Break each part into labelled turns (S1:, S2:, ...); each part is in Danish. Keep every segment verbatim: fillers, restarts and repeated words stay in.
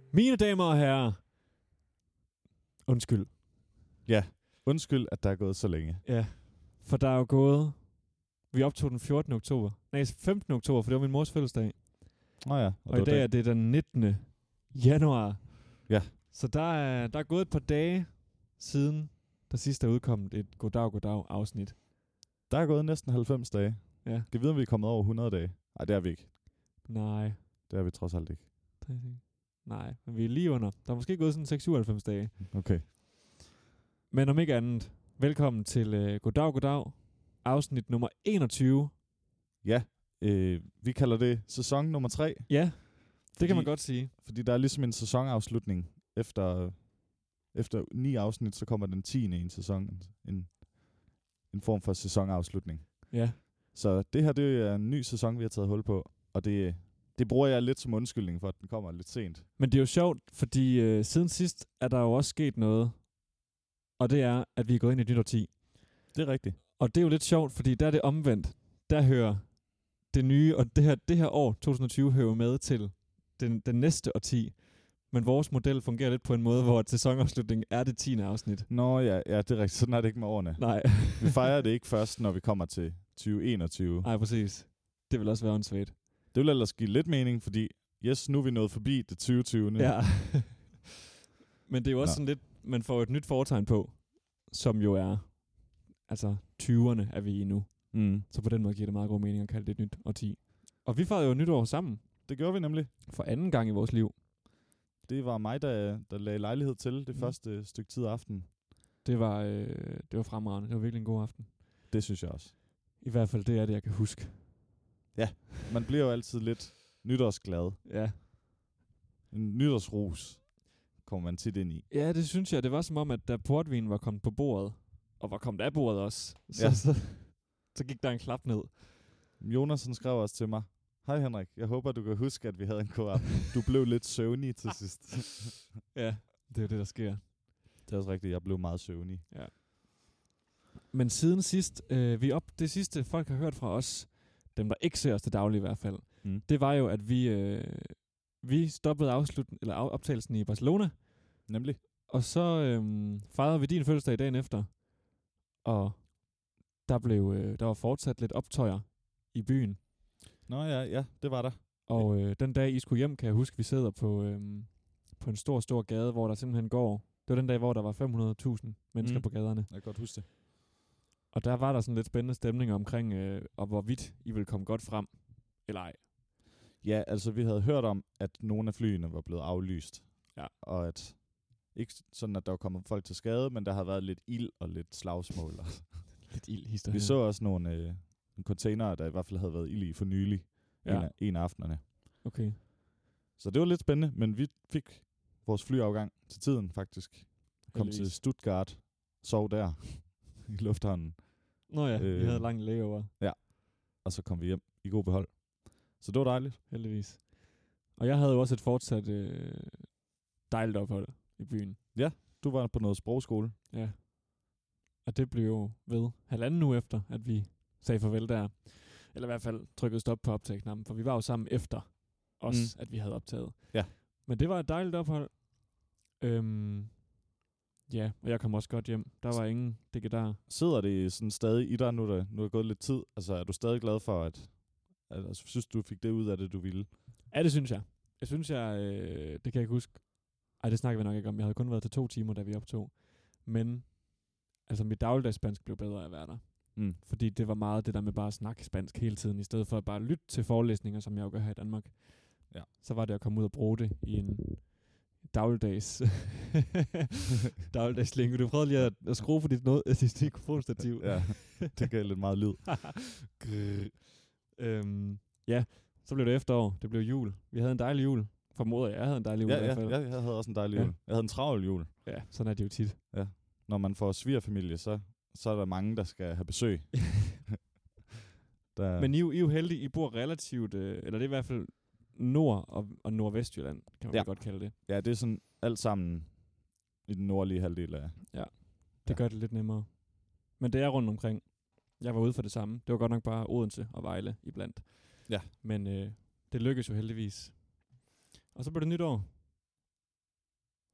S1: Mine damer og herrer. Undskyld.
S2: Ja, undskyld, at der er gået så længe.
S1: Ja, for der er jo gået... Vi optog den fjortende oktober. Nej, femtende oktober, for det var min mors fødselsdag.
S2: Nå ja.
S1: Og, og i dag er det den nittende januar.
S2: Ja.
S1: Så der er, der er gået et par dage siden, der sidst er udkommet et Goddag Goddag afsnit.
S2: Der er gået næsten halvfems dage.
S1: Ja.
S2: Kan vide, om vi er kommet over hundrede dage? Nej, det er vi ikke.
S1: Nej.
S2: Det er vi trods alt ikke.
S1: Nej, men vi er lige under. Der er måske gået sådan seks syvoghalvfems dage.
S2: Okay.
S1: Men om ikke andet, velkommen til uh, Goddag Goddag, afsnit nummer enogtyve.
S2: Ja, øh, vi kalder det sæson nummer tre.
S1: Ja, det
S2: fordi,
S1: kan man godt sige.
S2: Fordi der er ligesom en sæsonafslutning. Efter, efter ni afsnit, så kommer den tiende i en sæson. En, en form for sæsonafslutning.
S1: Ja.
S2: Så det her, det er en ny sæson, vi har taget hul på. Og det, det bruger jeg lidt som undskyldning for, at den kommer lidt sent.
S1: Men det er jo sjovt, fordi øh, siden sidst er der jo også sket noget. Og det er, at vi er gået ind i et nyt årti.
S2: Det er rigtigt.
S1: Og det er jo lidt sjovt, fordi der er det omvendt. Der hører det nye, og det her, det her år, to tusind og tyve, hører med til den, den næste årti. Men vores model fungerer lidt på en måde, hvor sæsonafslutningen er det tiende afsnit.
S2: Nå ja, ja, det er rigtigt. Sådan er det ikke med årene.
S1: Nej.
S2: Vi fejrer det ikke først, når vi kommer til tyve enogtyve.
S1: Nej, præcis. Det vil også være åndssvagt.
S2: Det vil ellers give lidt mening, fordi yes, nu er vi nået forbi det tyve tyve.
S1: Ja. Men det er jo også
S2: Nå.
S1: sådan lidt, man får et nyt foretegn på, som jo er, altså tyverne er vi i nu.
S2: Mm.
S1: Så på den måde giver det meget god mening at kalde det et nyt årti. Og vi fejrede jo nytår sammen.
S2: Det gjorde vi nemlig.
S1: For anden gang i vores liv.
S2: Det var mig, der, der lagde lejlighed til det
S1: Mm.
S2: første stykke tid af aftenen.
S1: Det var, øh, det var fremragende. Det var virkelig en god aften.
S2: Det synes jeg også.
S1: I hvert fald det er det, jeg kan huske.
S2: Ja, man bliver jo altid lidt nytårsglad.
S1: Ja.
S2: En nytårsrus kommer man tit ind i.
S1: Ja, det synes jeg. Det var som om, at da portvinen var kommet på bordet, og var kommet af bordet også, så,
S2: Ja.
S1: så, så gik der en klap ned.
S2: Jonas han skrev også til mig: hej Henrik, jeg håber, du kan huske, at vi havde en god aften. Du blev lidt søvnig til sidst.
S1: Ja, det er jo det, der sker.
S2: Det er også rigtigt, jeg blev meget søvnig.
S1: Ja. Men siden sidst, øh, vi op, det sidste folk har hørt fra os, dem der ikke ser os til daglig i hvert fald,
S2: Mm.
S1: det var jo, at vi, øh, vi stoppede afslut, eller af- optagelsen i Barcelona,
S2: Nemlig.
S1: og så øh, fejrede vi din fødselsdag dagen efter, og der, blev, øh, der var fortsat lidt optøjer i byen.
S2: Nå ja, ja, det var der.
S1: Og øh, den dag, I skulle hjem, kan jeg huske, vi sidder på, øh, på en stor, stor gade, hvor der simpelthen går... Det var den dag, hvor der var fem hundrede tusind mennesker
S2: Mm.
S1: mm. på gaderne.
S2: Jeg kan godt huske det.
S1: Og der var der sådan lidt spændende stemning omkring, øh, og hvorvidt I ville komme godt frem, eller ej.
S2: Ja, altså vi havde hørt om, at nogle af flyene var blevet aflyst.
S1: Ja.
S2: Og at, ikke sådan at der var kommet folk til skade, men der havde været lidt ild og lidt slagsmål.
S1: Lidt ild historie.
S2: Vi så også nogle, øh, nogle containere, der i hvert fald havde været ild i for nylig.
S1: Ja.
S2: En, af, en af aftenerne.
S1: Okay.
S2: Så det var lidt spændende, men vi fik vores flyafgang til tiden faktisk. Kom
S1: Heldigvis.
S2: til Stuttgart, sov der i lufthavnen,
S1: Nå ja, øh.
S2: Øh.
S1: vi havde lang layover,
S2: og så kom vi hjem i god behold. Så det var dejligt.
S1: heldigvis. Og jeg havde jo også et fortsat øh, dejligt ophold i byen.
S2: Du var på noget sprogskole.
S1: Ja. Og det blev jo ved halvanden uge efter, at vi sagde farvel der. Eller i hvert fald trykkede stop på optageknappen, for vi var jo sammen efter os, mm. at vi havde optaget.
S2: Ja.
S1: Men det var et dejligt ophold. Øhm, ja, og jeg kom også godt hjem. Der var ingen digedar.
S2: Sidder det sådan stadig i dig, nu er der, nu er der gået lidt tid? Altså er du stadig glad for, at, at altså, synes du fik det ud af det, du ville?
S1: Ja, det synes jeg. Jeg synes, jeg... Øh, det kan jeg ikke huske. Ej, det snakker vi nok ikke om. Jeg havde kun været til to timer, da vi optog. Men altså, mit dagligdagsspansk blev bedre af at være der.
S2: Mm.
S1: Fordi det var meget det der med bare at snakke spansk hele tiden, i stedet for at bare lytte til forelæsninger, som jeg jo gør her i Danmark.
S2: Ja.
S1: Så var det at komme ud og bruge det i en dagligdags dagligdags længe. Du prøvede lige at, at skrue på dit, noget, dit mikrofonstativ.
S2: Ja, det gav lidt meget lyd.
S1: øhm, ja, så blev det efterår. Det blev jul. Vi havde en dejlig jul. Formoder jeg, jeg havde en dejlig jul
S2: Ja,
S1: i hvert fald.
S2: ja, jeg havde også en dejlig
S1: Ja.
S2: jul. Jeg havde en travl jul.
S1: Ja, sådan er det jo tit.
S2: Når man får svigerfamilie, så, så er der mange, der skal have besøg. der,
S1: Men I, er jo- I er jo heldige, I bor relativt, øh, eller det er i hvert fald Nord- og, og Nordvestjylland, kan man
S2: Ja.
S1: ja. godt kalde det.
S2: ja, det er sådan alt sammen i den nordlige halvdel af...
S1: Det
S2: Ja.
S1: gør det lidt nemmere. Men det er rundt omkring. Jeg var ude for det samme. Det var godt nok bare Odense og Vejle iblandt.
S2: Ja.
S1: Men øh, det lykkedes jo heldigvis. Og så blev det nytår.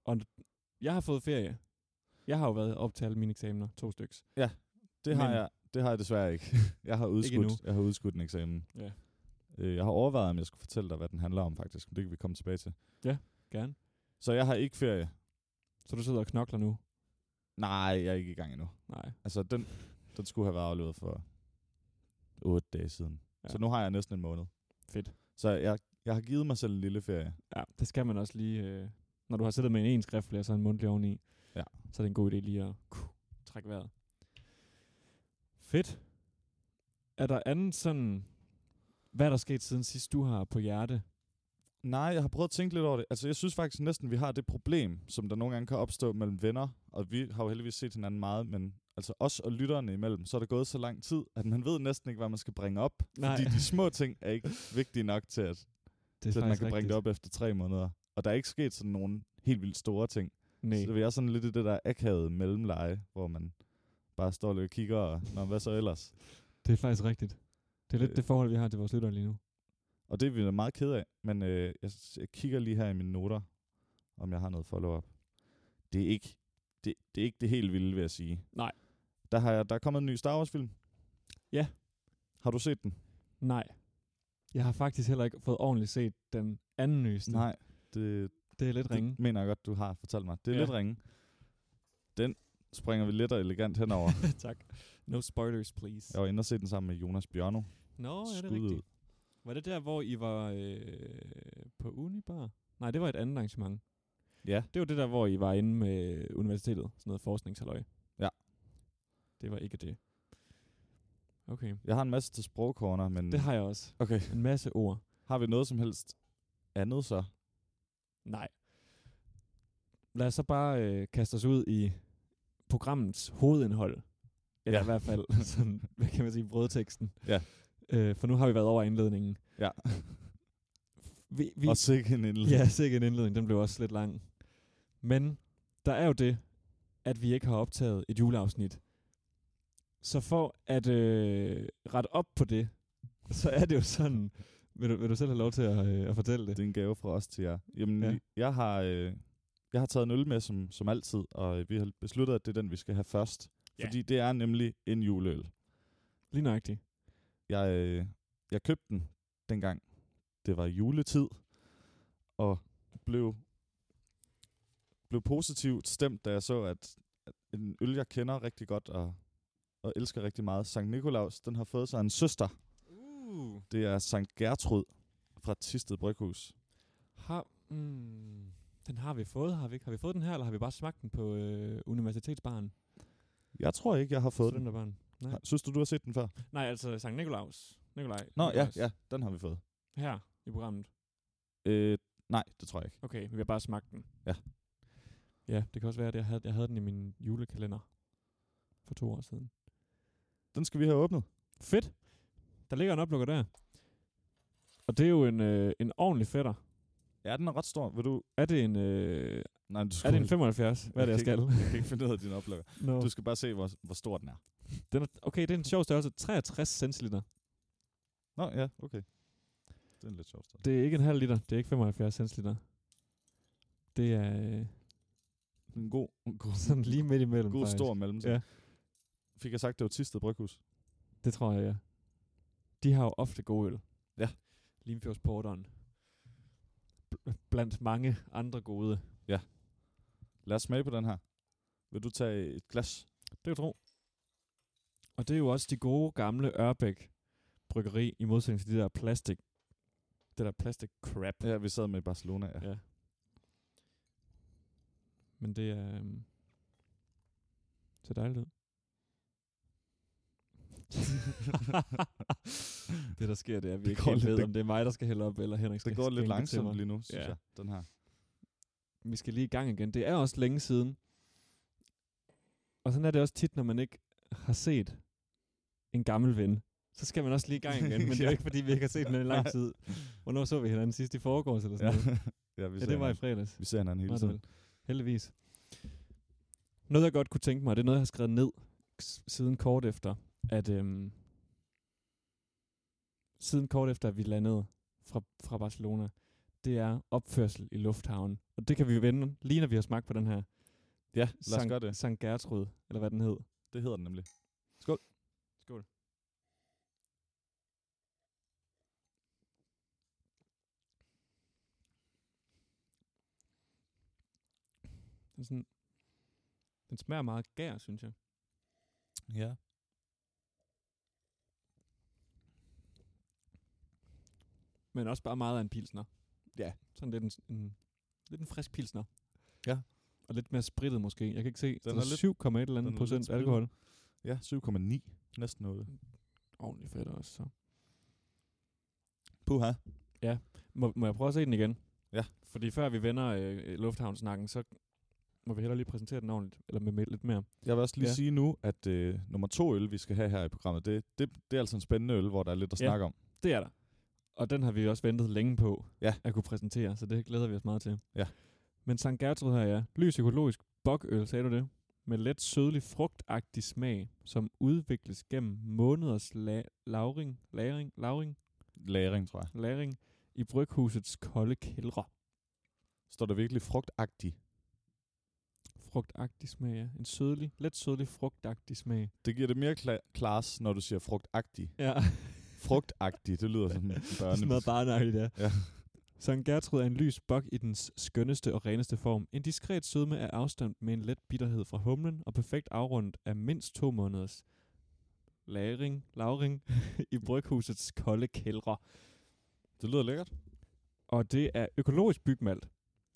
S1: Og jeg har fået ferie. Jeg har jo været op til alle mine eksamener, to styks.
S2: Det har
S1: Men-
S2: jeg, det har jeg desværre ikke. Jeg har
S1: endnu.
S2: udskudt, jeg har udskudt en eksamen.
S1: Ja.
S2: Øh, Jeg har overvejet, om jeg skulle fortælle dig, hvad den handler om faktisk. Men det kan vi komme tilbage til.
S1: Gerne.
S2: Så jeg har ikke ferie.
S1: Så du sidder og knokler nu?
S2: Nej, jeg er ikke i gang endnu.
S1: Nej.
S2: Altså, den, den skulle have været afleveret for otte dage siden.
S1: Ja.
S2: Ja. Så nu har jeg næsten en måned.
S1: Fedt.
S2: Så jeg, jeg har givet mig selv en lille ferie.
S1: Ja, det skal man også lige... Øh, når du har siddet med en en skriftlig og så en mundtlig oveni,
S2: Ja.
S1: så er det en god idé lige at uh, trække vejret. Fedt. Er der andet sådan... Hvad er der sket siden sidst, du har på hjerte?
S2: Nej, jeg har prøvet at tænke lidt over det. Altså, jeg synes faktisk næsten, vi har det problem, som der nogle gange kan opstå mellem venner. Og vi har jo heldigvis set hinanden meget, men altså os og lytterne imellem, så er det gået så lang tid, at man ved næsten ikke, hvad man skal bringe op.
S1: Nej.
S2: Fordi de små ting er ikke vigtige nok til, at,
S1: Det
S2: til at man kan bringe det op efter tre måneder. Og der er ikke sket sådan nogle helt vildt store ting.
S1: Nej.
S2: Så vi er sådan lidt i det der akavede mellemleje, hvor man bare står lidt og kigger, og nå, hvad så ellers?
S1: Det er faktisk rigtigt. Det er lidt
S2: Øh.
S1: det forhold, vi har til vores lyttere lige nu.
S2: Og det er vi da meget ked af, men øh, jeg, jeg kigger lige her i mine noter, om jeg har noget follow-up. Det er ikke det, det, er ikke det helt vilde, vil jeg sige.
S1: Nej.
S2: Der, har jeg, der er kommet en ny Star Wars-film.
S1: Ja.
S2: Har du set den?
S1: Nej. Jeg har faktisk heller ikke fået ordentligt set den anden nyeste.
S2: Nej, det,
S1: Det er lidt ringe.
S2: det mener jeg godt, du har fortalt mig. Det er
S1: Ja.
S2: lidt ringe. Den springer vi let og elegant henover.
S1: Tak. No spoilers, please.
S2: Jeg var inde og se den sammen med Jonas Bjørno.
S1: Nå, er det
S2: Skud
S1: rigtigt?
S2: ud.
S1: Var det der, hvor I var øh, på Unibar? Nej, det var et andet arrangement.
S2: Ja,
S1: Det var det der, hvor I var inde med universitetet. Sådan noget forskningshalløj.
S2: Ja.
S1: Det var ikke det. Okay.
S2: jeg har en masse til sprogkorner, men
S1: Det har jeg også.
S2: okay.
S1: En masse ord.
S2: Har vi noget som helst andet så?
S1: Nej. Lad os så bare øh, kaste os ud i programmets hovedindhold. Eller
S2: Ja.
S1: i hvert fald, sådan, hvad kan man sige, brødteksten.
S2: Ja.
S1: Øh, for nu har vi været over indledningen.
S2: Ja.
S1: Vi, vi,
S2: Og sikke en indledning.
S1: ja, sikkert en indledning. Den blev også lidt lang. Men der er jo det, at vi ikke har optaget et juleafsnit. Så for at øh, rette op på det, så er det jo sådan... Vil du, vil du selv have lov til at, øh, at fortælle det?
S2: Det er en gave fra os til jer. Jamen,
S1: Ja.
S2: ja. jeg, har, øh, jeg har taget en øl med, som, som altid, og øh, vi har besluttet, at det er den, vi skal have først.
S1: Ja.
S2: Fordi det er nemlig en juleøl.
S1: Lige nøjagtigt.
S2: Jeg, øh, jeg købte den dengang. Det var juletid, og blev, blev positivt stemt, da jeg så, at, at en øl, jeg kender rigtig godt og, og elsker rigtig meget, Sankt Nikolaus, den har fået sig en søster.
S1: Uh.
S2: Det er Sankt Gertrud fra Thisted Bryghus.
S1: Har, mm, den har vi fået, har vi ikke? Har vi fået den her, eller har vi bare smagt den på øh, universitetsbaren?
S2: Jeg tror ikke, jeg har fået den.
S1: Studenterbaren? Nej.
S2: Har- Synes du, du har set den før?
S1: Nej, altså Sankt Nikolaus. Nikolaj.
S2: Nå, ja,
S1: Nikolaus.
S2: ja, den har vi fået.
S1: Her i programmet.
S2: Øh, nej, det tror jeg ikke.
S1: Okay, vi har bare smagt den.
S2: Ja.
S1: Ja, det kan også være, at jeg havde, jeg havde den i min julekalender for to år siden.
S2: Den skal vi have åbnet.
S1: Fedt. Der ligger en oplukker der. Og det er jo en, øh, en ordentlig fætter.
S2: Ja, den er ret stor. Vil du...
S1: Er det en, øh,
S2: Nej, du
S1: er det en femoghalvfjerds? Hvad er det, jeg skal?
S2: Jeg kan ikke finde ud af din oplukker.
S1: No.
S2: Du skal bare se, hvor, hvor stor den er.
S1: Den er, okay, det er en sjov størrelse. treogtres centiliter.
S2: Nå, ja, okay. Det er en lidt sjov størrelse.
S1: Det er ikke en halv liter. Det er ikke femoghalvfjerds centiliter. Det er øh,
S2: En god, en god,
S1: sådan lige midt imellem.
S2: god
S1: faktisk.
S2: stor mellemting.
S1: Ja.
S2: Fik jeg sagt, det var Thisted Bryghus?
S1: Det tror jeg, ja. De har jo ofte god øl.
S2: Ja.
S1: Limfjordsporteren. Bl- blandt mange andre gode.
S2: Lad os smage på den her. Vil du tage et glas?
S1: Det kan jeg tro. Og det er jo også de gode gamle Ørbæk bryggeri, i modsætning til de der plastik, det der plastik crap.
S2: Ja, vi sad med i Barcelona, ja.
S1: Ja. Men det er... Um, så dejligt ud. Det der sker, det er, at vi
S2: Det
S1: ikke
S2: går
S1: helt
S2: lidt-
S1: ved,
S2: det-
S1: om det er mig, der skal hælde op, eller Henrik skal
S2: Det går lidt
S1: skænke til
S2: langsomt
S1: mig.
S2: lige nu, synes
S1: Ja.
S2: jeg, den her.
S1: Vi skal lige i gang igen. Det er også længe siden. Og sådan er det også tit, når man ikke har set en gammel ven. Så skal man også lige i gang igen, men det er jo
S2: Ja.
S1: ikke, fordi vi ikke har set den i lang
S2: Nej.
S1: tid. Hvornår så vi hinanden sidst i forgårs eller sådan
S2: Ja,
S1: noget?
S2: ja, vi
S1: Ja,
S2: ser
S1: det var i
S2: hinanden.
S1: fredags.
S2: Vi ser hinanden hele
S1: Var det
S2: tiden.
S1: vel. Heldigvis. Noget, jeg godt kunne tænke mig, det er noget, jeg har skrevet ned s- siden kort efter, at øhm, siden kort efter, at vi landede fra, fra Barcelona, det er opførsel i lufthavnen. Og det kan vi vende, lige når vi har smagt på den her.
S2: Ja, lad os
S1: Sankt,
S2: gøre det.
S1: Sankt Gertrud, eller hvad den hed.
S2: Det hedder den nemlig. Skål.
S1: Skål. Den, er sådan, den smager meget gær, synes jeg.
S2: Ja.
S1: Men også bare meget af en pilsner.
S2: Ja.
S1: Sådan lidt en, en, lidt en frisk pilsner.
S2: Ja.
S1: Og lidt mere sprittet måske. Jeg kan ikke se. Den, den er,
S2: er lidt-
S1: syv komma et eller andet
S2: den er
S1: procent
S2: lidt sprittet.
S1: alkohol.
S2: Ja, syv komma ni. Næsten noget.
S1: Ordentligt fedt også. Så.
S2: Puha.
S1: Må, må jeg prøve at se den igen?
S2: Ja.
S1: Fordi før vi vender øh, lufthavnsnakken, så må vi hellere lige præsentere den ordentligt. Eller med, med lidt mere.
S2: Jeg vil også lige
S1: Ja.
S2: ja. sige nu, at øh, nummer to øl, vi skal have her i programmet, det, det, det er altså en spændende øl, hvor der er lidt at
S1: Ja.
S2: snakke om.
S1: Det er der. Og den har vi også ventet længe på
S2: Ja.
S1: at kunne præsentere, så det glæder vi os meget til.
S2: Ja.
S1: Men Sankt Gertrud her, ja. Lys økologisk bokøl, sagde du det? Med let sødlig frugtagtig smag, som udvikles gennem måneders la- lagring, lagring, lagring,
S2: Lagring, tror jeg.
S1: lagring i bryghusets kolde kældre.
S2: Står der virkelig frugtagtig?
S1: Frugtagtig smag, ja. En sødlig, let sødlig frugtagtig smag.
S2: Det giver det mere kla- class, når du siger frugtagtig.
S1: Ja.
S2: Frugtagtig, det lyder som en børne.
S1: Sådan noget barnagtigt, ja.
S2: Ja.
S1: Sankt Gertrud er en lys bok i dens skønneste og reneste form. En diskret sødme er afstemt med en let bitterhed fra humlen og perfekt afrundet af mindst to måneders lagring, lagring i bryghusets kolde kældre.
S2: Det lyder lækkert.
S1: Og det er økologisk bygmalt.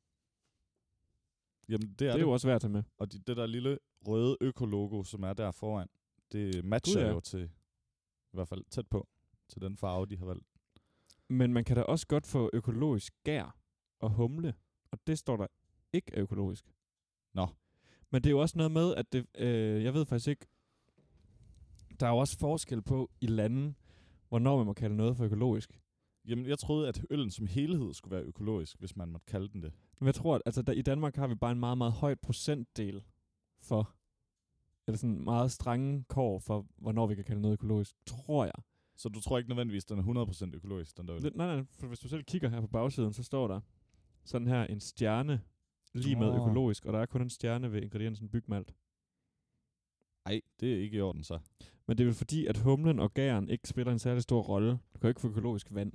S2: Jamen, det er
S1: Det er
S2: det.
S1: jo også værd at tage med.
S2: Og de, det der lille røde økologo, som er der foran, det matcher
S1: Gud, ja.
S2: jo til, i hvert fald tæt på, til den farve, de har valgt.
S1: Men man kan da også godt få økologisk gær og humle, og det står der ikke er økologisk.
S2: Nå.
S1: Men det er jo også noget med, at det, øh, jeg ved faktisk ikke, der er jo også forskel på i landen, hvornår man må kalde noget for økologisk.
S2: Jamen, jeg troede, at øllen som helhed skulle være økologisk, hvis man måtte kalde den det.
S1: Men jeg tror, at altså, der, i Danmark har vi bare en meget, meget høj procentdel for, eller sådan meget strenge kår for, hvornår vi kan kalde noget økologisk, tror jeg.
S2: Så du tror ikke nødvendigvis, den er hundrede procent økologisk, den der øl?
S1: Det, nej, nej, for hvis du selv kigger her på bagsiden, så står der sådan her en stjerne lige med
S2: Nå.
S1: økologisk, og der er kun en stjerne ved ingrediensen bygmalt.
S2: Nej, det er ikke i orden så.
S1: Men det er vel fordi, at humlen og gæren ikke spiller en særlig stor rolle. Du kan jo ikke få økologisk vand.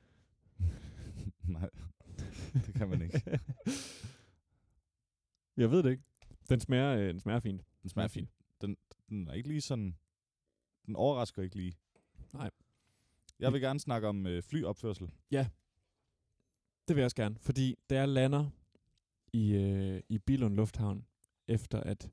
S2: Nej, det kan man ikke.
S1: Jeg ved det ikke. Den smager, øh, den smager fint.
S2: Den smager fint. Den, den er ikke lige sådan... Den overrasker ikke lige.
S1: Nej.
S2: Jeg vil gerne snakke om øh, flyopførsel.
S1: Det vil jeg også gerne, fordi da jeg lander i, øh, i Billund Lufthavn, efter at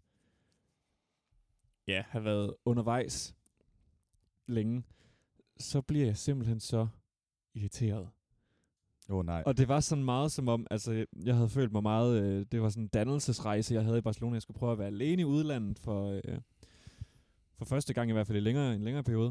S1: ja, have været undervejs længe, så bliver jeg simpelthen så irriteret.
S2: Åh oh, nej.
S1: Og det var sådan meget som om, altså jeg havde følt mig meget, øh, det var sådan en dannelsesrejse, jeg havde i Barcelona. Jeg skulle prøve at være alene i udlandet for, øh, for første gang i hvert fald i længere, en længere periode.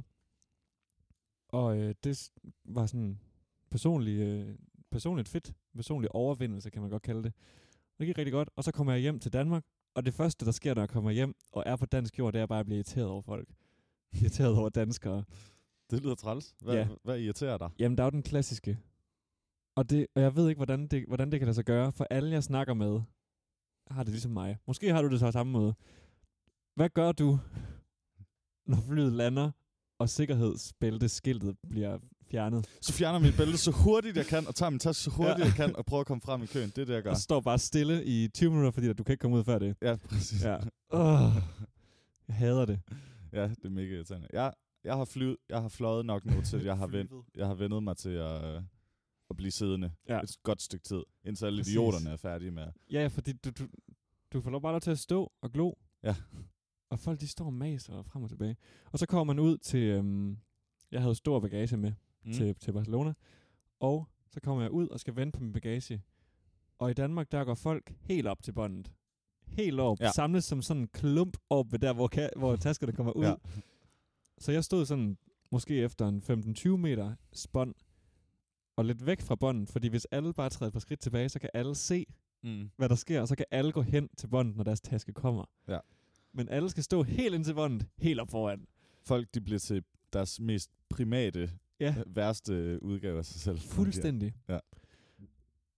S1: Og øh, det var sådan personlig, øh, personligt fedt, personlig overvindelse, kan man godt kalde det. Det gik rigtig godt, og så kommer jeg hjem til Danmark, og det første, der sker, når jeg kommer hjem og er på dansk jord, det er bare at blive irriteret over folk. Irriteret over danskere.
S2: Det lyder træls. Hvad,
S1: Ja.
S2: hvad irriterer dig?
S1: Jamen, der er jo den klassiske. Og, det, og jeg ved ikke, hvordan det, hvordan det kan lade sig gøre, for alle, jeg snakker med, har det ligesom mig. Måske har du det så på samme måde. Hvad gør du, når flyet lander, og sikkerhedsbælteskiltet bliver fjernet?
S2: Så fjerner mit bælte så hurtigt jeg kan, og tager min taske så hurtigt
S1: Ja.
S2: jeg kan, og prøver at komme frem i køen. Det er det, jeg gør.
S1: Og står bare stille i tyve minutter, fordi du kan ikke komme ud før det.
S2: Ja, præcis.
S1: Ja. Oh, jeg hader det.
S2: Ja, det er mega irriterende. Jeg, jeg har flyet, jeg har fløjet nok nu til, at jeg har, ven, jeg har vendet mig til at, øh, at blive siddende
S1: Ja.
S2: et godt stykke tid, indtil alle
S1: Præcis.
S2: idioterne er færdige med.
S1: Ja, fordi du, du, du får lov bare lov til at stå og glo.
S2: Ja.
S1: Og folk, de står og maser frem og tilbage. Og så kommer man ud til... Øhm, jeg havde stor bagage med mm. til, til Barcelona. Og så kommer jeg ud og skal vente på min bagage. Og i Danmark, der går folk helt op til båndet. Helt op.
S2: Ja.
S1: Samles som sådan en klump op ved der, hvor, ka- hvor taskerne kommer ud.
S2: Ja.
S1: Så jeg stod sådan, måske efter en femten til tyve meter spånd, og lidt væk fra båndet, fordi hvis alle bare træder et par skridt tilbage, så kan alle se,
S2: Mm.
S1: hvad der sker, og så kan alle gå hen til båndet, når deres taske kommer.
S2: Ja.
S1: Men alle skal stå helt ind til båndet, helt op foran.
S2: Folk, de bliver til deres mest primate,
S1: Ja.
S2: øh, værste udgave af sig selv.
S1: Fuldstændig.
S2: Ja.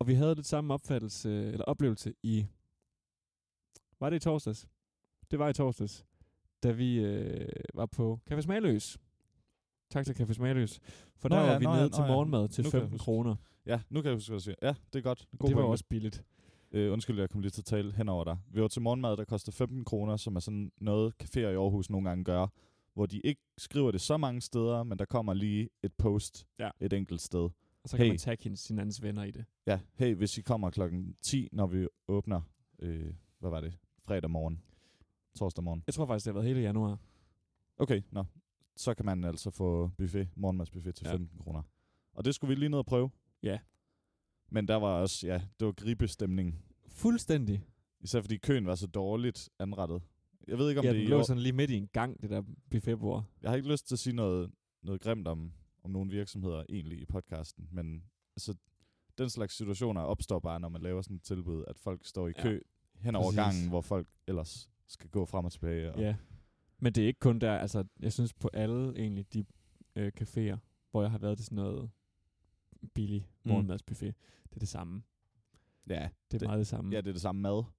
S1: vi havde lidt samme opfattelse, eller oplevelse i... Var det i torsdags? Det var i torsdags, da vi øh, var på Café Smagløs. Tak til Café Smagløs. For
S2: Nå
S1: der
S2: ja,
S1: var vi
S2: nå
S1: nede
S2: ja,
S1: til
S2: nå ja.
S1: morgenmad til
S2: Nu kan jeg
S1: femten
S2: huske.
S1: kroner.
S2: Ja, nu kan jeg huske, hvad du siger. Ja, det er godt. God
S1: Det var
S2: pointe.
S1: også billigt.
S2: Øh, undskyld, jeg kom lige til at tale hen over dig. Vi var til morgenmad, der koster femten kroner, som er sådan noget, caféer i Aarhus nogle gange gør, hvor de ikke skriver det så mange steder, men der kommer lige et post
S1: Ja.
S2: et enkelt sted.
S1: Og så kan
S2: Hey.
S1: man tage hendes, sin andens venner i det.
S2: Ja, hey, hvis I kommer klokken ti, når vi åbner, øh, hvad var det, fredag morgen, torsdag morgen.
S1: Jeg tror faktisk, det har været hele januar.
S2: Okay, nå. Så kan man altså få buffet, morgenmadsbuffet til
S1: Ja.
S2: femten kroner. Og det skulle vi lige ned og prøve.
S1: Ja.
S2: Men der var også, ja, det var gribestemning.
S1: Fuldstændig.
S2: Især fordi køen var så dårligt anrettet. Jeg ved ikke, om
S1: Ja,
S2: det
S1: den
S2: er i
S1: lå
S2: år-
S1: sådan lige midt i en gang, det der buffetbord.
S2: Jeg har ikke lyst til at sige noget, noget grimt om, om nogle virksomheder egentlig i podcasten, men altså, den slags situationer opstår bare, når man laver sådan et tilbud, at folk står i
S1: Ja,
S2: kø hen over
S1: præcis.
S2: gangen, hvor folk ellers skal gå frem og tilbage. Og
S1: Ja. Men det er ikke kun der, altså jeg synes på alle egentlig de øh, caféer, hvor jeg har været til sådan noget billig
S2: Mm.
S1: morgenmadsbuffet, det er det samme.
S2: ja,
S1: Det er
S2: Det-
S1: meget det samme.
S2: ja, det er det samme mad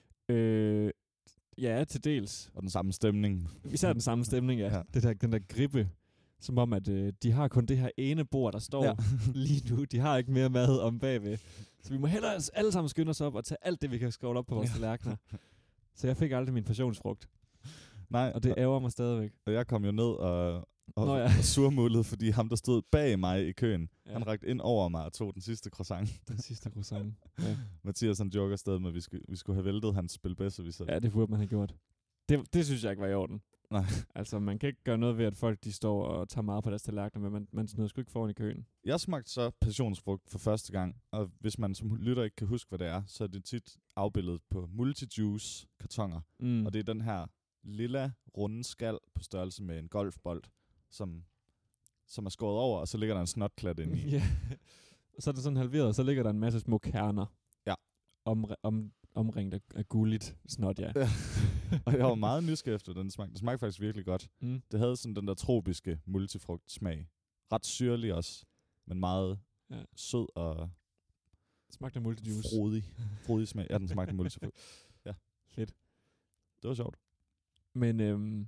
S1: Øh, ja, til dels.
S2: og den samme stemning.
S1: Især den samme stemning, ja.
S2: Ja.
S1: ja. Det der, den der gribe, som om, at øh, de har kun det her ene bord, der står
S2: Ja.
S1: ja. lige nu. De har ikke mere mad om bagved. Så vi må hellere alle sammen skynde os op og tage alt det, vi kan skovle op på vores
S2: Ja.
S1: tallerkener. Så jeg fik aldrig min passionsfrugt,
S2: Nej,
S1: og det ærger mig stadigvæk.
S2: og jeg kom jo ned og, og,
S1: Nå ja.
S2: og surmulede, fordi ham, der stod bag mig i køen,
S1: Ja.
S2: ja. han rakte ind over mig og tog den sidste croissant.
S1: Den sidste croissant. Ja.
S2: Mathias, han joker stadig med, at vi skulle, vi skulle have væltet hans spil bedst, vi så.
S1: Ja, det burde man have gjort. Det, det synes jeg ikke var i orden.
S2: Nej.
S1: Altså, man kan ikke gøre noget ved, at folk de står og tager meget på deres tallerkener, men man, man snyder sgu ikke foran i køen.
S2: Jeg smagte så passionsfrugt for første gang, og hvis man som lytter ikke kan huske, hvad det er, så er det tit afbildet på multijuice-kartoner.
S1: Mm.
S2: Og det er den her lilla, runde skal på størrelse med en golfbold, som, som er skåret over, og så ligger der en snotklat inde i.
S1: Ja. Og så er det sådan halveret, og så ligger der en masse små kerner.
S2: Ja.
S1: Om, om, omringet af, af gulligt snot, ja.
S2: Ja. Og jeg var meget nysgerrig efter den smag. Den smagte faktisk virkelig godt.
S1: Mm.
S2: Det havde sådan den der tropiske multifrugt-smag. Ret syrlig også, men meget
S1: Ja.
S2: ja. sød og
S1: Smagte af multijuice.
S2: frodig. Frodig smag. Ja, den smagte multifrugt. Ja.
S1: Fedt.
S2: Det var sjovt.
S1: Men øhm,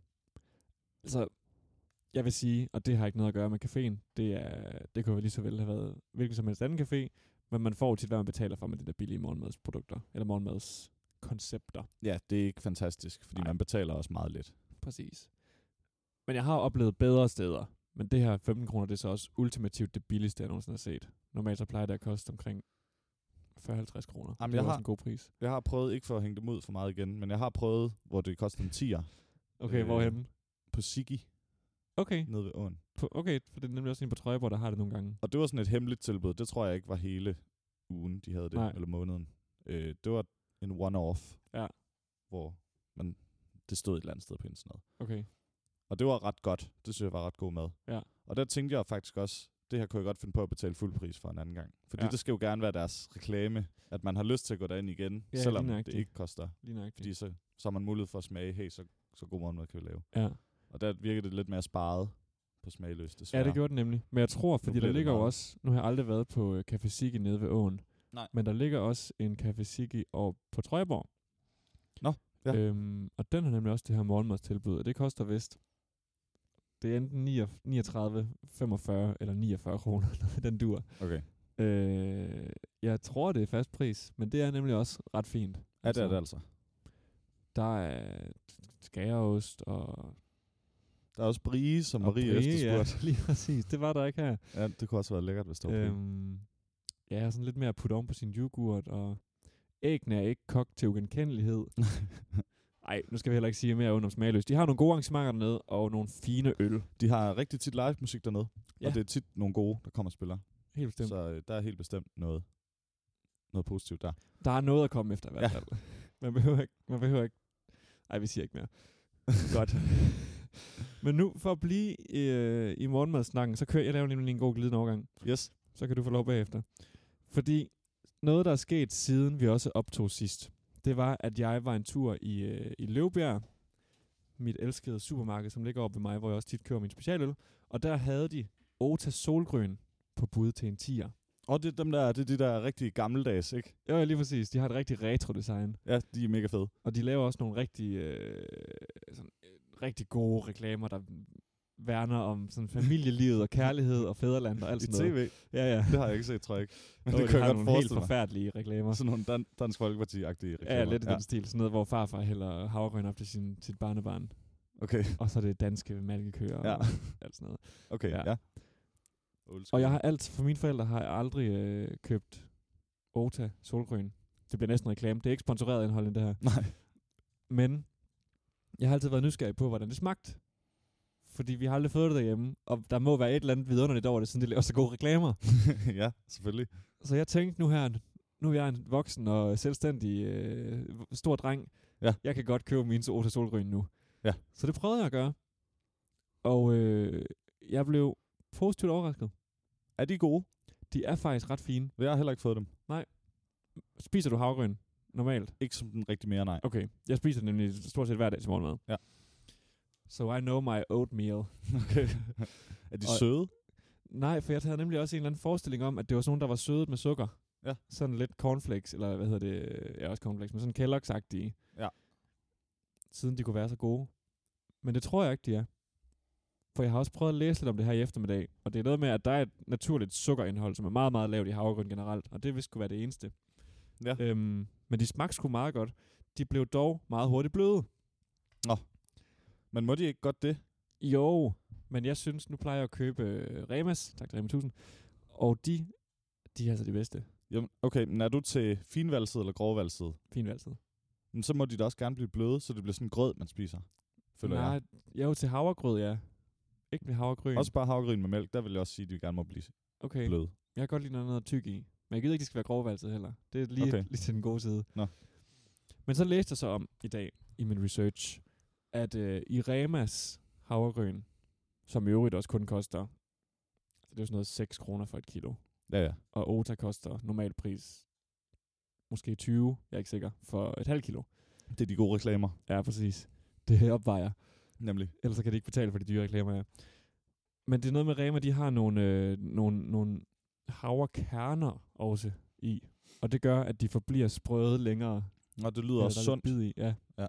S1: altså, jeg vil sige, og det har ikke noget at gøre med caféen, det, er, det kunne lige så vel have været hvilken som helst anden café, men man får jo tit, hvad man betaler for med de der billige morgenmadsprodukter, eller morgenmadskoncepter.
S2: Ja, det er ikke fantastisk, fordi
S1: Nej.
S2: man betaler også meget lidt.
S1: Præcis. Men jeg har oplevet bedre steder, men det her femten kroner, det er så også ultimativt det billigste, jeg nogensinde har set. Normalt så plejer det at koste omkring fyrre til halvtreds kroner.
S2: Jamen,
S1: det er
S2: jeg
S1: også
S2: har-
S1: en god pris.
S2: Jeg har prøvet, ikke for at hænge dem ud for meget igen, men jeg har prøvet, hvor det koster en tier
S1: Okay,
S2: Øh,
S1: hvorhenne?
S2: på Siggi
S1: Okay,
S2: nede ved åen.
S1: på, okay, for det er nemlig også en på Trøjborg, der har det nogle gange.
S2: Og det var sådan et hemmeligt tilbud. Det tror jeg ikke var hele ugen, de havde det,
S1: Nej.
S2: eller måneden. Øh, det var en one-off,
S1: Ja.
S2: hvor man, det stod et eller andet sted på internet.
S1: Okay.
S2: Og det var ret godt. Det synes jeg var ret god mad.
S1: Ja.
S2: Og der tænkte jeg faktisk også, det her kunne jeg godt finde på at betale fuld pris for en anden gang. Fordi
S1: Ja.
S2: ja. det skal jo gerne være deres reklame, at man har lyst til at gå derind igen,
S1: Ja,
S2: selvom
S1: lige
S2: det
S1: nøjagtigt.
S2: ikke koster.
S1: Lige nøjagtigt.
S2: Fordi så, så har man mulighed for at smage, hey, så, så god morgenmad kan vi lave.
S1: Ja.
S2: Og der virker det lidt mere sparet på smagløst, desværre.
S1: Ja, det gjorde det nemlig. Men jeg tror, fordi
S2: bliver
S1: der
S2: det
S1: ligger jo
S2: meget.
S1: også, nu har jeg aldrig været på øh, Café Siggi nede ved åen,
S2: Nej.
S1: men der ligger også en Café Siggi over på Trøjborg.
S2: Nå, ja.
S1: Øhm, og den har nemlig også det her morgenmadstilbud, og det koster vist, det er enten niogtredive, femogfyrre eller niogfyrre kroner, den dur.
S2: Okay.
S1: Øh, jeg tror, det er fast pris, men det er nemlig også ret fint.
S2: Ja, det er det altså.
S1: Der er skæreost og...
S2: Der er også brie, som
S1: og
S2: Marie
S1: brie,
S2: efterspurgte.
S1: ja, lige præcis. Det var der ikke her.
S2: Ja. ja, det kunne også være lækkert, hvis det var brie.
S1: Øhm, ja, sådan lidt mere at putte oven på sin yoghurt, og æggene er ikke kogt til ugenkendelighed. Ej, nu skal vi heller ikke sige mere under smagløst. De har nogle gode arrangementer dernede, og nogle fine øl.
S2: De har rigtig tit live musik dernede.
S1: Ja.
S2: Og det er tit nogle gode, der kommer og spiller.
S1: Helt bestemt.
S2: Så øh, der er helt bestemt noget, noget positivt der.
S1: Der er noget at komme efter i hvert
S2: Ja.
S1: fald. Man behøver ikke... Man behøver ikke ej, vi siger ikke mere. Godt. Men nu, for at blive øh, i morgenmadsnakken, så kører jeg laver nemlig en god glidende overgang.
S2: Yes.
S1: Så kan du få lov bagefter. Fordi noget, der er sket siden vi også optog sidst, det var, at jeg var en tur i, øh, i Løvbjerg, mit elskede supermarked, som ligger oppe ved mig, hvor jeg også tit køber min specialøl. Og der havde de Ota Solgrøn på bud til en tier.
S2: Og det er dem der, det er de der rigtig gammeldags, ikke?
S1: Jo, ja, lige præcis. De har et rigtig retro-design.
S2: Ja, de er mega fede.
S1: Og de laver også nogle rigtig, øh, sådan, øh, rigtig gode reklamer, der værner om sådan familielivet og kærlighed og fædreland og alt sådan
S2: I
S1: noget.
S2: T V?
S1: Ja, ja.
S2: Det har jeg ikke set, tror jeg ikke. Men
S1: Men
S2: det
S1: det
S2: kan
S1: har
S2: jeg godt
S1: nogle helt
S2: forestille mig.
S1: forfærdelige reklamer.
S2: Sådan nogle dan- Dansk Folkeparti-agtige reklamer.
S1: Ja, lidt i den stil. Sådan noget, hvor farfar hælder havregryn op til sin, sit barnebarn.
S2: Okay.
S1: Og så er det danske mælkekøer
S2: Ja.
S1: og alt sådan noget.
S2: Okay,
S1: Ja.
S2: ja. ja.
S1: Og jeg har alt, for mine forældre har jeg aldrig øh, købt Ota solgrøn. Det bliver næsten reklame. Det er ikke sponsoreret indhold i det her.
S2: Nej.
S1: Men jeg har altid været nysgerrig på, hvordan det smagte. Fordi vi har aldrig fået det derhjemme, og der må være et eller andet vidunderligt over det, siden de laver så gode reklamer.
S2: Ja, selvfølgelig.
S1: Så jeg tænkte nu her, nu er jeg en voksen og selvstændig øh, stor dreng.
S2: Ja.
S1: Jeg kan godt købe min Ota solgrøn nu.
S2: Ja.
S1: Så det prøvede jeg at gøre. Og øh, jeg blev positivt overrasket.
S2: Er de gode?
S1: De er faktisk ret fine.
S2: Jeg har heller ikke fået dem.
S1: Spiser du havregryn normalt?
S2: Ikke som den rigtig mere, nej.
S1: Okay, jeg spiser den nemlig stort set hver dag til morgenmad.
S2: Ja.
S1: So I know my oatmeal.
S2: Okay. Er de
S1: Og-
S2: søde?
S1: Nej, for jeg havde nemlig også en eller anden forestilling om, at det var sådan nogle, der var sødet med sukker.
S2: Ja.
S1: Sådan lidt cornflakes, eller hvad hedder det? Ja, også cornflakes, men sådan Kellogg's-agtige.
S2: Ja.
S1: Siden de kunne være så gode. Men det tror jeg ikke, de er. For jeg har også prøvet at læse lidt om det her i eftermiddag. Og det er noget med, at der er et naturligt sukkerindhold, som er meget, meget lavt i havregryn generelt. Og det vist skulle være det eneste.
S2: Ja.
S1: Øhm, men de smagte sgu meget godt. De blev dog meget hurtigt bløde.
S2: Men må de ikke godt det?
S1: Jo, men jeg synes, nu plejer jeg at købe øh, Remas. Tak til Rema tusind. Og de, de er altså de bedste.
S2: Jamen, okay, men er du til finvalset eller grovvalset?
S1: Fint altid.
S2: Men så må de da også gerne blive bløde, så det bliver sådan en grød, man spiser. Føler
S1: Nej,
S2: jeg.
S1: jeg er jo til havregrød, ja. Ikke med havregryn.
S2: Også bare havregryn med mælk, der vil jeg også sige, at de gerne må blive
S1: Okay,
S2: bløde.
S1: jeg kan godt lide noget, noget tyk i. Men jeg gider ikke, de skal være grovvalset heller. Det er lige,
S2: Okay.
S1: okay. lige til den gode side.
S2: Nå.
S1: Men så læste jeg så om i dag, i min research, at øh, i Remas havregryn, som i øvrigt også kun koster, det er jo sådan noget seks kroner for et kilo.
S2: Ja, ja.
S1: Og Ota koster normal pris, måske tyve, jeg er ikke sikker, for et halvt kilo.
S2: Det er de gode reklamer,
S1: Ja, præcis. Det opvejer.
S2: nemlig.
S1: Ellers så kan de ikke betale for de dyre reklamer, ja. Men det er noget med Rema, de har nogle, øh, nogle, nogle havrekerner også i. Og det gør, at de forbliver sprøde længere.
S2: Og det lyder
S1: Eller
S2: også
S1: der er
S2: sundt.
S1: lidt bid i, ja.
S2: Ja.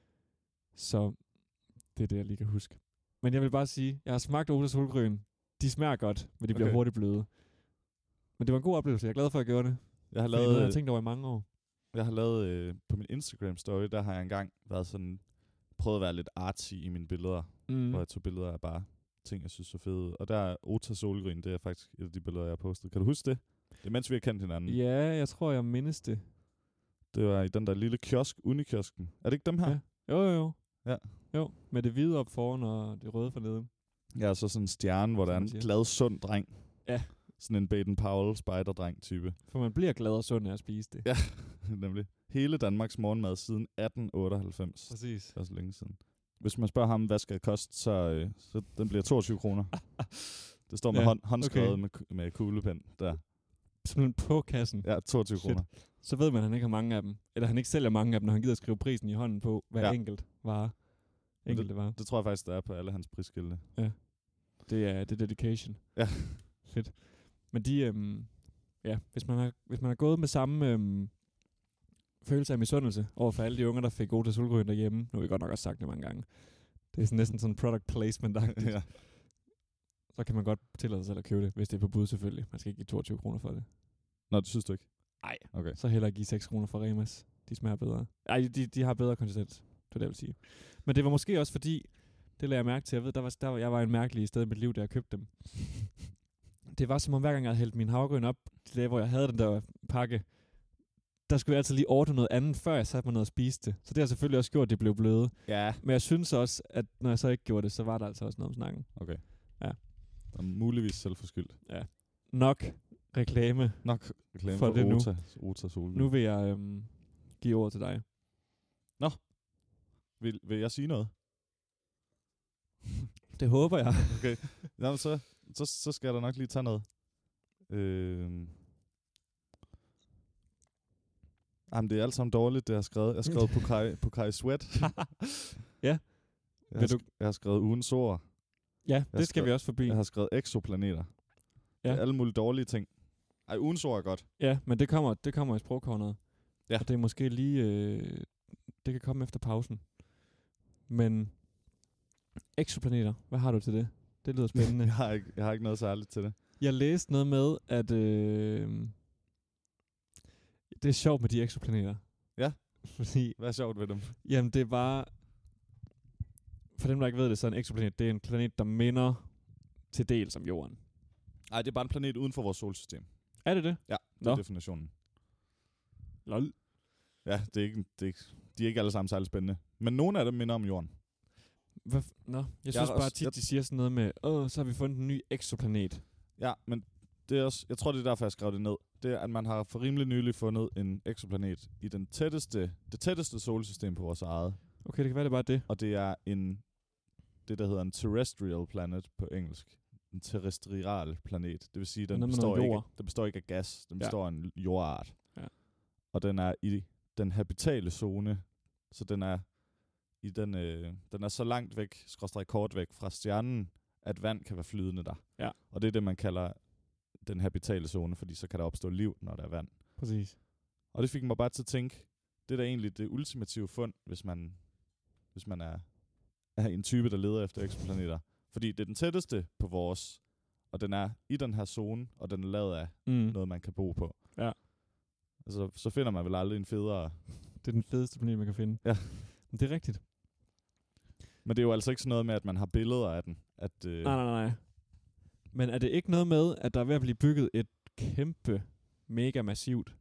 S1: Så det er det, jeg lige kan huske. Men jeg vil bare sige, jeg har smagt Ota solgrøn. De smager godt, men de bliver
S2: Okay.
S1: hurtigt bløde. Men det var en god oplevelse. Jeg er glad for, at jeg gjorde det.
S2: Jeg har
S1: Fordi det er noget, jeg
S2: lavet,
S1: har tænkt over i mange år.
S2: jeg har lavet øh, på min Instagram-story, der har jeg engang været sådan, prøvet at være lidt artsy i mine billeder,
S1: Mm.
S2: hvor jeg tog billeder af bare ting, jeg synes så fede ud. Og der er Ota solgryn, det er faktisk et af de billeder, jeg har postet. Kan du huske det? Det er mens vi har kendt hinanden.
S1: Ja, jeg tror, jeg mindes det.
S2: Det var i den der lille kiosk, Unikiosken. Er det ikke dem her?
S1: Ja. Jo, jo, jo.
S2: Ja.
S1: Jo, med det hvide op foran og det røde for neden.
S2: Jeg er så sådan en stjerne, hvor der er
S1: Som man
S2: en
S1: siger.
S2: glad, sund dreng.
S1: Ja.
S2: Sådan en Baden Powell spider-dreng type.
S1: For man bliver glad og sund af at spise det.
S2: Ja. Nemlig. Hele Danmarks morgenmad siden atten otteoghalvfems.
S1: Præcis.
S2: Det er så længe siden. Hvis man spørger ham, hvad skal det koste, så, øh, så den bliver toogtyve kroner. Det står med
S1: Ja,
S2: hånd, håndskrevet
S1: okay.
S2: med, ku- med kuglepen der.
S1: Simpelthen på kassen.
S2: Ja, toogtyve
S1: Shit.
S2: kroner.
S1: Så ved man, at han ikke har mange af dem. Eller han ikke sælger mange af dem, når han gider skrive prisen i hånden på hver
S2: Ja.
S1: ja. enkelt vare. Enkelte vare.
S2: Det tror jeg faktisk, der er på alle hans prisskilte.
S1: Det er, det er dedication.
S2: Ja.
S1: Fedt. Men de, øhm, ja, hvis man, har, hvis man har gået med samme øhm, følelse af misundelse over for alle de unger, der fik Ota solgrøn derhjemme, nu har vi godt nok også sagt det mange gange, det er sådan næsten sådan product placement
S2: Ja.
S1: så kan man godt tillade sig selv at købe det, hvis det er på bud selvfølgelig. Man skal ikke give toogtyve kroner for det.
S2: Nå, det synes du ikke?
S1: Nej.
S2: Okay.
S1: Så hellere give seks kroner for Remas. De smager bedre. Ej, de, de har bedre konsistens. Det er det, jeg vil sige. Men det var måske også fordi, det lagde jeg mærke til, jeg ved, der var, der var, jeg var en mærkelig sted i mit liv, da jeg købte dem. Det var som om hver gang jeg havde hældt min havregryn op, de dage, hvor jeg havde den der pakke, der skulle jeg altid lige ordne noget andet, før jeg satte mig ned og spiste det. Så det har selvfølgelig også gjort, at det blev bløde.
S2: Ja.
S1: Men jeg synes også, at når jeg så ikke gjorde det, så var der altså også noget om snakken.
S2: Okay.
S1: Ja.
S2: Og muligvis selvforskyldt.
S1: Nok reklame.
S2: Nok reklame
S1: For
S2: for,
S1: det nu.
S2: Ota, Ota solgryn.
S1: Nu vil jeg øhm, give ordet til dig.
S2: Vil, vil jeg sige noget?
S1: Det håber jeg.
S2: Okay. Jamen, så, så, så skal jeg da nok lige tage noget. Øh... Jamen, det er alt sammen dårligt, det jeg har skrevet. Jeg har skrevet på Kai, på Kai Sweat.
S1: Ja.
S2: Jeg har,
S1: Vil du-
S2: sk- jeg har skrevet ugens ord.
S1: Ja,
S2: Jeg
S1: det skal
S2: skrev-
S1: vi også forbi.
S2: Jeg har skrevet exoplaneter.
S1: Ja.
S2: Det er alle mulige dårlige ting. Ej, ugens ord er godt.
S1: Ja, men det kommer, det kommer i sprogkornet.
S2: Ja.
S1: Og det er måske lige... Øh, det kan komme efter pausen. Men eksoplaneter, hvad har du til det? Det lyder spændende.
S2: jeg, har ikke, jeg har ikke noget særligt til det.
S1: Jeg læste noget med, at... Øh, det er sjovt med de eksoplaneter.
S2: Ja.
S1: Fordi...
S2: Hvad er sjovt ved dem?
S1: Jamen, det er bare... For dem, der ikke ved det, så er en eksoplanet, det er en planet, der minder til dels om Jorden.
S2: Nej, det er bare en planet uden for vores solsystem.
S1: Er det det?
S2: Ja, det
S1: Nå.
S2: er definitionen.
S1: Lol.
S2: Ja, det er ikke, det er ikke, de er ikke alle sammen særlig spændende. Men nogle af dem minder om Jorden.
S1: Hvad f- Nå, jeg, jeg synes
S2: er
S1: bare
S2: også-
S1: tit,
S2: jeg-
S1: de siger sådan noget med, åh, så har vi fundet en ny eksoplanet.
S2: Ja, men det er også, jeg tror, det er derfor, jeg skrev det ned. Det er, at man har for rimelig nylig fundet en eksoplanet i den tætteste, det tætteste solsystem på vores eget.
S1: Okay, det kan være, det er bare det.
S2: Og det er en, det der hedder en terrestrial planet på engelsk. En terrestrial planet. Det vil sige, den
S1: Noget med
S2: består,
S1: noget
S2: ikke,
S1: jord.
S2: den består ikke af gas. Den
S1: Ja.
S2: består af en jordart.
S1: Ja.
S2: Og den er i den habitale zone. Så den er i den, øh, den er så langt væk, skråstreg kort væk fra stjernen, at vand kan være flydende der.
S1: Ja.
S2: Og det er det, man kalder den habitale zone, fordi så kan der opstå liv, når der er vand.
S1: Præcis.
S2: Og det fik mig bare til at tænke, det er da egentlig det ultimative fund, hvis man, hvis man er, er en type, der leder efter eksoplaneter. Fordi det er den tætteste på vores, og den er i den her zone, og den er lavet af
S1: Mm.
S2: noget, man kan bo på.
S1: Ja.
S2: Altså, så finder man vel aldrig en federe...
S1: Det er den fedeste planet, man kan finde.
S2: Ja.
S1: Men det er rigtigt.
S2: Men det er jo altså ikke sådan noget med, at man har billeder af den. At, øh,
S1: Nej, nej, nej. Men er det ikke noget med, at der er ved at blive bygget et kæmpe, mega massivt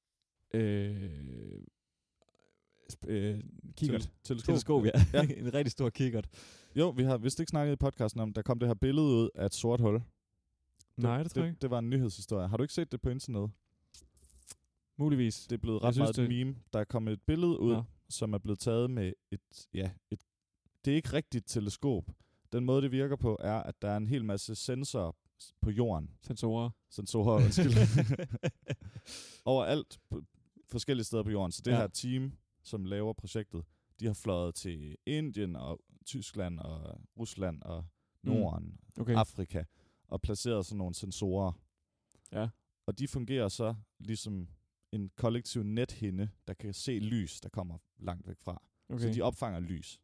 S1: øh, sp- øh, kikkert?
S2: Tel- teleskop.
S1: Teleskop, ja.
S2: Ja.
S1: En rigtig stor kikkert.
S2: Jo, vi har vist ikke snakket i podcasten om, der kom det her billede ud af et sort hul.
S1: Nej, det tror jeg
S2: det,
S1: ikke.
S2: det var en nyhedshistorie. Har du ikke set det på internet?
S1: Muligvis.
S2: Det er blevet
S1: Jeg
S2: ret
S1: synes,
S2: meget et
S1: det-
S2: meme. Der er kommet et billede ud,
S1: Nå.
S2: som er blevet taget med et, ja, et, det er ikke rigtigt teleskop. Den måde, det virker på, er, at der er en hel masse sensorer på jorden.
S1: Sensorer.
S2: Sensorer, undskyld. Overalt på forskellige steder på jorden. Så det
S1: Ja.
S2: her team, som laver projektet, de har fløjet til Indien og Tyskland og Rusland og Norden,
S1: Okay.
S2: Afrika, og placeret sådan nogle sensorer.
S1: Ja.
S2: Og de fungerer så ligesom en kollektiv nethinde, der kan se lys, der kommer langt væk fra.
S1: Okay.
S2: Så de opfanger lys.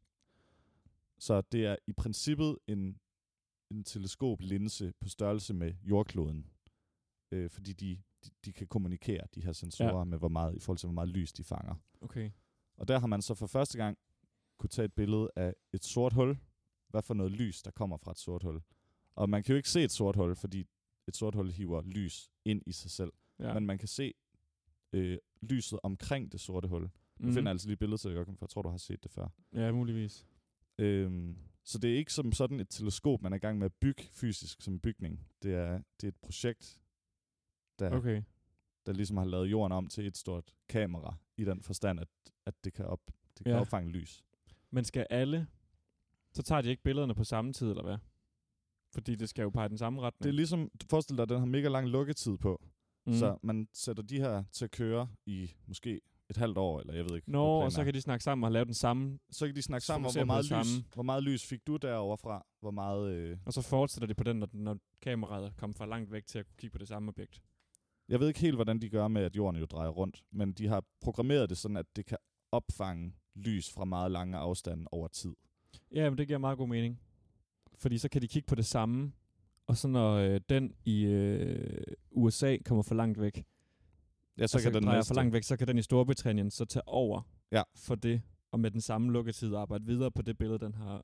S2: Så det er i princippet en, en teleskoplinse på størrelse med jordkloden. Øh, fordi de, de, de kan kommunikere, de her sensorer,
S1: Ja.
S2: med hvor meget, i forhold til, hvor meget lys de fanger.
S1: Okay.
S2: Og der har man så for første gang kunne tage et billede af et sort hul. Hvad for noget lys, der kommer fra et sort hul. Og man kan jo ikke se et sort hul, fordi et sort hul hiver lys ind i sig selv.
S1: Ja.
S2: Men man kan se øh, lyset omkring det sorte hul. Du
S1: Mhm.
S2: finder altså lige billedet til det, Joachim, for jeg tror, du har set det før.
S1: Ja, muligvis.
S2: Øhm, så det er ikke som sådan et teleskop, man er i gang med at bygge fysisk som en bygning. Det er, det er et projekt, der,
S1: Okay.
S2: der ligesom har lavet jorden om til et stort kamera, i den forstand, at, at det kan, op, det kan
S1: Ja.
S2: opfange lys.
S1: Men skal alle... Så tager de ikke billederne på samme tid, eller hvad? Fordi det skal jo pege i den samme retning.
S2: Det er ligesom, forestil dig, at den har mega lang lukketid på.
S1: Mm.
S2: Så man sætter de her til at køre i måske et halvt år, eller jeg ved ikke, hvad
S1: Nå,
S2: planen
S1: og så
S2: er.
S1: kan de snakke sammen og lave den samme,
S2: så kan de snakke sammen om,
S1: fokusere
S2: hvor
S1: på
S2: meget,
S1: det
S2: lys,
S1: samme.
S2: hvor meget lys fik du derovre fra? Hvor meget... Øh...
S1: og så fortsætter de på den, når, når kameraet kommer for langt væk til at kunne kigge på det samme objekt.
S2: Jeg ved ikke helt, hvordan de gør med, at jorden jo drejer rundt, men de har programmeret det sådan, at det kan opfange lys fra meget lange afstande over tid.
S1: Ja, men det giver meget god mening. Fordi så kan de kigge på det samme, og så når øh, den i øh, U S A kommer for langt væk,
S2: Ja, så
S1: altså
S2: kan den
S1: drejer
S2: næste...
S1: for langt væk, så kan den i Storbritannien så tage over
S2: Ja.
S1: for det, og med den samme lukketid arbejde videre på det billede, den har.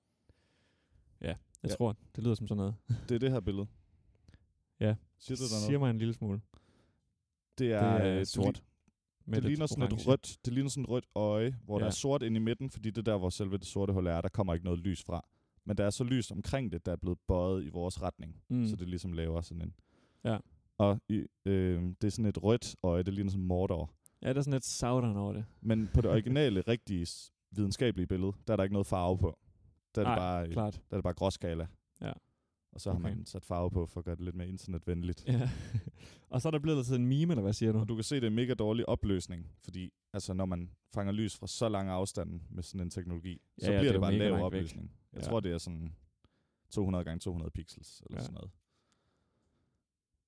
S1: Ja, jeg
S2: Ja.
S1: tror, det lyder som sådan noget.
S2: Det er det her billede.
S1: Ja,
S2: Siger du der
S1: siger
S2: noget?
S1: mig en lille smule.
S2: Det er,
S1: Det er
S2: øh, det
S1: sort.
S2: li-
S1: Med
S2: Det
S1: lidt
S2: ligner, sådan et
S1: orange.
S2: rødt, det ligner sådan et rødt øje, hvor ja. der
S1: Ja.
S2: er sort inde i midten, fordi det er der, hvor selve det sorte hul er, der kommer ikke noget lys fra. Men der er så lys omkring det, der er blevet bøjet i vores retning.
S1: Mm.
S2: Så det ligesom laver sådan en...
S1: Ja.
S2: Og i, øh, det er sådan et rødt øje, det ligner sådan Mordor.
S1: Ja, der er sådan lidt Sauron over det.
S2: Men på det originale, rigtige, s- videnskabelige billede, der er der ikke noget farve på. Der er,
S1: Nej,
S2: det, bare,
S1: klart.
S2: der er det bare gråskala.
S1: Ja.
S2: Og så har
S1: Okay.
S2: man sat farve på, for at gøre det lidt mere internetvenligt.
S1: Ja. Og så er der blevet til en meme, eller hvad siger du?
S2: Og du kan se, det er en mega dårlig opløsning, fordi altså, når man fanger lys fra så lang afstand med sådan en teknologi,
S1: Ja,
S2: så
S1: ja,
S2: bliver
S1: det er
S2: det,
S1: jo
S2: bare en
S1: mega
S2: lav
S1: langt væk.
S2: opløsning. Jeg
S1: Ja.
S2: tror, det er sådan to hundrede gange to hundrede pixels, eller
S1: Ja.
S2: sådan noget.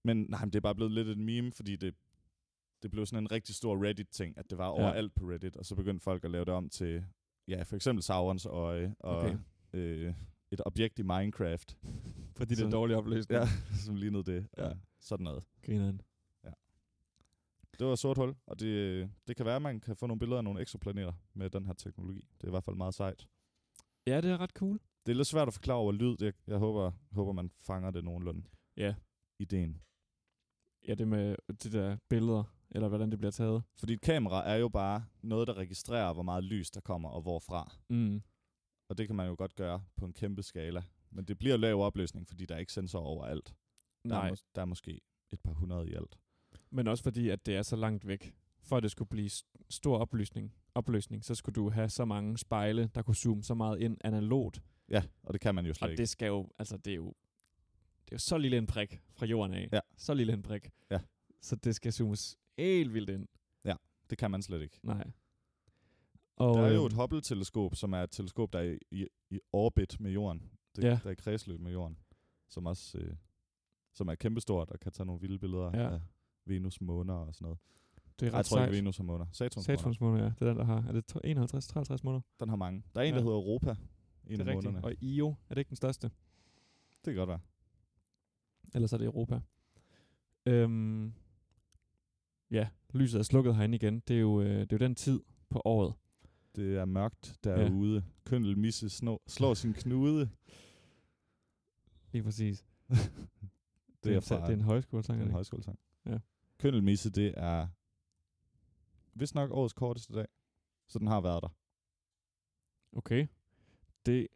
S2: Men nej, men det er bare blevet lidt et meme, fordi det, det blev sådan en rigtig stor Reddit-ting, at det var overalt på Reddit, og så begyndte folk at lave det om til, ja, for eksempel Saurons øje, og
S1: Okay.
S2: øh, et objekt i Minecraft.
S1: Fordi det
S2: Som-
S1: er dårlig opløsning.
S2: Ja, som lignede det.
S1: Ja.
S2: Ja. Sådan noget.
S1: Grineren.
S2: Det var et sort hul, og det, det kan være, at man kan få nogle billeder af nogle eksoplaneter med den her teknologi. Det er i hvert fald meget sejt.
S1: Ja, det er ret cool.
S2: Det er lidt svært at forklare over lyd. Jeg, jeg håber, håber, man fanger det nogenlunde.
S1: Ja.
S2: Ideen.
S1: Ja, det med de der billeder, eller hvordan det bliver taget.
S2: Fordi et kamera er jo bare noget, der registrerer, hvor meget lys der kommer og hvorfra.
S1: Mm.
S2: Og det kan man jo godt gøre på en kæmpe skala. Men det bliver lav opløsning, fordi der er ikke sensorer overalt. Der
S1: Nej,
S2: er, mås- der er måske et par hundrede i alt.
S1: men også fordi, at det er så langt væk. For at det skulle blive st- stor opløsning, opløsning, så skulle du have så mange spejle, der kunne zoome så meget ind analogt.
S2: Ja, og det kan man jo slet
S1: Og
S2: ikke.
S1: det skal jo, altså det er jo, det er jo så lille en prik fra jorden af.
S2: Ja.
S1: Så lille en prik.
S2: Ja.
S1: Så det skal zoomes helt vildt ind.
S2: Det kan man slet ikke.
S1: Nej. Og,
S2: Der er jo
S1: øhm,
S2: et Hubble-teleskop, som er et teleskop, der er i, i, i orbit med jorden. Det,
S1: Ja.
S2: Der er i kredsløb med jorden. Som også øh, som er kæmpestort og kan tage nogle vilde billeder
S1: Ja.
S2: af Venus, måner og sådan noget.
S1: det er
S2: Jeg
S1: ret
S2: tror ikke
S1: sejt.
S2: Venus har måner. Saturns måner.
S1: Saturns måned, ja. Det er den, der har. Er det enoghalvtreds treoghalvtreds måneder?
S2: Den har mange. Der er en,
S1: Ja.
S2: der hedder Europa. En
S1: Det
S2: af
S1: er rigtigt.
S2: månederne.
S1: Og Io, er det ikke den største?
S2: Det kan godt være.
S1: Ellers er det Europa. Øhm, ja, lyset er slukket herinde igen. Det er jo, øh, det er jo den tid på året.
S2: Det er mørkt
S1: Ja.
S2: derude. Køndel Misse snå, slår sin knude.
S1: Lige præcis.
S2: Det
S1: Det er,
S2: er
S1: en,
S2: fra
S1: det er en højskolesang.
S2: en
S1: er det ikke?
S2: højskolesang.
S1: Ja.
S2: Køndel Misse, det er vist nok årets korteste dag. Så den har været der.
S1: Okay. Det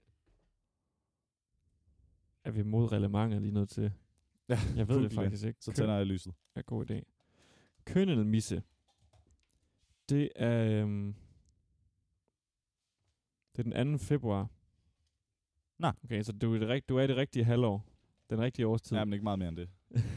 S1: er vi mod reglementet lige nødt til.
S2: Ja,
S1: Jeg ved det
S2: google
S1: faktisk ikke.
S2: Så tænder jeg lyset.
S1: er god idé. Kønnelmisse. Det er øhm, det er den anden februar.
S2: Nå.
S1: Okay, så du er, det rigt, du er i det rigtige halvår. Den rigtige årstid.
S2: Ja, men ikke meget mere end det.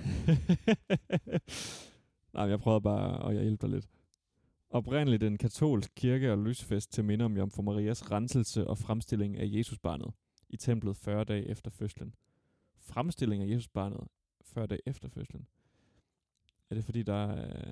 S1: Nej, men jeg prøvede bare at hjælpe dig lidt. Oprindeligt en katolsk kirke- og lysfest til minde om Jomfru Marias renselse og fremstilling af Jesusbarnet i templet fyrre dage efter fødslen. Fremstilling af Jesusbarnet fyrre dage efter fødslen. Er det fordi, der er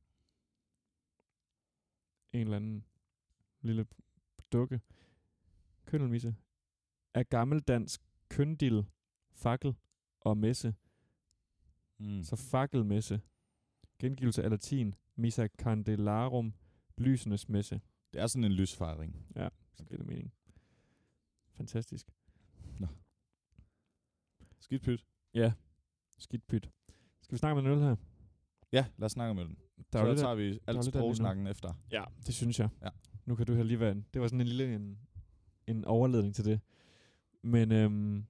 S1: en eller anden lille dukke? Køndelmisse. Er gammeldansk køndil, fakkel og messe.
S2: Mm.
S1: Så fakkelmesse. Gengivelse af latin. Missa candelarum. Lysenes messe.
S2: Det er sådan en lysfejring.
S1: Ja, så giver det mening. Fantastisk.
S2: Skidt pyt.
S1: Ja, skidt pyt. Skal vi snakke med en øl her?
S2: Ja, lad os snakke om den.
S1: Der er
S2: Så
S1: jo lidt
S2: tager
S1: af-
S2: vi
S1: er
S2: alt
S1: lidt af det nu.
S2: sprogsnakken efter.
S1: Ja, det synes jeg.
S2: Ja.
S1: Nu kan du her lige være en. Det var sådan en lille en, en overledning til det. Men øhm,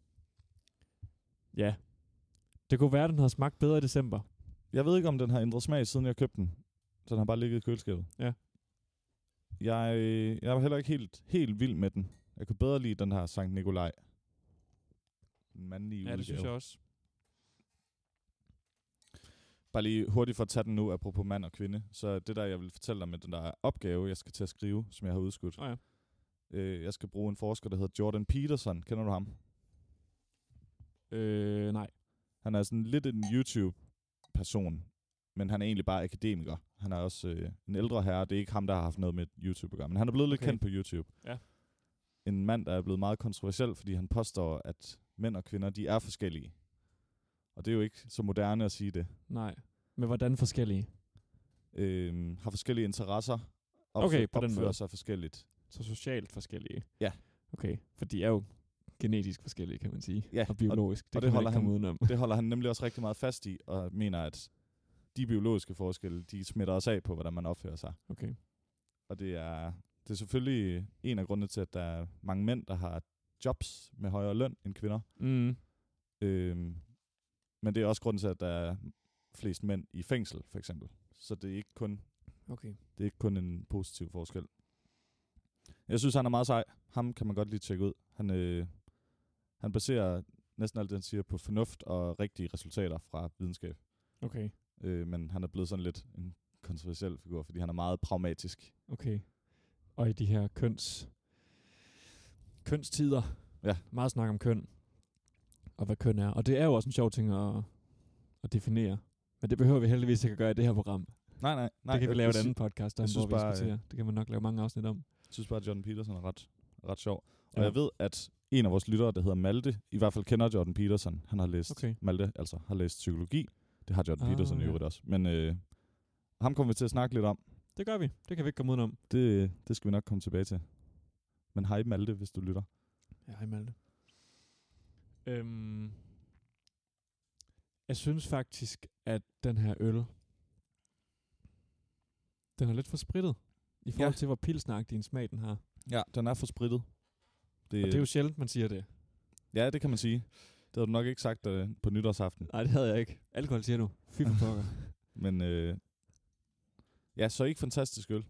S1: ja, det kunne være, at den havde smagt bedre i december.
S2: Jeg ved ikke, om den har ændret smag, siden jeg købte den. Så den har bare ligget i køleskabet.
S1: Ja.
S2: Jeg, jeg var heller ikke helt, helt vild med den. Jeg kunne bedre lide den her Sankt Nikolaj. Den mandlige
S1: Ja, det synes
S2: udgave.
S1: jeg også.
S2: Bare lige hurtigt for at tage den nu, apropos mand og kvinde. Så det der, jeg vil fortælle dig med den der opgave, jeg skal til at skrive, som jeg har udskudt.
S1: Oh, ja.
S2: Øh, jeg skal bruge en forsker, der hedder Jordan Peterson. Kender du ham?
S1: Øh, nej.
S2: Han er sådan lidt en YouTube-person, men han er egentlig bare akademiker. Han er også øh, en ældre herre. Det er ikke ham, der har haft noget med YouTube at gøre, men han er blevet lidt
S1: Okay.
S2: kendt på YouTube.
S1: Ja.
S2: En mand, der er blevet meget kontroversiel, fordi han påstår, at mænd og kvinder, de er forskellige. Og det er jo ikke så moderne at sige det.
S1: Nej. Men hvordan forskellige?
S2: Øh, har forskellige interesser.
S1: Okay, på den
S2: opfører
S1: måde.
S2: sig forskelligt.
S1: Så socialt forskellige?
S2: Ja.
S1: Okay, for de er jo genetisk forskellige, kan man sige.
S2: Ja,
S1: Og biologisk. Det,
S2: og
S1: kan
S2: det
S1: man
S2: holder
S1: ikke komme
S2: han-
S1: udenom.
S2: Det holder han nemlig også rigtig meget fast i, og mener, at de biologiske forskelle, de smitter os af på, hvordan man opfører sig.
S1: Okay.
S2: Og det er, det er selvfølgelig en af grundene til, at der er mange mænd, der har jobs med højere løn end kvinder.
S1: Mm.
S2: Øhm, men det er også grunden til, at der er flest mænd i fængsel, for eksempel. Så det er ikke kun,
S1: Okay.
S2: det er ikke kun en positiv forskel. Jeg synes, han er meget sej. Ham kan man godt lige tjekke ud. Han, øh, han baserer næsten alt det, han siger, på fornuft og rigtige resultater fra videnskab.
S1: Okay.
S2: Øh, men han er blevet sådan lidt en kontroversiel figur, fordi han er meget pragmatisk.
S1: Okay. Og i de her køns kønstider.
S2: Ja.
S1: Meget snak om køn. Og hvad køn er. Og det er jo også en sjov ting at, at definere. Men det behøver vi heldigvis ikke at gøre i det her program.
S2: Nej, nej. nej
S1: Det kan vi
S2: jeg-
S1: lave et
S2: jeg,
S1: andet podcast om,
S2: jeg
S1: hvor
S2: synes
S1: vi
S2: bare,
S1: diskuterer. Det kan man nok lave mange afsnit om.
S2: Jeg synes bare, at Jordan Peterson er ret, ret sjov. Og
S1: Ja.
S2: jeg ved, at en af vores lyttere, der hedder Malte, i hvert fald kender Jordan Peterson. Han har læst,
S1: Okay.
S2: Malte altså, har læst psykologi. Det har Jordan
S1: Ah,
S2: Peterson i
S1: ja.
S2: øvrigt også. Men øh, ham kommer vi til at snakke lidt om.
S1: Det gør vi. Det kan vi ikke komme udenom.
S2: Det, det skal vi nok komme tilbage til. Men hej Malte, hvis du lytter.
S1: Ja, hej Malte. Øhm, jeg synes faktisk, at den her øl, den er lidt for sprittet. I forhold
S2: Ja.
S1: til, hvor pilsnagtig en smag den har.
S2: Ja, den er for sprittet. Det,
S1: Og det er jo sjældent, man siger det.
S2: Ja, det kan man sige. Det havde du nok ikke sagt uh, på nytårsaften.
S1: Nej, det havde jeg ikke. Alkohol siger du. Fy for pokker.
S2: Men øh, ja, så ikke fantastisk øl.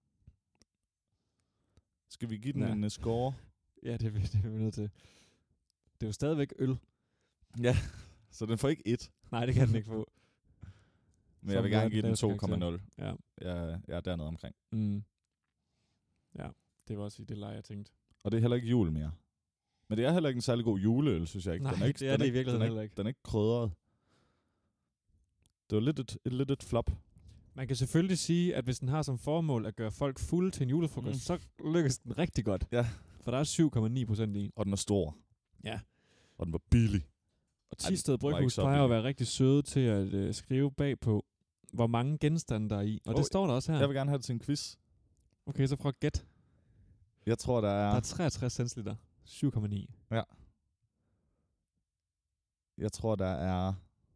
S2: Skal vi give den
S1: Ja.
S2: en uh, score?
S1: Ja, det er, vi, det er vi nødt til. Det er jo stadigvæk øl.
S2: Ja, så den får ikke et.
S1: Nej, det kan den ikke få.
S2: Men
S1: Så
S2: jeg vil
S1: er
S2: gerne
S1: den
S2: give den
S1: laveste
S2: to komma nul.
S1: Ja.
S2: Jeg, jeg er dernede omkring.
S1: Mm. Ja, det var også i det leje, jeg tænkte.
S2: Og det er heller ikke jul mere. Men det er heller ikke en særlig god juleøl, synes jeg ikke.
S1: Nej,
S2: den er ikke,
S1: det er
S2: den
S1: det i
S2: ikke,
S1: virkeligheden
S2: den er
S1: heller ikke.
S2: Den er ikke krydret. Det var lidt et, et, lidt et flop.
S1: Man kan selvfølgelig sige, at hvis den har som formål at gøre folk fulde til en julefrokost,
S2: Mm.
S1: så lykkes den rigtig godt.
S2: Ja.
S1: For der er syv komma ni procent i.
S2: Og den er stor.
S1: Ja.
S2: Og den var billig.
S1: Og
S2: Ej, den
S1: Thisted
S2: var ikke
S1: Bryghus
S2: så
S1: plejer at
S2: billig.
S1: være rigtig søde til at øh, skrive bagpå, hvor mange genstande der er i. Og
S2: Oh,
S1: det står der også her.
S2: Jeg vil gerne have det til en quiz.
S1: Okay, så prøv at gætte.
S2: Jeg tror, der er...
S1: Der er treogtres centiliter. syv komma ni.
S2: Jeg tror, der er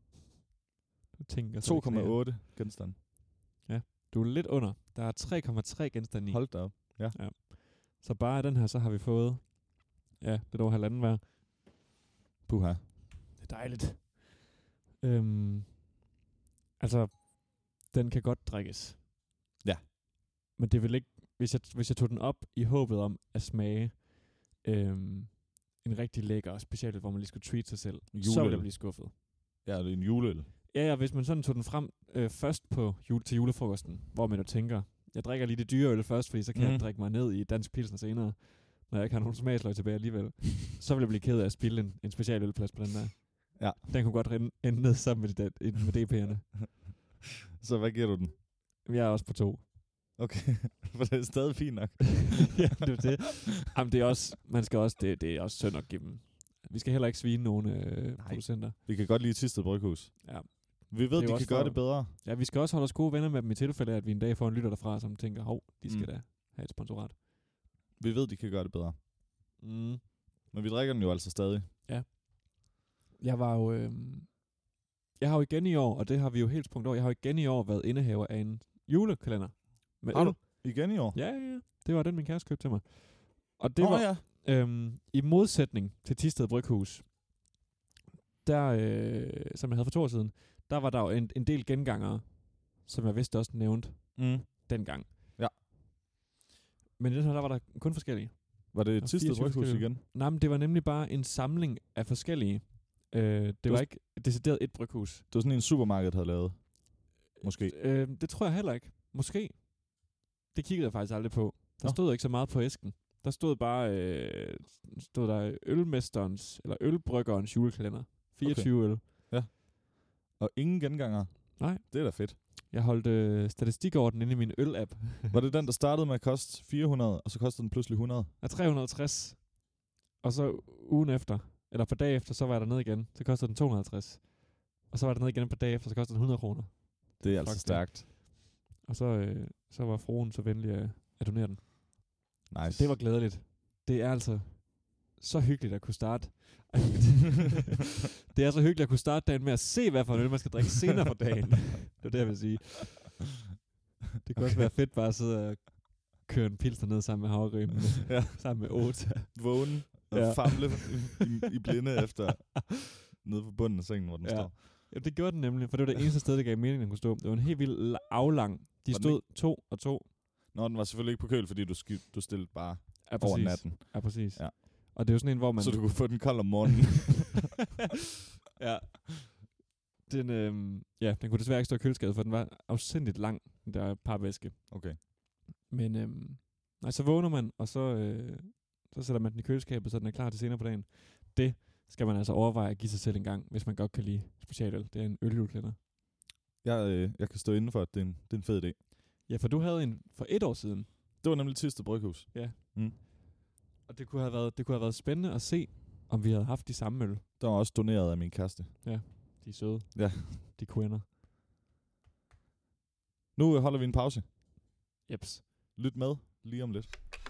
S1: Du tænker så
S2: to
S1: ikke
S2: komma
S1: mere.
S2: otte genstande.
S1: Du er lidt under. Der er tre komma tre genstande i.
S2: Hold da op.
S1: Så bare af den her, så har vi fået, ja, lidt over halvanden hver.
S2: Puha.
S1: Det er dejligt. Øhm, altså, den kan godt drikkes.
S2: Ja.
S1: Men det vil ikke, hvis jeg, hvis jeg tog den op i håbet om at smage øhm, en rigtig lækker special, hvor man lige skulle treat sig selv, så ville
S2: Juleøl.
S1: jeg blive skuffet.
S2: Ja, det er en juleøl.
S1: Ja, ja, hvis man sådan tog den frem øh, først på jule, til julefrokosten, hvor man jo tænker, jeg drikker lige det dyre øl først, fordi så kan mm.
S2: Mhm.
S1: jeg drikke mig ned i dansk pilsner senere, når jeg ikke har nogen smagsløg tilbage alligevel. Så vil jeg blive ked af at spille en, en special ølplads på den der.
S2: Ja.
S1: Den kunne godt ende, ende ned sammen med, de, de, med D P'erne.
S2: Så hvad giver du den?
S1: Jeg er også på to.
S2: Okay, for det er stadig fint nok.
S1: Ja, det er det. Jamen, det er også, man skal også, det, det er også synd at give dem. Vi skal heller ikke svine nogen øh, producenter.
S2: Vi kan godt lide Thisted Bryghus.
S1: Ja.
S2: Vi ved,
S1: Det er
S2: de
S1: jo
S2: kan
S1: også
S2: gøre
S1: for-
S2: det bedre.
S1: Ja, vi skal også holde os gode venner med dem i tilfælde af, at vi en dag får en lytter derfra, som tænker, hov, de skal
S2: Mm.
S1: da have et sponsorat.
S2: Vi ved, de kan gøre det bedre.
S1: Mm.
S2: Men vi drikker den jo altså stadig.
S1: Jeg var jo... Øh, jeg har jo igen i år, og det har vi jo helt sprunget over, jeg har jo igen i år været indehaver af en julekalender. Med
S2: Har
S1: øl.
S2: du? Igen i år?
S1: Ja, ja, ja. Det var den, min kæreste købte til mig. Og det
S2: Det
S1: var,
S2: ja.
S1: øhm, i modsætning til Thisted Bryghus, der, øh, som jeg havde for to år siden, der var der jo en, en del gengangere, som jeg vidste også nævnt
S2: Mm.
S1: dengang.
S2: Ja.
S1: Men i den her, der var der kun forskellige.
S2: Var det
S1: Og
S2: Thisted
S1: fireogtyve
S2: Bryghus
S1: forskellige.
S2: igen?
S1: Nej, men det var nemlig bare en samling af forskellige. Øh, det var
S2: var-
S1: ikke decideret et bryghus.
S2: Det var sådan en supermarked havde lavet. Måske.
S1: Øh, det tror jeg heller ikke. Måske. Det kiggede jeg faktisk aldrig på. Der
S2: Nå.
S1: stod ikke så meget på æsken. Der stod bare, øh, stod der ølmesterens, eller ølbryggerens julekalender. fireogtyve okay. øl.
S2: Og ingen genganger.
S1: Nej.
S2: Det er da fedt.
S1: Jeg holdt øh, statistik over den inde i min øl-app.
S2: Var det den, der startede med at koste fire hundrede, og så kostede den pludselig hundrede?
S1: Er tre hundrede og tres. Og så ugen efter, eller på dag efter, så var jeg der ned igen. Så kostede den to hundrede og halvtreds. Og så var der ned igen på dag efter, så kostede den hundrede kroner.
S2: Det er altså
S1: Fuck det.
S2: stærkt.
S1: Og så, øh, så var fruen så venlig at, at donere den.
S2: Nice.
S1: Det var glædeligt. Det er altså så hyggeligt at kunne starte. Ej, det er så hyggeligt at kunne starte dagen med at se, hvad for en øl man skal drikke senere på dagen. Det er det, jeg vil sige. Det kunne også være fedt bare at sidde og køre en pilsner ned sammen med havregryn.
S2: Ja.
S1: Sammen med Ota.
S2: Vågen og
S1: Ja.
S2: ja. famle i, i, i blinde efter nede på bunden af sengen, hvor den
S1: Ja.
S2: står.
S1: Ja, det gjorde den nemlig, for det var det eneste sted, der gav mening, den kunne stå. Det var en helt vild la- aflang. De
S2: Var den
S1: stod to og to.
S2: Nå, den var selvfølgelig ikke på køl, fordi du, ski- du stillede bare
S1: Ja,
S2: over
S1: præcis.
S2: natten.
S1: Ja, præcis.
S2: Ja.
S1: Og det er jo sådan en, hvor man...
S2: Så du kunne få den kold om morgenen.
S1: Ja. Den, øhm, ja, den kunne desværre ikke stå i køleskabet, for den var afsindigt lang, den der parvæske.
S2: Okay.
S1: Men øhm, nej, så vågner man, og så, øh, så sætter man den i køleskabet, så den er klar til senere på dagen. Det skal man altså overveje at give sig selv en gang, hvis man godt kan lide specialøl. Det er en øljulekalender.
S2: Jeg, øh, jeg kan stå inden for, at det er en, det er en fed idé.
S1: Ja, for du havde en for et år siden.
S2: Det var nemlig Thisted Bryghus.
S1: Ja.
S2: Mm.
S1: Og det kunne have været, det kunne have været spændende at se, om vi havde haft de samme øl.
S2: Der var også doneret af min kæreste.
S1: Ja, de er søde.
S2: Ja.
S1: De kvinder.
S2: Nu øh, holder vi en pause.
S1: Jeps.
S2: Lyt med lige om lidt.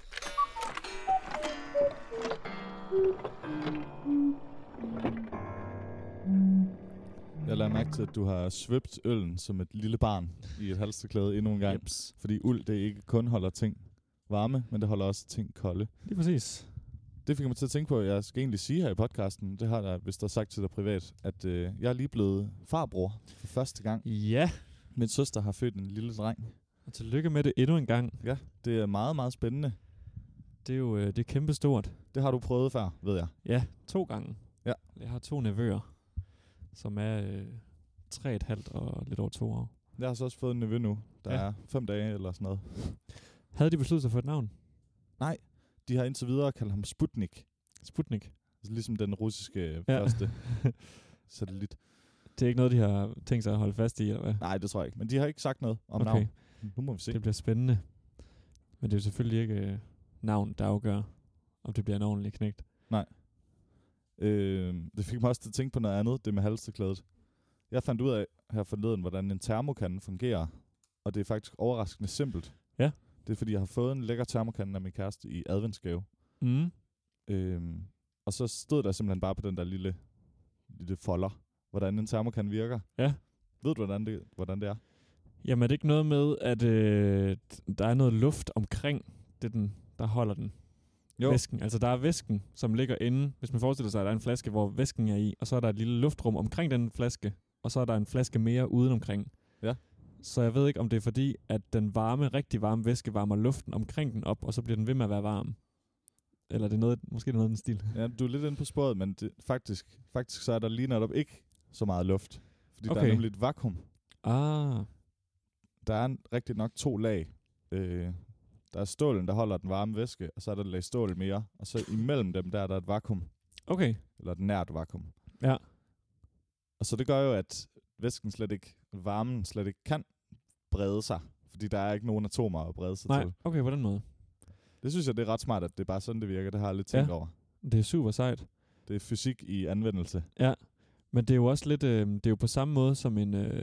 S2: Jeg lader mærke til, at du har svøbt øllen som et lille barn i et halstørklæde endnu en gang.
S1: Jeps.
S2: Fordi uld, det ikke kun holder ting varme, men det holder også ting kolde.
S1: Lige præcis.
S2: Det fik mig til at tænke på, at jeg skal egentlig sige her i podcasten, det har jeg vist også sagt til dig privat, at øh, jeg er lige blevet farbror for første gang.
S1: Ja.
S2: Min søster har født en lille dreng.
S1: Og tillykke med det endnu en gang.
S2: Ja, det er meget, meget spændende.
S1: Det er jo øh, det er kæmpestort.
S2: Det har du prøvet før, ved jeg.
S1: Ja, to gange.
S2: Ja.
S1: Jeg har to nevøer, som er øh, tre et halvt og lidt over to år.
S2: Jeg har så også fået en nevø nu, der
S1: Ja.
S2: er fem dage eller sådan noget.
S1: Havde de besluttet sig for et navn?
S2: Nej, de har indtil videre kaldt ham Sputnik.
S1: Sputnik.
S2: Altså ligesom den russiske
S1: Ja.
S2: første satellit.
S1: Det er ikke noget, de har tænkt sig at holde fast i, eller hvad?
S2: Nej, det tror jeg ikke. Men de har ikke sagt noget om
S1: Okay.
S2: navn. Nu må vi se.
S1: Det bliver spændende. Men det er jo selvfølgelig ikke øh, navn, der afgør, om det bliver en ordentlig knægt.
S2: Øh, det fik mig også til at tænke på noget andet, det med halstørklædet. Jeg fandt ud af her forleden, hvordan en termokande fungerer. Og det er faktisk overraskende simpelt.
S1: Ja.
S2: Det er fordi, jeg har fået en lækker termokande af min kæreste i adventsgave.
S1: Mm.
S2: Øhm, og så stod der simpelthen bare på den der lille, lille folder, hvordan en termokande virker.
S1: Ja.
S2: Ved du, hvordan det, hvordan det er?
S1: Jamen er det ikke noget med, at øh, der er noget luft omkring det, den, der holder den?
S2: Jo.
S1: Væsken. Altså der er væsken, som ligger inde. Hvis man forestiller sig, at der er en flaske, hvor væsken er i, og så er der et lille luftrum omkring den flaske, og så er der en flaske mere udenomkring.
S2: Ja.
S1: Så jeg ved ikke, om det er fordi, at den varme, rigtig varme væske varmer luften omkring den op, og så bliver den ved med at være varm. Eller det er noget, måske det er noget af den stil.
S2: Ja, du er lidt inde på sporet, men det, faktisk, faktisk så er der lige netop ikke så meget luft. Fordi okay. der
S1: Okay.
S2: er nemlig et vakuum.
S1: Ah,
S2: Der er rigtig nok to lag. Øh, der er stålen, der holder den varme væske, og så er der et lag stål mere. Og så imellem dem, der er der et vakuum.
S1: okay.
S2: Eller et nært vakuum.
S1: Ja.
S2: Og så det gør jo, at væsken slet ikke, varmen slet ikke kan brede sig. Fordi der er ikke nogen atomer at brede sig
S1: Nej,
S2: til.
S1: okay, på den måde.
S2: Det synes jeg, det er ret smart, at det er bare sådan, det virker. Det har jeg lidt tænkt
S1: Ja.
S2: over.
S1: Det er super sejt.
S2: Det er fysik i anvendelse.
S1: Ja, men det er jo også lidt, øh, det er jo på samme måde som en, øh,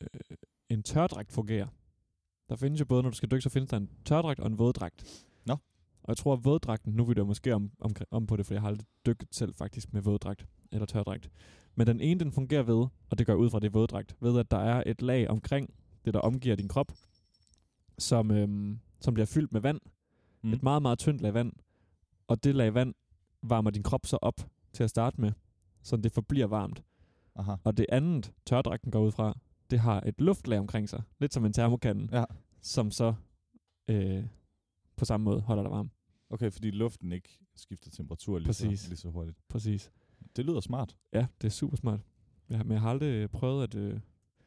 S1: en tørdragt fungerer. Der findes jo både, når du skal dykke, så findes der en tørdragt og en våddragt.
S2: Nå.
S1: Og jeg tror, at våddragten, nu vil jeg måske om, om, om på det, for jeg har aldrig dykket selv faktisk med våddragt eller tørdragt. Men den ene, den fungerer ved, og det gør ud fra det våddragt, ved at der er et lag omkring det, der omgiver din krop, som, øhm, som bliver fyldt med vand.
S2: Mm.
S1: Et meget, meget tyndt lag vand. Og det lag vand varmer din krop så op til at starte med, så det forbliver varmt.
S2: Aha.
S1: Og det andet, tørdragten går ud fra, det har et luftlag omkring sig. Lidt som en termokande,
S2: Ja.
S1: som så øh, på samme måde holder dig varm.
S2: Okay, fordi luften ikke skifter temperatur lige, så,
S1: Præcis.
S2: lige så hurtigt.
S1: Præcis.
S2: Det lyder smart.
S1: Ja, det er super smart. Jeg har, men jeg har aldrig prøvet at, øh,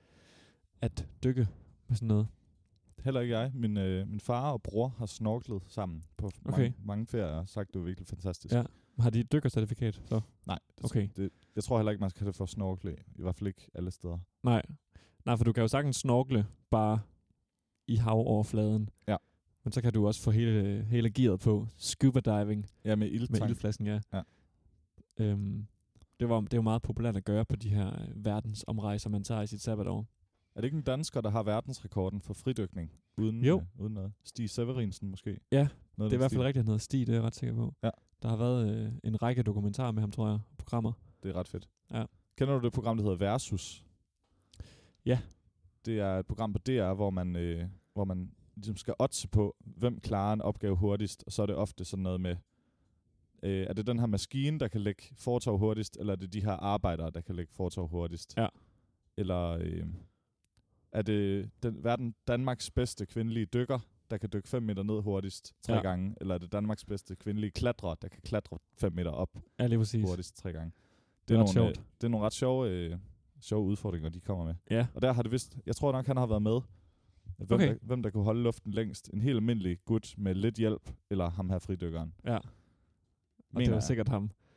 S1: at dykke med sådan noget.
S2: Heller ikke jeg. Min, øh, min far og bror har snorklet sammen på f-
S1: Okay.
S2: mange, mange ferier og sagt, det var virkelig fantastisk.
S1: Ja. Har de et dykkercertifikat så?
S2: Nej, det,
S1: Okay.
S2: det, jeg tror heller ikke, man skal have det for at snorkle. I hvert fald ikke alle steder.
S1: Nej. Nej, for du kan jo sagtens snorkle bare i havoverfladen.
S2: Ja.
S1: Men så kan du også få hele, hele gearet på. Scuba diving
S2: Ja, med ildtank.
S1: med ildflasken, ja.
S2: Ja.
S1: Øhm, det, var, det er jo meget populært at gøre på de her øh, verdensomrejser, man tager i sit sabbatår.
S2: Er det ikke en dansker, der har verdensrekorden for fridykning? Uden,
S1: Jo.
S2: Øh, uden noget. Stig Severinsen måske?
S1: Ja,
S2: Noget
S1: det er i hvert fald
S2: stil.
S1: rigtigt, han hedder Stig, det er jeg ret sikker på.
S2: Ja.
S1: Der har været øh, en række dokumentarer med ham, tror jeg, programmer.
S2: Det er ret fedt.
S1: Ja.
S2: Kender du det program, der hedder Versus?
S1: Ja.
S2: Det er et program på D R, hvor man, øh, hvor man ligesom skal oddse på, hvem klarer en opgave hurtigst. Og så er det ofte sådan noget med, øh, er det den her maskine, der kan lægge fortov hurtigst, eller er det de her arbejdere, der kan lægge fortov hurtigst?
S1: Ja.
S2: Eller øh, er det den, verden Danmarks bedste kvindelige dykker, der kan dykke fem meter ned hurtigst tre
S1: Ja.
S2: gange? Eller er det Danmarks bedste kvindelige klatrer, der kan klatre fem meter op
S1: Ja, lige præcis.
S2: hurtigst tre gange?
S1: Det er ret
S2: nogle, øh,
S1: sjovt.
S2: det er nogle ret sjove, øh, sjove udfordringer, de kommer med.
S1: Ja.
S2: Og der har det vist, jeg tror nok, han har været med. Hvem,
S1: Okay.
S2: der, hvem der kunne holde luften længst. En helt almindelig gut med lidt hjælp, eller ham her fridykkeren.
S1: Ja. Og
S2: Mener
S1: det var
S2: jeg.
S1: sikkert ham.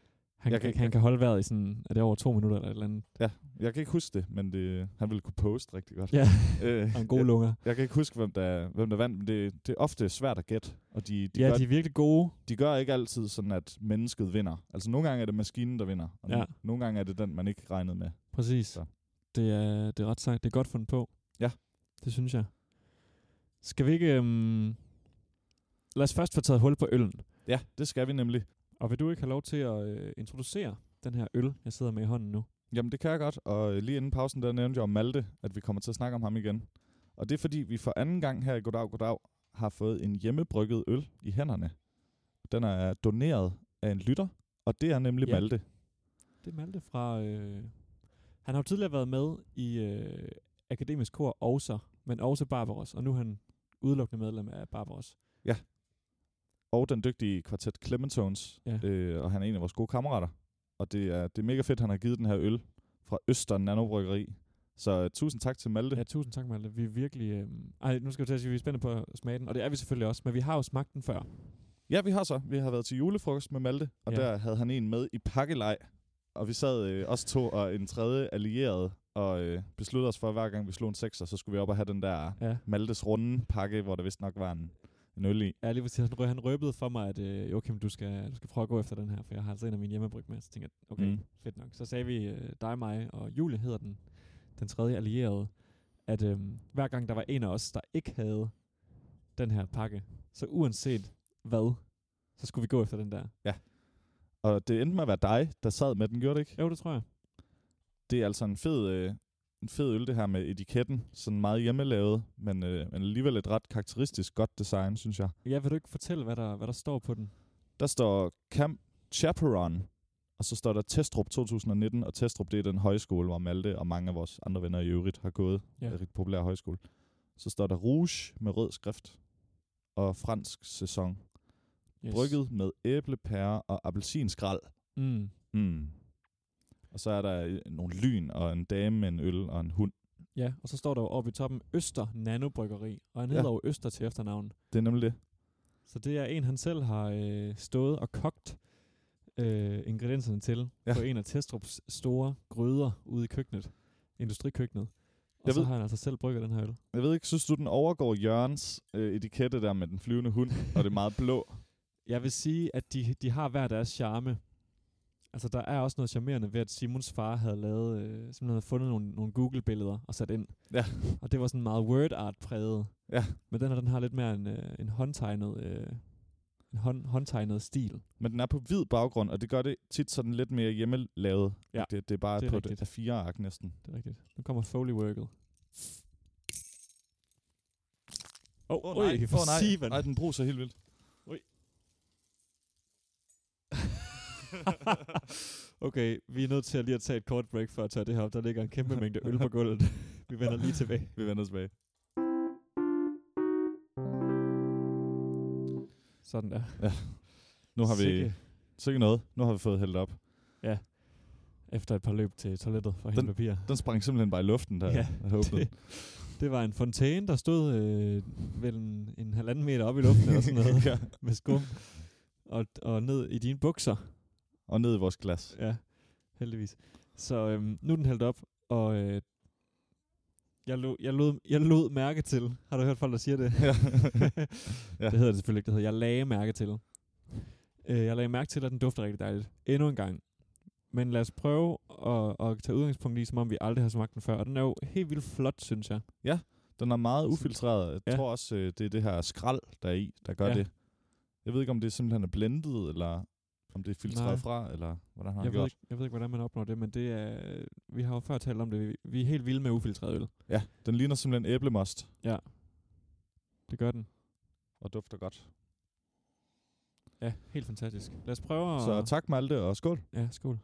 S1: Han,
S2: Jeg
S1: kan,
S2: kan-
S1: han
S2: jeg-
S1: kan holde vejret i sådan, er det over to minutter eller et eller andet?
S2: Ja, jeg kan ikke huske det, men det, han ville kunne poste rigtig godt.
S1: Ja,
S2: Øh,
S1: og en god
S2: jeg,
S1: lunger.
S2: jeg kan ikke huske, hvem der, hvem der vandt, men det, det er ofte svært at gætte. Og de, de,
S1: Ja,
S2: gør,
S1: de er virkelig gode.
S2: de gør ikke altid sådan, at mennesket vinder. Altså nogle gange er det maskinen, der vinder, og
S1: Ja.
S2: no- nogle gange er det den, man ikke regnede med.
S1: Præcis.
S2: Så.
S1: Det er, det er ret sejt. Det er godt fundet på.
S2: Ja.
S1: Det synes jeg. Skal vi ikke... Um... Lad os først få taget hul på øllen.
S2: Ja, det skal vi nemlig.
S1: Og vil du ikke have lov til at øh, introducere den her øl, jeg sidder med i hånden nu?
S2: Jamen, det kan jeg godt. Og øh, lige inden pausen, der nævnte jeg om Malte, at vi kommer til at snakke om ham igen. Og det er fordi, vi for anden gang her i Goddag, Goddag har fået en hjemmebrygget øl i hænderne. Den er doneret af en lytter, og det er nemlig
S1: Ja.
S2: Malte.
S1: Det er Malte fra... Øh... Han har jo tidligere været med i øh, Akademisk Kor også, men også Barbaros. Og nu er han udelukkende medlem af Barbaros.
S2: Og den dygtige kvartet Clementones.
S1: Ja.
S2: Øh, og han er en af vores gode kammerater. Og det er, det er mega fedt, han har givet den her øl fra Øster Nanobryggeri. Så uh, tusind tak til Malte.
S1: Ja, tusind tak, Malte. Vi er virkelig... Øh... Ej, nu skal vi til at sige, at vi er spændte på at smage den. Og det er vi selvfølgelig også, men vi har jo smagt den før.
S2: Ja, vi har så. Vi har været til julefrokost med Malte, og
S1: Ja.
S2: der havde han en med i pakkelej. Og vi sad øh, os to og en tredje allieret og øh, besluttede os for, at hver gang vi slog en sekser, så skulle vi op og have den der
S1: Ja.
S2: Maltes runde pakke, hvor der vist nok var en, en øl i.
S1: Ja, lige præcis. Han, rø- han røbede for mig, at øh, Joachim, du skal, du skal prøve at gå efter den her, for jeg har altså en af mine hjemmebryg med. Så tænkte jeg, okay,
S2: Mm.
S1: mm. fedt nok. Så sagde vi, øh, dig, mig og Julie hedder den, den tredje allierede, at øh, hver gang der var en af os, der ikke havde den her pakke, så uanset hvad, så skulle vi gå efter den der.
S2: Og det endte med at være dig, der sad med den, gjorde det ikke?
S1: Jo, det tror jeg.
S2: Det er altså en fed, øh, en fed øl, det her med etiketten. Sådan meget hjemmelavet, men, øh, men alligevel et ret karakteristisk godt design, synes jeg.
S1: Ja, vil du ikke fortælle, hvad der, hvad der står på den?
S2: Der står Camp Chaperon, og så står der Testrup to tusind nitten, og Testrup, det er den højskole, hvor Malte og mange af vores andre venner i øvrigt har gået.
S1: Ja.
S2: Ja. En rigtig populær højskole. Så står der Rouge med rød skrift, og fransk sæson.
S1: Yes.
S2: Brygget med æble, pære og appelsinskrald.
S1: Mm.
S2: Mm. Og så er der øh, nogle lyn, og en dame med en øl og en hund.
S1: Ja, og så står der jo oppe i toppen Øster Nanobryggeri, og han
S2: Ja.
S1: hedder jo Øster til efternavn.
S2: Det er nemlig det.
S1: Så det er en, han selv har øh, stået og kogt øh, ingredienserne til
S2: Ja.
S1: ja. på en af Testrups store gryder ude i køkkenet, industrikøkkenet. Og
S2: Jeg
S1: så
S2: ved-
S1: har han altså selv brygget den her øl.
S2: Jeg ved ikke, synes du, den overgår Jørgens øh, etikette der med den flyvende hund, og det er meget blå?
S1: Jeg vil sige, at de, de har hver deres charme. Altså, der er også noget charmerende ved, at Simons far havde lavet, øh, simpelthen havde fundet nogle, nogle Google-billeder og sat ind.
S2: Ja.
S1: Og det var sådan meget word art præget.
S2: Ja.
S1: Men den her, den har lidt mere en, øh, en håndtegnet, øh, en hånd, håndtegnet stil.
S2: Men den er på hvid baggrund, og det gør det tit sådan lidt mere hjemmelavet.
S1: Ja,
S2: det, det er bare
S1: det er
S2: på
S1: rigtigt.
S2: det A fire ark næsten.
S1: Det er rigtigt. Nu kommer Foley-worket. Åh, oh,
S2: Åh,
S1: oh, nej. For
S2: Åh, nej.
S1: Sivan.
S2: Nej, den bruser helt vildt.
S1: Okay, vi er nødt til at lige at tage et kort break for at tage det her op. Der ligger en kæmpe mængde øl på gulvet. Vi vender lige tilbage.
S2: Vi vender tilbage.
S1: Sådan der.
S2: Nu har vi
S1: Sikke,
S2: sikkert noget. Nu har vi fået hældt op.
S1: efter et par løb til toilettet for at hente
S2: Den-
S1: papir.
S2: Den sprang simpelthen bare i luften, der
S1: Ja,
S2: jeg håbede.
S1: det, det var en fontæne, der stod øh, vel en, en halvanden meter op i luften eller sådan noget,
S2: Ja.
S1: med skum. Og, og ned i dine bukser.
S2: Og ned i vores glas.
S1: Ja, heldigvis. Så øhm, nu er den hældt op, og øh, jeg, lod, jeg, lod, jeg lod mærke til. Har du hørt folk, der siger det?
S2: Ja.
S1: Ja. Det hedder det selvfølgelig ikke. Det hedder, jeg lagde mærke til. Øh, jeg lagde mærke til, at den dufter rigtig dejligt. Endnu en gang. Men lad os prøve at, at tage udgangspunkt i, som om vi aldrig har smagt den før. Og den er jo helt vildt flot, synes jeg.
S2: Den er meget ufiltreret. Jeg
S1: Ja.
S2: tror også, øh, det er det her skrald, der er i, der gør
S1: Ja.
S2: det. Jeg ved ikke, om det simpelthen er blendet, eller om det er filtreret
S1: Nej.
S2: fra, eller hvordan har han
S1: Jeg ved,
S2: gjort.
S1: ikke, jeg ved ikke, hvordan man opnår det, men det er, vi har jo før talt om det. Vi, vi er helt vilde med ufiltreret øl.
S2: Ja, den ligner simpelthen æblemost,
S1: Ja, det gør den.
S2: og dufter godt.
S1: Ja, helt fantastisk. Lad os prøve at...
S2: Så tak Malte, og skål.
S1: Ja, skål.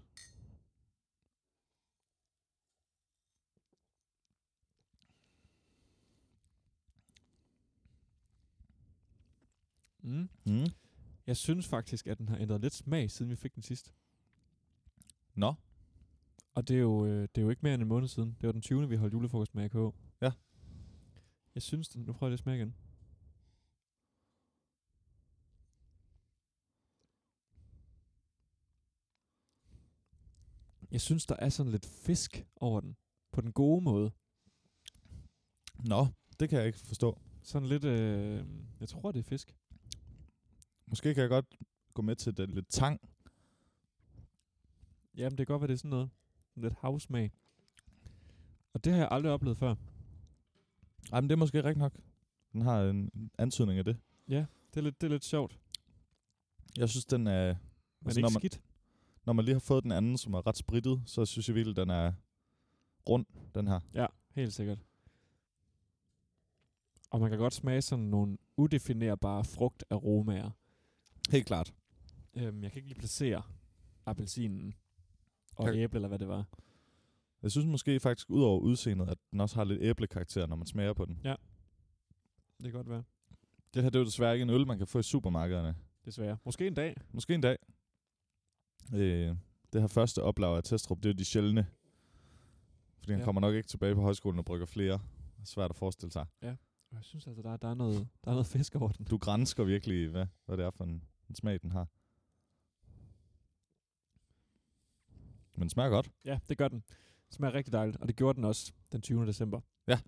S1: Mm.
S2: Mm.
S1: Jeg synes faktisk, at den har ændret lidt smag, siden vi fik den sidst.
S2: Nå,
S1: Og det er jo, øh, det er jo ikke mere end en måned siden. Det var den tyvende vi holdt julefrokost med A K H.
S2: Ja.
S1: Jeg synes, den, nu prøver jeg lige at smage igen. Jeg synes, der er sådan lidt fisk over den. På den gode måde.
S2: Nå, det kan jeg ikke forstå.
S1: Sådan lidt, øh, jeg tror, det er fisk.
S2: Måske kan jeg godt gå med til det lidt tang.
S1: Jamen, det kan godt være, det er sådan noget. Lidt havsmag. Og det har jeg aldrig oplevet før.
S2: Ej, men det er måske rigtigt nok. Den har en antydning af det.
S1: Ja, det er lidt, det er lidt sjovt.
S2: Jeg synes, den er...
S1: Men
S2: altså,
S1: ikke
S2: når man,
S1: skidt.
S2: Når man lige har fået den anden, som er ret sprittet, så synes jeg virkelig, den er rund, den her.
S1: Ja, helt sikkert. Og man kan godt smage sådan nogle udefinerbare frugtaromaer.
S2: Helt klart.
S1: Øhm, jeg kan ikke lige placere appelsinen og
S2: Kan-
S1: æble, eller hvad det var.
S2: Jeg synes måske faktisk, ud over udseendet, at den også har lidt æblekarakter, når man smager på den.
S1: Det kan godt være.
S2: Det her, det er jo desværre ikke en øl, man kan få i supermarkederne.
S1: Desværre. Måske en dag.
S2: Måske en dag. Øh, det her første oplag af Testrup, det er jo de sjældne. Fordi han
S1: Ja.
S2: kommer nok ikke tilbage på højskolen og brygger flere. Det er svært at forestille sig.
S1: Og jeg synes altså, der, er- der, er noget, der er noget fisk over den.
S2: Du grænsker virkelig, hvad, hvad det er for en, en smag, den har. Men den smager godt.
S1: Ja, det gør den. Det smager rigtig dejligt, og det gjorde den også den tyvende december.
S2: Ja.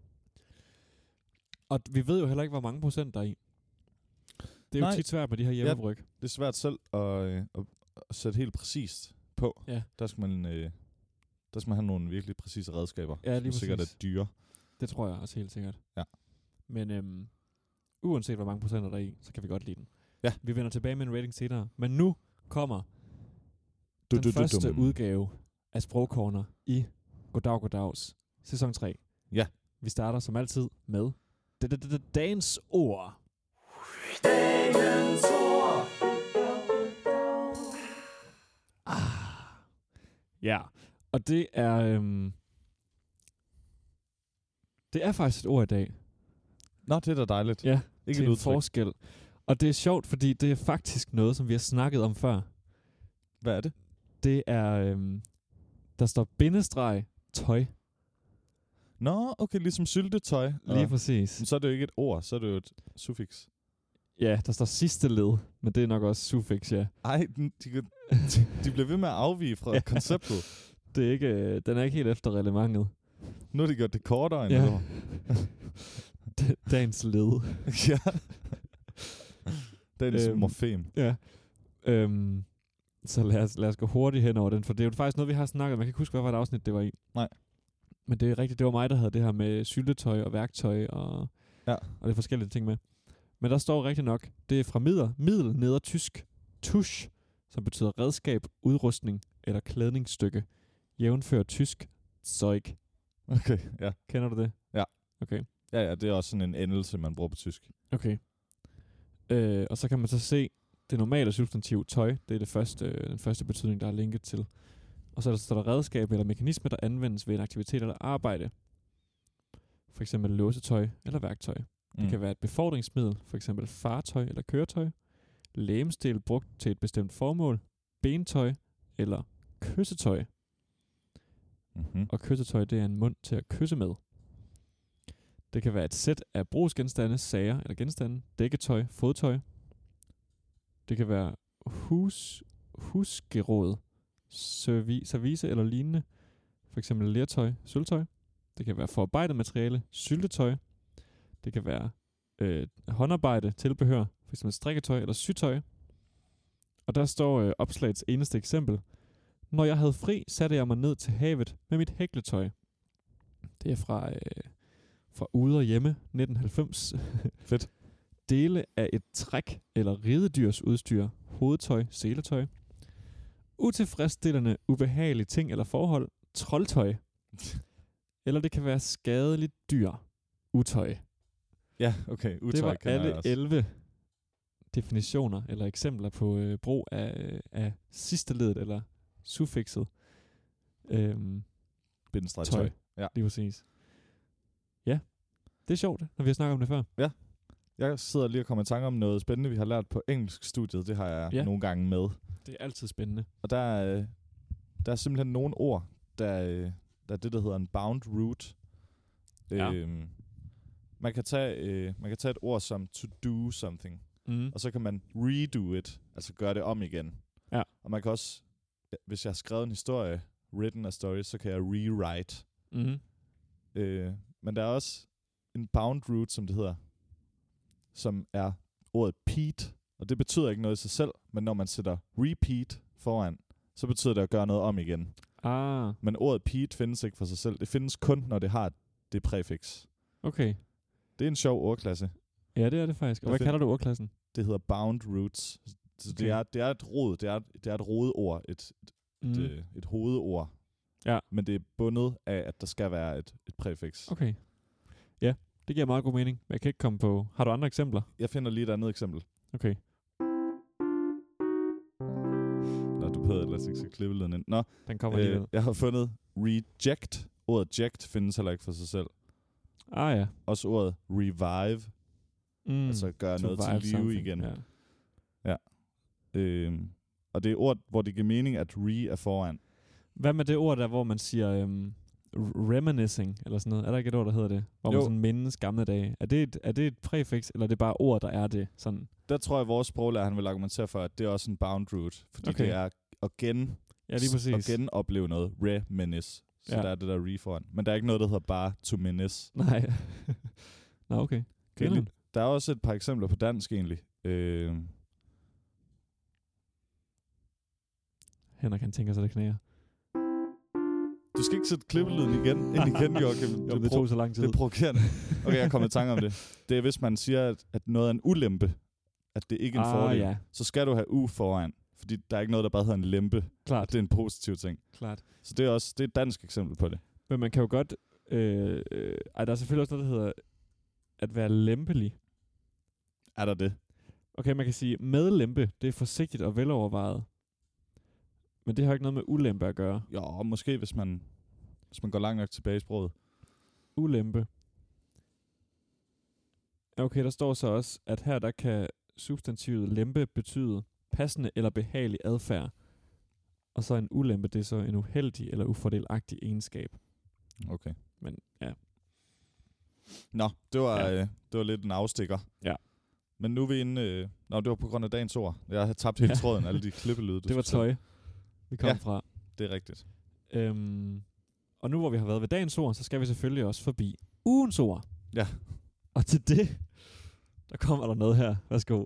S1: Og vi ved jo heller ikke, hvor mange procent der er i. Det er jo
S2: Nej.
S1: tit svært med de her hjemmebryg.
S2: Det er svært selv at, øh, at, at sætte helt præcist på.
S1: Ja.
S2: Der skal man, øh, der skal man have nogle virkelig præcise redskaber.
S1: Ja, lige
S2: som sikkert er
S1: præcis.
S2: dyre.
S1: Det tror jeg også helt sikkert.
S2: Ja.
S1: Men øhm, uanset hvor mange procenter der er i, så kan vi godt lide den.
S2: Ja.
S1: Vi vender tilbage med en rating senere. Men nu kommer
S2: Du,
S1: den
S2: du, du,
S1: første
S2: dum.
S1: udgave af Sprogcorner i Goddag Goddags sæson tre.
S2: Ja.
S1: Vi starter som altid med d- d- d- dagens ord.
S3: Dagens ord.
S1: Ah. Ja, og det er øhm, det er faktisk et ord i dag.
S2: Nå, det er da dejligt.
S1: Ja,
S2: Ikke
S1: til
S2: et
S1: en
S2: udtryk.
S1: forskel. Og det er sjovt, fordi det er faktisk noget, som vi har snakket om før.
S2: Hvad er det?
S1: Det er, øhm, der står bindestreg tøj.
S2: Nå, okay, ligesom syltetøj.
S1: Lige
S2: Og-
S1: præcis.
S2: Men så er det jo ikke et ord, så er det jo et suffix.
S1: Ja, der står sidste led, men det er nok også suffix, ja.
S2: Ej, den, de, kan- de bliver ved med at afvige fra
S1: Ja.
S2: ja. konceptet.
S1: Det er ikke, øh, den er ikke helt efter reglementet.
S2: Nu har de gjort det kortere end
S1: Ja.
S2: ja.
S1: D- Dagens led.
S2: ja. Det er ligesom
S1: Øhm.
S2: morfem.
S1: Ja. Øhm, så lad os, lad os gå hurtigt hen over den, for det er jo faktisk noget, vi har snakket om. Jeg kan ikke huske, hvad for et afsnit det var i.
S2: Nej.
S1: Men det er rigtigt, det var mig, der havde det her med syltetøj og værktøj og,
S2: Ja.
S1: og det forskellige ting med. Men der står rigtig nok, det er fra middel, middel neder tysk, tusch, som betyder redskab, udrustning eller klædningsstykke. Jævnfør tysk, Zeug.
S2: Okay, ja.
S1: Kender du det?
S2: Ja.
S1: Okay.
S2: Ja, ja, det er også sådan en endelse, man bruger på tysk.
S1: Okay. Øh, og så kan man så se det normale substantiv tøj. Det er det første, øh, den første betydning, der er linket til. Og så der står der redskab eller mekanisme, der anvendes ved en aktivitet eller arbejde. For eksempel låsetøj eller værktøj.
S2: Mm.
S1: Det kan være et befordringsmiddel, for eksempel fartøj eller køretøj. Lægemstil brugt til et bestemt formål. Bentøj eller kyssetøj.
S2: Mm-hmm.
S1: Og kyssetøj, det er en mund til at kysse med. Det kan være et sæt af brugsgenstande, sager eller genstande, dækketøj, fodtøj. Det kan være hus, husgeråd, servi, service eller lignende. For eksempel lertøj, sølvtøj. Det kan være forarbejdet materiale, syltetøj. Det kan være øh, håndarbejde, tilbehør, for eksempel strikketøj eller sytøj. Og der står øh, opslagets eneste eksempel. Når jeg havde fri, satte jeg mig ned til havet med mit hækletøj. Det er fra, øh, fra Ude og Hjemme nitten halvfems.
S2: Fedt.
S1: Dele af et træk eller ridedyrs udstyr, hovedtøj, seletøj. Utilfredsstillende, ubehagelige ting eller forhold, troldtøj. Eller det kan være skadeligt dyr, utøj.
S2: Ja, okay. Utøj
S1: Det var
S2: kender jeg
S1: alle
S2: også.
S1: elleve definitioner eller eksempler på øh, brug af, af sidste ledet eller suffixet. Øhm,
S2: Bindestreg
S1: tøj.
S2: tøj. Ja.
S1: Lige præcis. Ja, det er sjovt, når vi har snakket om det før.
S2: Jeg sidder lige og kommer i tanke om noget spændende, vi har lært på engelskstudiet. Det har jeg
S1: Ja.
S2: ja. nogle gange med.
S1: Det er altid spændende.
S2: Og der er, øh, der er simpelthen nogle ord, der, øh, der er det, der hedder en bound root.
S1: Ja.
S2: Øhm, man, kan tage, øh, man kan tage et ord som to do something,
S1: Mm.
S2: og så kan man redo it, altså gøre det om igen.
S1: Ja.
S2: Og man kan også, hvis jeg har skrevet en historie written a story, så kan jeg rewrite.
S1: Mm-hmm.
S2: Øh, men der er også en bound root, som det hedder, som er ordet repeat, og det betyder ikke noget i sig selv, men når man sætter repeat foran, så betyder det at gøre noget om igen.
S1: Ah.
S2: Men ordet repeat findes ikke for sig selv. Det findes kun, når det har det præfiks.
S1: Okay.
S2: Det er en sjov ordklasse.
S1: Ja, det er det faktisk. Og hvad kalder du ordklassen?
S2: Det hedder bound roots. Så okay. det, er, det er et rod. Det er, det er et rodord. Et, et, mm. et, et hovedord.
S1: Ja.
S2: Men det er bundet af, at der skal være et, et præfiks.
S1: Okay. Ja, det giver meget god mening. Jeg kan ikke komme på... Har du andre eksempler?
S2: Jeg finder lige et andet eksempel.
S1: Okay.
S2: Nå, du prøvede ellers ikke så klippe lyden ind. Nå,
S1: den kommer alligevel.
S2: Øh, jeg har fundet reject. Ordet ject findes heller ikke for sig selv.
S1: Ah ja.
S2: Også ordet revive.
S1: Mm.
S2: Altså gøre noget til live
S1: something.
S2: igen.
S1: Ja.
S2: Ja. Øhm, og det er ord, hvor det giver mening, at re er foran.
S1: Hvad med det ord der, hvor man siger um, reminiscing, eller sådan noget? Er der ikke et ord, der hedder det? Hvor jo. Man sådan mindes gamle dage. Er det, et, er det et præfiks, eller er det bare ord, der er det? Sådan?
S2: Der tror jeg, at vores sproglærer, han vil argumentere for, at det er også en bound root. Fordi okay. det er at, gen,
S1: ja, lige præcis.
S2: at genopleve noget. Reminisce. Så ja. Der er det der re foran. Men der er ikke noget, der hedder bare to minis.
S1: Nej. Nå, okay.
S2: okay. Der er også et par eksempler på dansk egentlig. Øh...
S1: Henrik, han tænker sig, det knæer.
S2: Du skal ikke sætte klippelyden igen ind igen, Joachim.
S1: Det, det tog så lang tid.
S2: Det er provokerende. Okay, jeg kommer i tanke om det. Det er, hvis man siger, at, at noget er en ulempe, at det ikke er en
S1: ah,
S2: fordel,
S1: ja.
S2: så skal du have u foran. Fordi der er ikke noget, der bare hedder en lempe.
S1: Klart.
S2: Det er en positiv ting.
S1: Klart.
S2: Så det er også det er et dansk eksempel på det.
S1: Men man kan jo godt... Øh, øh, ej, der er selvfølgelig også noget, der hedder at være lempelig.
S2: Er der det?
S1: Okay, man kan sige, med lempe, det er forsigtigt og velovervejet. Men det har ikke noget med ulempe at gøre.
S2: Jo, måske hvis man, hvis man går langt nok tilbage i sproget.
S1: Ulempe. Okay, der står så også, at her der kan substantivet lempe betyde passende eller behagelig adfærd. Og så en ulempe, det er så en uheldig eller ufordelagtig egenskab.
S2: Okay.
S1: Men ja.
S2: Nå, det var,
S1: ja.
S2: øh, det var lidt en afstikker.
S1: Ja.
S2: Men nu er vi inde... Øh, nå, det var på grund af dagens ord. Jeg har tabt hele ja. tråden, alle de klippelyde.
S1: Det var tøj, vi kom
S2: ja,
S1: fra.
S2: Det er rigtigt.
S1: Øhm, og nu hvor vi har været ved dagens ord, så skal vi selvfølgelig også forbi ugens ord.
S2: Ja.
S1: Og til det, der kommer der noget her. Værsgo.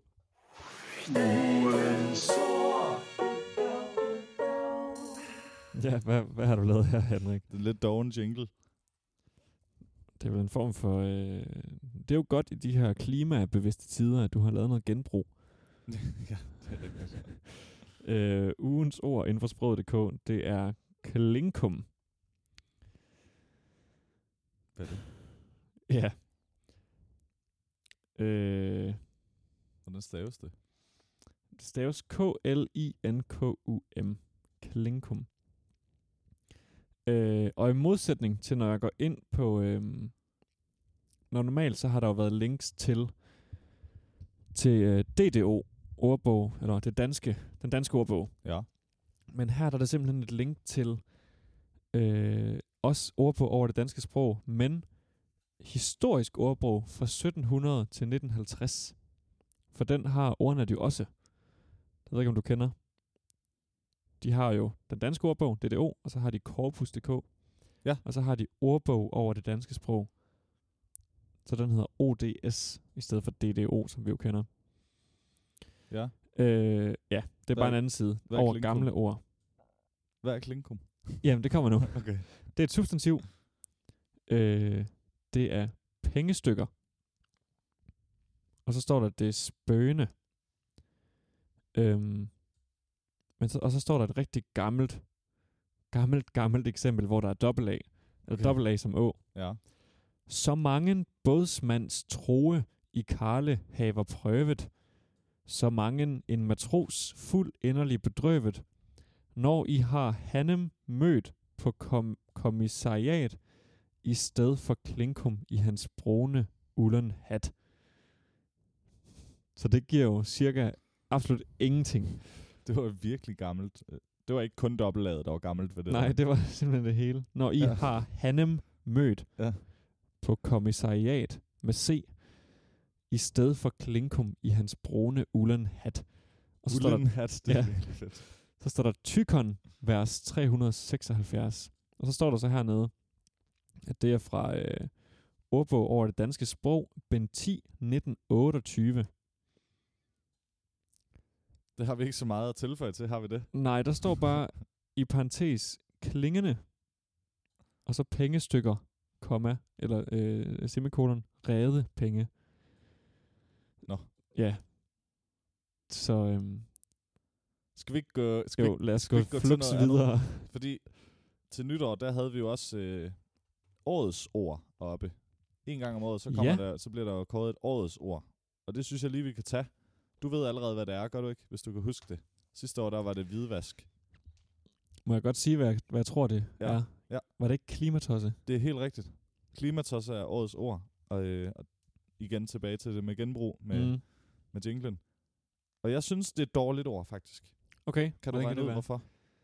S1: Ugens ord. Ja, hvad, hvad har du lavet her, Henrik?
S2: Det er lidt doven jingle.
S1: Det er vel en form for... Øh, det er jo godt i de her klimabevidste tider, at du har lavet noget genbrug.
S2: Ja, det er rigtigt.
S1: øh, ugens ord inden for sproget punktum d k, det er klinkum.
S2: Hvad er det?
S1: Ja. Øh,
S2: Hvordan staves det?
S1: Det staves K L I N K U M. Klinkum. Øh, og i modsætning til, når jeg går ind på... Øh, når normalt, så har der jo været links til til øh, D D O ordbog, eller det danske, den danske ordbog.
S2: Ja. Men
S1: her der er der simpelthen et link til øh, også ordbog over det danske sprog, men historisk ordbog fra sytten hundrede til nitten halvtreds. For den har Ordnet jo også. Jeg ved ikke, om du kender. De har jo den danske ordbog, D D O, og så har de Corpus punktum d k.
S2: Ja.
S1: Og så har de ordbog over det danske sprog. Så den hedder O D S, i stedet for D D O, som vi jo kender.
S2: Ja.
S1: Øh, ja, det er
S2: hvad,
S1: bare en anden side over klinkum? Gamle ord.
S2: Hvad er klinkum?
S1: Jamen, det kommer nu.
S2: Okay.
S1: Det er et substantiv. Øh, det er pengestykker. Og så står der, at det er spøgende. Øhm, men så, og så står der et rigtig gammelt, gammelt, gammelt eksempel, hvor der er dobbelt A. Eller okay. dobbelt A som Å.
S2: Ja.
S1: Så mange bådsmands troe i Karle haver prøvet, så mange en matros fuld inderlig bedrøvet, når I har hanem mødt på kom- kommissariat, i sted for klinkum i hans brune ulden hat. Så det giver jo cirka absolut ingenting.
S2: Det var virkelig gammelt. Det var ikke kun dobbeltladet, der var gammelt ved det.
S1: Nej,
S2: der.
S1: det var simpelthen det hele. Når I ja. har hanem mødt
S2: ja.
S1: på kommissariat med C, i sted for klinkum i hans brune ulden hat.
S2: Og så ulden der, hat, det er
S1: ja,
S2: virkelig fedt.
S1: Så Så står der Tykon, vers tre hundrede seksoghalvfjerds. Og så står der så hernede, at det er fra øh, ordbog over det danske sprog, bind ti, nitten otteogtyve.
S2: Det har vi ikke så meget at tilføje til, har vi det?
S1: Nej, der står bare i parentes klingende, og så pengestykker, komma, eller øh, semikolon, rede penge.
S2: Nå.
S1: Ja. Så øhm,
S2: Skal vi ikke gå, skal
S1: jo,
S2: vi,
S1: lad os
S2: skal
S1: gå
S2: vi ikke gå til
S1: fluks
S2: noget
S1: videre.
S2: andet? Fordi til nytår, der havde vi jo også øh, årets ord oppe. En gang om året, så, kommer
S1: Ja.
S2: der, så bliver der jo kåret et årets ord. Og det synes jeg lige, vi kan tage. Du ved allerede, hvad det er, gør du ikke? Hvis du kan huske det. Sidste år, der var det hvidvask.
S1: Må jeg godt sige, hvad jeg, hvad jeg tror, det
S2: Ja.
S1: er?
S2: Ja.
S1: Var det ikke klimatosse?
S2: Det er helt rigtigt. Klimatosse er årets ord. Og, øh, og igen tilbage til det med genbrug med,
S1: Mm.
S2: med jinglen. Og jeg synes, det er et dårligt ord, faktisk.
S1: Okay.
S2: Kan du
S1: hvordan
S2: regne
S1: det
S2: ud,
S1: være?
S2: hvorfor?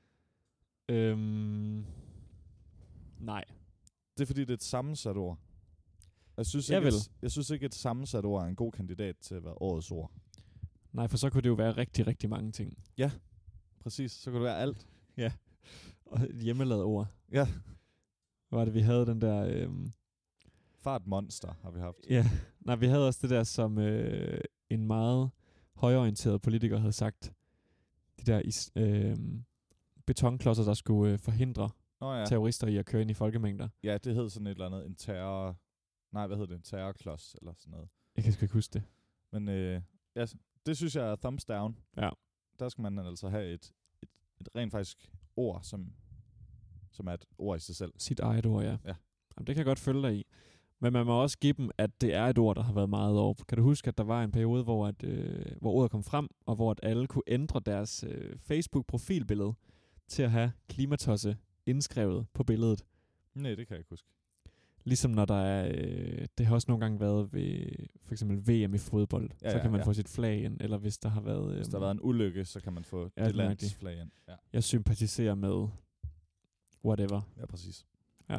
S1: Øhm, nej.
S2: Det er, fordi det er et sammensat ord. Jeg synes,
S1: Jeg
S2: ikke,
S1: vil.
S2: et, jeg synes ikke, et sammensat ord er en god kandidat til at være årets ord.
S1: Nej, for så kunne det jo være rigtig, rigtig mange ting.
S2: Præcis, så kunne det være alt.
S1: Og et hjemmelavet ord.
S2: Ja.
S1: Hvad var det, vi havde den der... Øhm,
S2: Fart monster har vi haft.
S1: ja, nej, vi havde også det der, som øh, en meget højorienteret politiker havde sagt. De der is, øh, betonklodser, der skulle øh, forhindre
S2: Nå
S1: ja.
S2: ja.
S1: terrorister i at køre ind i folkemængder.
S2: Ja, det hed sådan et eller andet, en terror... Nej, hvad hedder det? En terrorklods eller sådan noget.
S1: Jeg kan sgu ikke huske det.
S2: Men øh, ja, det synes jeg er thumbs down.
S1: Ja.
S2: Der skal man altså have et, et, et rent faktisk ord, som, som er et ord i sig selv.
S1: Sit eget ord, ja.
S2: Ja.
S1: Jamen, det kan jeg godt følge dig i. Men man må også give dem, at det er et ord, der har været meget over. Kan du huske, at der var en periode, hvor, at, øh, hvor ordet kom frem, og hvor at alle kunne ændre deres øh, Facebook-profilbillede til at have klimatosse indskrevet på billedet?
S2: Nej, det kan jeg ikke huske.
S1: Ligesom når der er, øh, det har også nogle gange været ved for eksempel V M i fodbold,
S2: Ja,
S1: så
S2: ja,
S1: kan man
S2: ja.
S1: få sit flag ind, eller hvis der har været... Øh,
S2: Hvis der har været en ulykke, så kan man få
S1: Ja,
S2: det
S1: det er
S2: lands
S1: rigtigt.
S2: flag ind. Ja.
S1: Jeg sympatiserer med whatever.
S2: ja, præcis.
S1: Ja.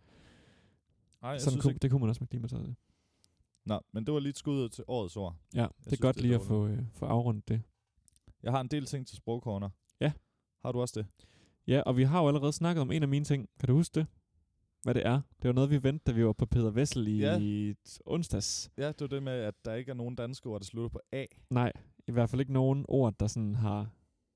S2: Nej, jeg
S1: Sådan
S2: synes
S1: kunne,
S2: ikke...
S1: det kunne man også med klimatosse.
S2: Nå, men det var lige et skud ud til årets ord.
S1: Ja, det er
S2: synes,
S1: godt
S2: det er
S1: lige at
S2: dårligt.
S1: få, øh, få afrundet det.
S2: Jeg har en del ting til sprogcorner.
S1: Ja.
S2: Har du også det?
S1: Ja, og vi har jo allerede snakket om en af mine ting. Kan du huske det? Hvad det er? Det var noget, vi vendte, da vi var på Peder Vessel i
S2: Ja.
S1: t- onsdags.
S2: Ja, det var det med, at der ikke er nogen danske ord, der slutter på A.
S1: Nej, i hvert fald ikke nogen ord, der sådan har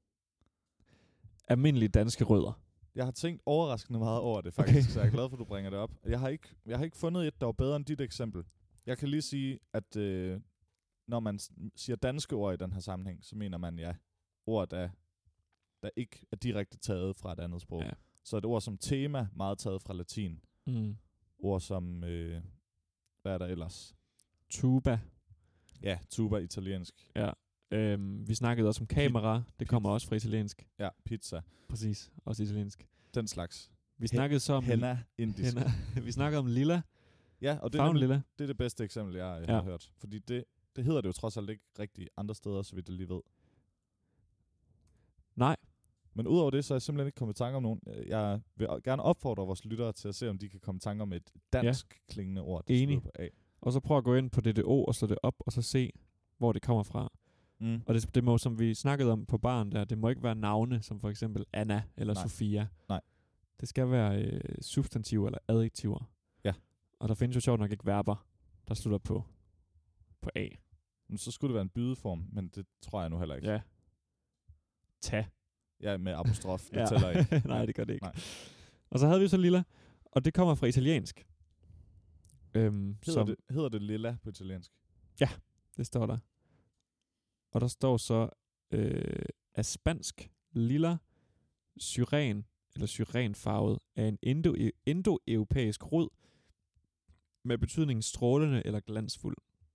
S1: almindelige danske rødder.
S2: Jeg har tænkt overraskende meget over det, faktisk, okay. Så jeg er glad for, at du bringer det op. Jeg har ikke, jeg har ikke fundet et, der var bedre end dit eksempel. Jeg kan lige sige, at øh, når man s- siger danske ord i den her sammenhæng, så mener man, ja, ord, der, der ikke er direkte taget fra et andet sprog.
S1: Ja.
S2: Så et ord som tema, meget taget fra latin.
S1: Mm.
S2: Ord som, øh, hvad er der ellers?
S1: Tuba.
S2: Ja, tuba italiensk.
S1: Ja. Øhm, vi snakkede også om kamera. Det kommer også fra italiensk.
S2: Ja, pizza.
S1: Præcis. Også italiensk.
S2: Den slags.
S1: Vi snakkede så om...
S2: Henna, indisk.
S1: Henna. Vi snakkede om lilla.
S2: Ja, og det er,
S1: Farven
S2: nemlig,
S1: lilla.
S2: det er det bedste eksempel, jeg, jeg
S1: Ja.
S2: har hørt. Fordi det, det hedder det jo trods alt ikke rigtigt andre steder, så vidt jeg lige ved.
S1: Nej.
S2: Men udover det, så er jeg simpelthen ikke kommet i tanke om nogen. Jeg vil gerne opfordre vores lyttere til at se, om de kan komme i tanke om et dansk ja. klingende ord, der
S1: Enig.
S2: slutter på A.
S1: Og så prøv at gå ind på D D O og slå det op, og så se, hvor det kommer fra.
S2: Mm.
S1: Og det, det må, som vi snakkede om på baren der, det må ikke være navne, som for eksempel Anna eller
S2: Nej.
S1: Sofia.
S2: Nej.
S1: Det skal være øh, substantiver eller adjektiver.
S2: Ja.
S1: Og der findes jo sjovt nok ikke verber, der slutter på, på A.
S2: Men så skulle det være en bydeform, men det tror jeg nu heller ikke.
S1: Ja. Ta.
S2: Ja, med apostrof, det
S1: Ja.
S2: tæller ikke.
S1: Nej, det gør det ikke.
S2: Nej.
S1: Og så havde vi så lilla, og det kommer fra italiensk. Øhm,
S2: Hedder,
S1: som,
S2: det, hedder det lilla på italiensk?
S1: det står der. Og der står så øh, af spansk lilla, syren, eller syrenfarvet, er en indo- indoeuropæisk rod med betydningen strålende eller glansfuld.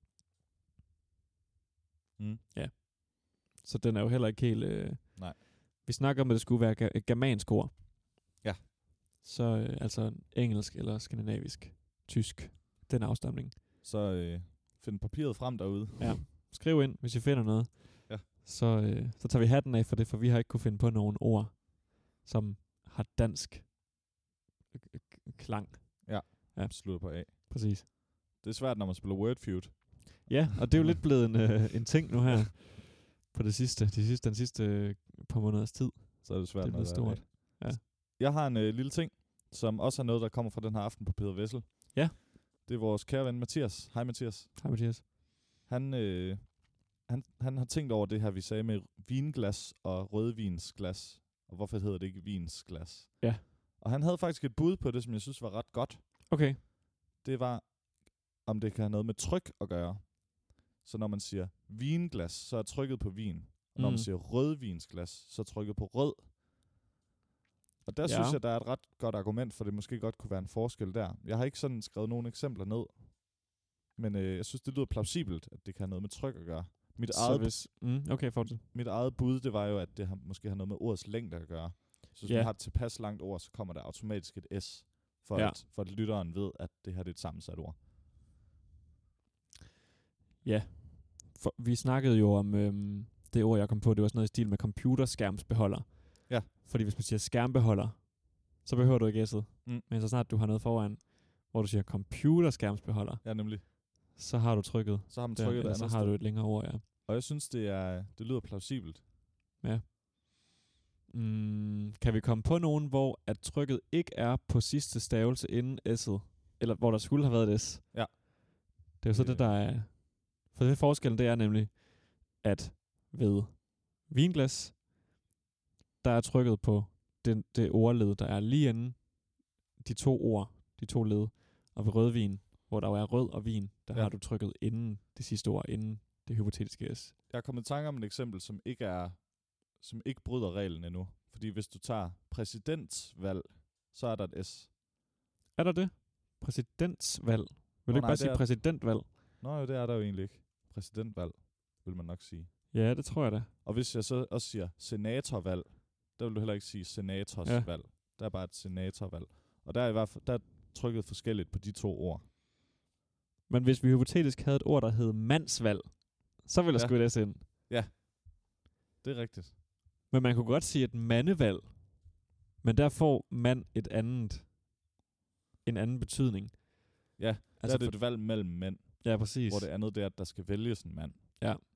S2: Mm.
S1: Så den er jo heller ikke helt... Øh,
S2: Nej.
S1: Vi snakker om, at det skulle være ga- et germansk ord.
S2: Ja.
S1: Så øh, altså engelsk eller skandinavisk, tysk, den afstamning.
S2: Så øh, find papiret frem derude.
S1: Ja. Skriv ind, hvis I finder noget.
S2: Ja.
S1: Så, øh, så tager vi hatten af for det, for vi har ikke kunne finde på nogen ord, som har dansk øh, k- klang.
S2: Ja.
S1: Ja.
S2: Slutter på A.
S1: Præcis.
S2: Det er svært, når man spiller Wordfeud.
S1: Ja, og det er jo lidt blevet en, øh, en ting nu her på det sidste, de sidste, den sidste øh, par måneders tid.
S2: så er det svært
S1: Det bliver
S2: noget at
S1: stort. Ja.
S2: Jeg har en øh, lille ting, som også er noget, der kommer fra den her aften på Peder Vessel.
S1: Ja.
S2: Det er vores kære ven Mathias. Hej Mathias.
S1: Hej Mathias.
S2: Han, øh, han, han har tænkt over det her, vi sagde med vinglas og rødvinsglas. Og hvorfor hedder det ikke vinsglas?
S1: Ja.
S2: Og han havde faktisk et bud på det, som jeg synes var ret godt.
S1: Okay.
S2: Det var, om det kan have noget med tryk at gøre. Så når man siger vinglas, så er trykket på vin. Og når
S1: Mm.
S2: man siger rødvinsglas, så er trykket på rød. Og der
S1: Ja.
S2: synes jeg, der er et ret godt argument, for det måske godt kunne være en forskel der. Jeg har ikke sådan skrevet nogle eksempler ned. Men øh, jeg synes, det lyder plausibelt, at det kan have noget med tryk at gøre. Mit
S1: Så
S2: eget,
S1: hvis... Mm, okay, fortsæt.
S2: mit eget bud, det var jo, at det har, måske har noget med ordets længde at gøre. Så hvis
S1: Ja.
S2: man har et tilpas langt ord, så kommer der automatisk et S, for,
S1: Ja.
S2: at, for at lytteren ved, at det her det er et sammensat ord.
S1: Ja. For, vi snakkede jo om øhm, det ord, jeg kom på. Det var sådan noget i stil med computerskærmsbeholder.
S2: Ja.
S1: Fordi hvis man siger skærmbeholder, så behøver du ikke S'et.
S2: Mm.
S1: Men så snart du har noget foran, hvor du siger computerskærmsbeholder,
S2: Ja, nemlig.
S1: så har du trykket.
S2: Så har man
S1: Der,
S2: trykket
S1: eller
S2: det
S1: så
S2: andet
S1: har
S2: sted.
S1: du et længere ord, ja.
S2: Og jeg synes, det er det lyder plausibelt.
S1: Ja. Mm, kan vi komme på nogen, hvor at trykket ikke er på sidste stavelse inden S'et? Eller hvor der skulle have været et S?
S2: Ja.
S1: Det er jo så
S2: Det-
S1: det, der er... For det forskellen, det er nemlig, at ved vinglas, der er trykket på den, det ordled, der er lige inden de to ord, de to led. Og ved rødvin, hvor der jo er rød og vin, der
S2: Ja.
S1: har du trykket inden det sidste ord, inden det hypotetiske S.
S2: Jeg er kommet i tanke om et eksempel, som ikke er, som ikke bryder reglen endnu. Fordi hvis du tager præsidentsvalg, så er der et S.
S1: Er der det? Præsidentsvalg. Vil
S2: Nå,
S1: du ikke
S2: nej,
S1: bare
S2: det
S1: sige
S2: er-
S1: præsidentvalg?
S2: Nå jo, det er der jo egentlig ikke. Præsidentvalg, vil man nok sige.
S1: Ja, det tror jeg da.
S2: Og hvis jeg så også siger senatorvalg, der vil du heller ikke sige senatorsvalg. Ja. Der er bare et senatorvalg. Og der er i hvert fald der er trykket forskelligt på de to ord.
S1: Men hvis vi hypotetisk havde et ord, der hed mandsvalg, så ville der
S2: Ja.
S1: skulle det S ind.
S2: Det er rigtigt.
S1: Men man kunne godt sige et mandevalg. Men der får mand et andet, en anden betydning.
S2: Ja, altså der
S1: Altså
S2: er det
S1: for-
S2: et valg mellem mænd,
S1: Ja, præcis.
S2: hvor det andet det er, at der skal vælges en mand.
S1: Ja.
S2: Jeg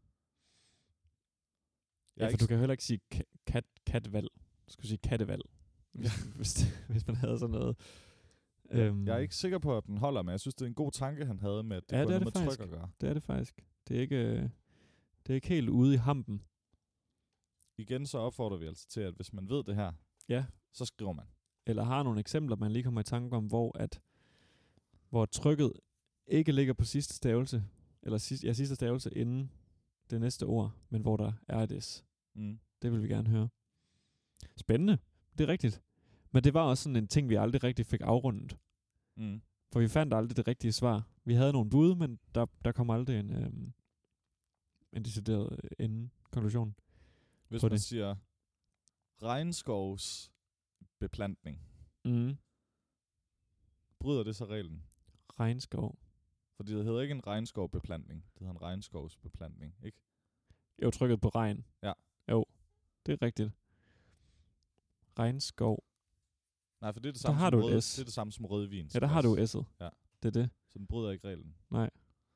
S1: Ja,
S2: er
S1: for
S2: ikke
S1: du kan jo heller ikke sige ka- kat, katvalg. Du skulle sige kattevalg. Hvis, hvis, det, hvis man havde sådan noget. Øhm,
S2: Jeg er ikke sikker på, at den holder, men jeg synes, det er en god tanke, han havde med, at det
S1: Ja,
S2: kunne
S1: det er
S2: have
S1: det
S2: noget med
S1: faktisk.
S2: tryk at gøre.
S1: Det er det faktisk. Det er ikke, øh, det er ikke helt ude i hampen.
S2: Igen så opfordrer vi altså til, at hvis man ved det her,
S1: Ja.
S2: så skriver man.
S1: Eller har nogle eksempler, man lige kommer i tanke om, hvor at hvor trykket ikke ligger på sidste stavelse, eller sidste, ja, sidste stavelse inden det næste ord, men hvor der er et S.
S2: Mm.
S1: Det vil vi gerne høre. Spændende. Det er rigtigt. Men det var også sådan en ting, vi aldrig rigtig fik afrundet.
S2: Mm.
S1: For vi fandt aldrig det rigtige svar. Vi havde nogle bud, men der, der kom aldrig en, øhm, en decideret øh, enden konklusion.
S2: Hvis
S1: På
S2: man
S1: det.
S2: siger regnskovs beplantning,
S1: Mm.
S2: bryder det så reglen?
S1: Regnskov.
S2: Fordi det hedder ikke en regnskovbeplantning, det hedder en regnskovsbeplantning, ikke?
S1: Jo, trykket på regn.
S2: Ja.
S1: Jo, det er rigtigt. Regnskov.
S2: Nej, for det er det
S1: Der
S2: samme,
S1: har
S2: som,
S1: du et
S2: rød,
S1: S.
S2: det er det samme som rødvin.
S1: Ja, der har du S'et.
S2: Ja.
S1: Det er det.
S2: Så den bryder ikke reglen.
S1: Nej.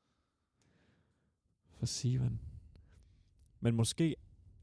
S1: For Sivan. Men måske...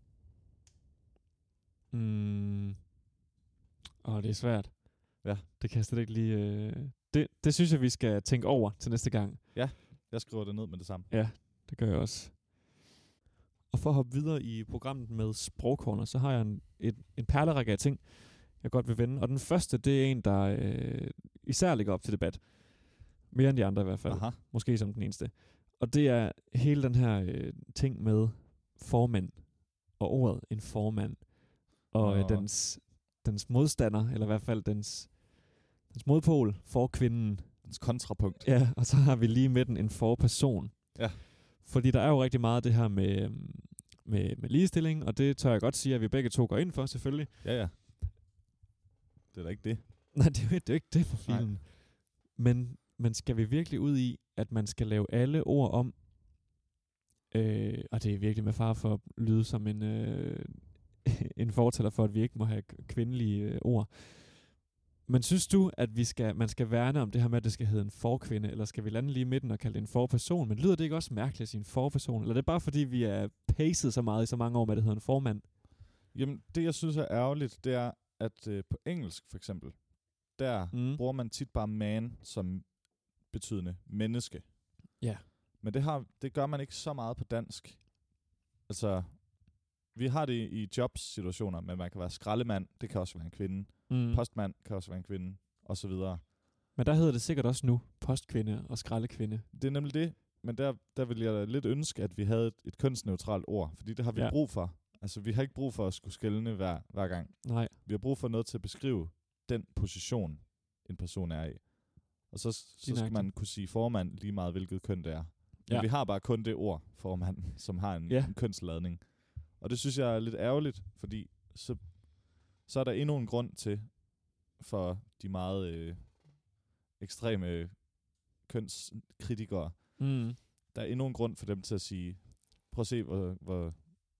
S1: Mm. Åh, det er svært.
S2: Ja.
S1: Det kan jeg slet ikke lige... Øh... Det, det synes jeg, vi skal tænke over til næste gang.
S2: Jeg skriver det ned med det samme.
S1: Det gør jeg også. Og for at hoppe videre i programmet med sprogkorner, så har jeg en, et, en perlerække af ting, jeg godt vil vende. Og den første, det er en, der øh, især ligger op til debat. Mere end de andre i hvert fald.
S2: Aha.
S1: Måske som den eneste. Og det er hele den her øh, ting med formand. Og ordet en formand. Og øh,
S2: Nå.
S1: dens, dens modstander, eller i hvert fald dens, dens modpol for kvinden.
S2: Dens kontrapunkt.
S1: Ja, og så har vi lige midten en forperson.
S2: Ja.
S1: Fordi der er jo rigtig meget af det her med, med, med ligestilling, og det tør jeg godt sige, at vi begge to går ind for, selvfølgelig.
S2: Ja, ja. Det er da ikke det.
S1: Nej, det er jo, det er jo ikke det for
S2: Nej.
S1: filen. Men, men skal vi virkelig ud i, at man skal lave alle ord om, øh, og det er virkelig med far for at lyde som en, øh, en fortæller for, at vi ikke må have k- kvindelige øh, ord. Men synes du, at vi skal, man skal værne om det her med, at det skal hedde en forkvinde, eller skal vi lande lige i midten og kalde det en forperson? Men lyder det ikke også mærkeligt at sige en forperson? Eller er det bare fordi, vi er pacet så meget i så mange år med, at det hedder en formand?
S2: Jamen, det jeg synes er ærgerligt, det er, at øh, på engelsk for eksempel, der
S1: Mm.
S2: bruger man tit bare man som betydende menneske.
S1: Ja.
S2: Men det, har, det gør man ikke så meget på dansk. Altså, vi har det i jobsituationer, men man kan være skraldemand, det kan også være en kvinde.
S1: Mm.
S2: Postmand kan også være en kvinde, og så videre.
S1: Men der hedder det sikkert også nu postkvinde og skraldekvinde.
S2: Det er nemlig det, men der, der vil jeg da lidt ønske, at vi havde et, et kønsneutralt ord, fordi det har vi
S1: Ja.
S2: brug for. Altså, vi har ikke brug for at skulle skelne hver, hver gang.
S1: Nej.
S2: Vi har brug for noget til at beskrive den position, en person er i. Og så, så skal
S1: nøjagtigt.
S2: man kunne sige formand lige meget, hvilket køn det er. Men
S1: Ja.
S2: vi har bare kun det ord, formand, som har en,
S1: Ja.
S2: en kønsladning. Og det synes jeg er lidt ærgerligt, fordi så, så er der endnu en grund til, for de meget øh, ekstreme kønskritikere,
S1: Mm.
S2: der er endnu en grund for dem til at sige, prøv at se, hvor, hvor,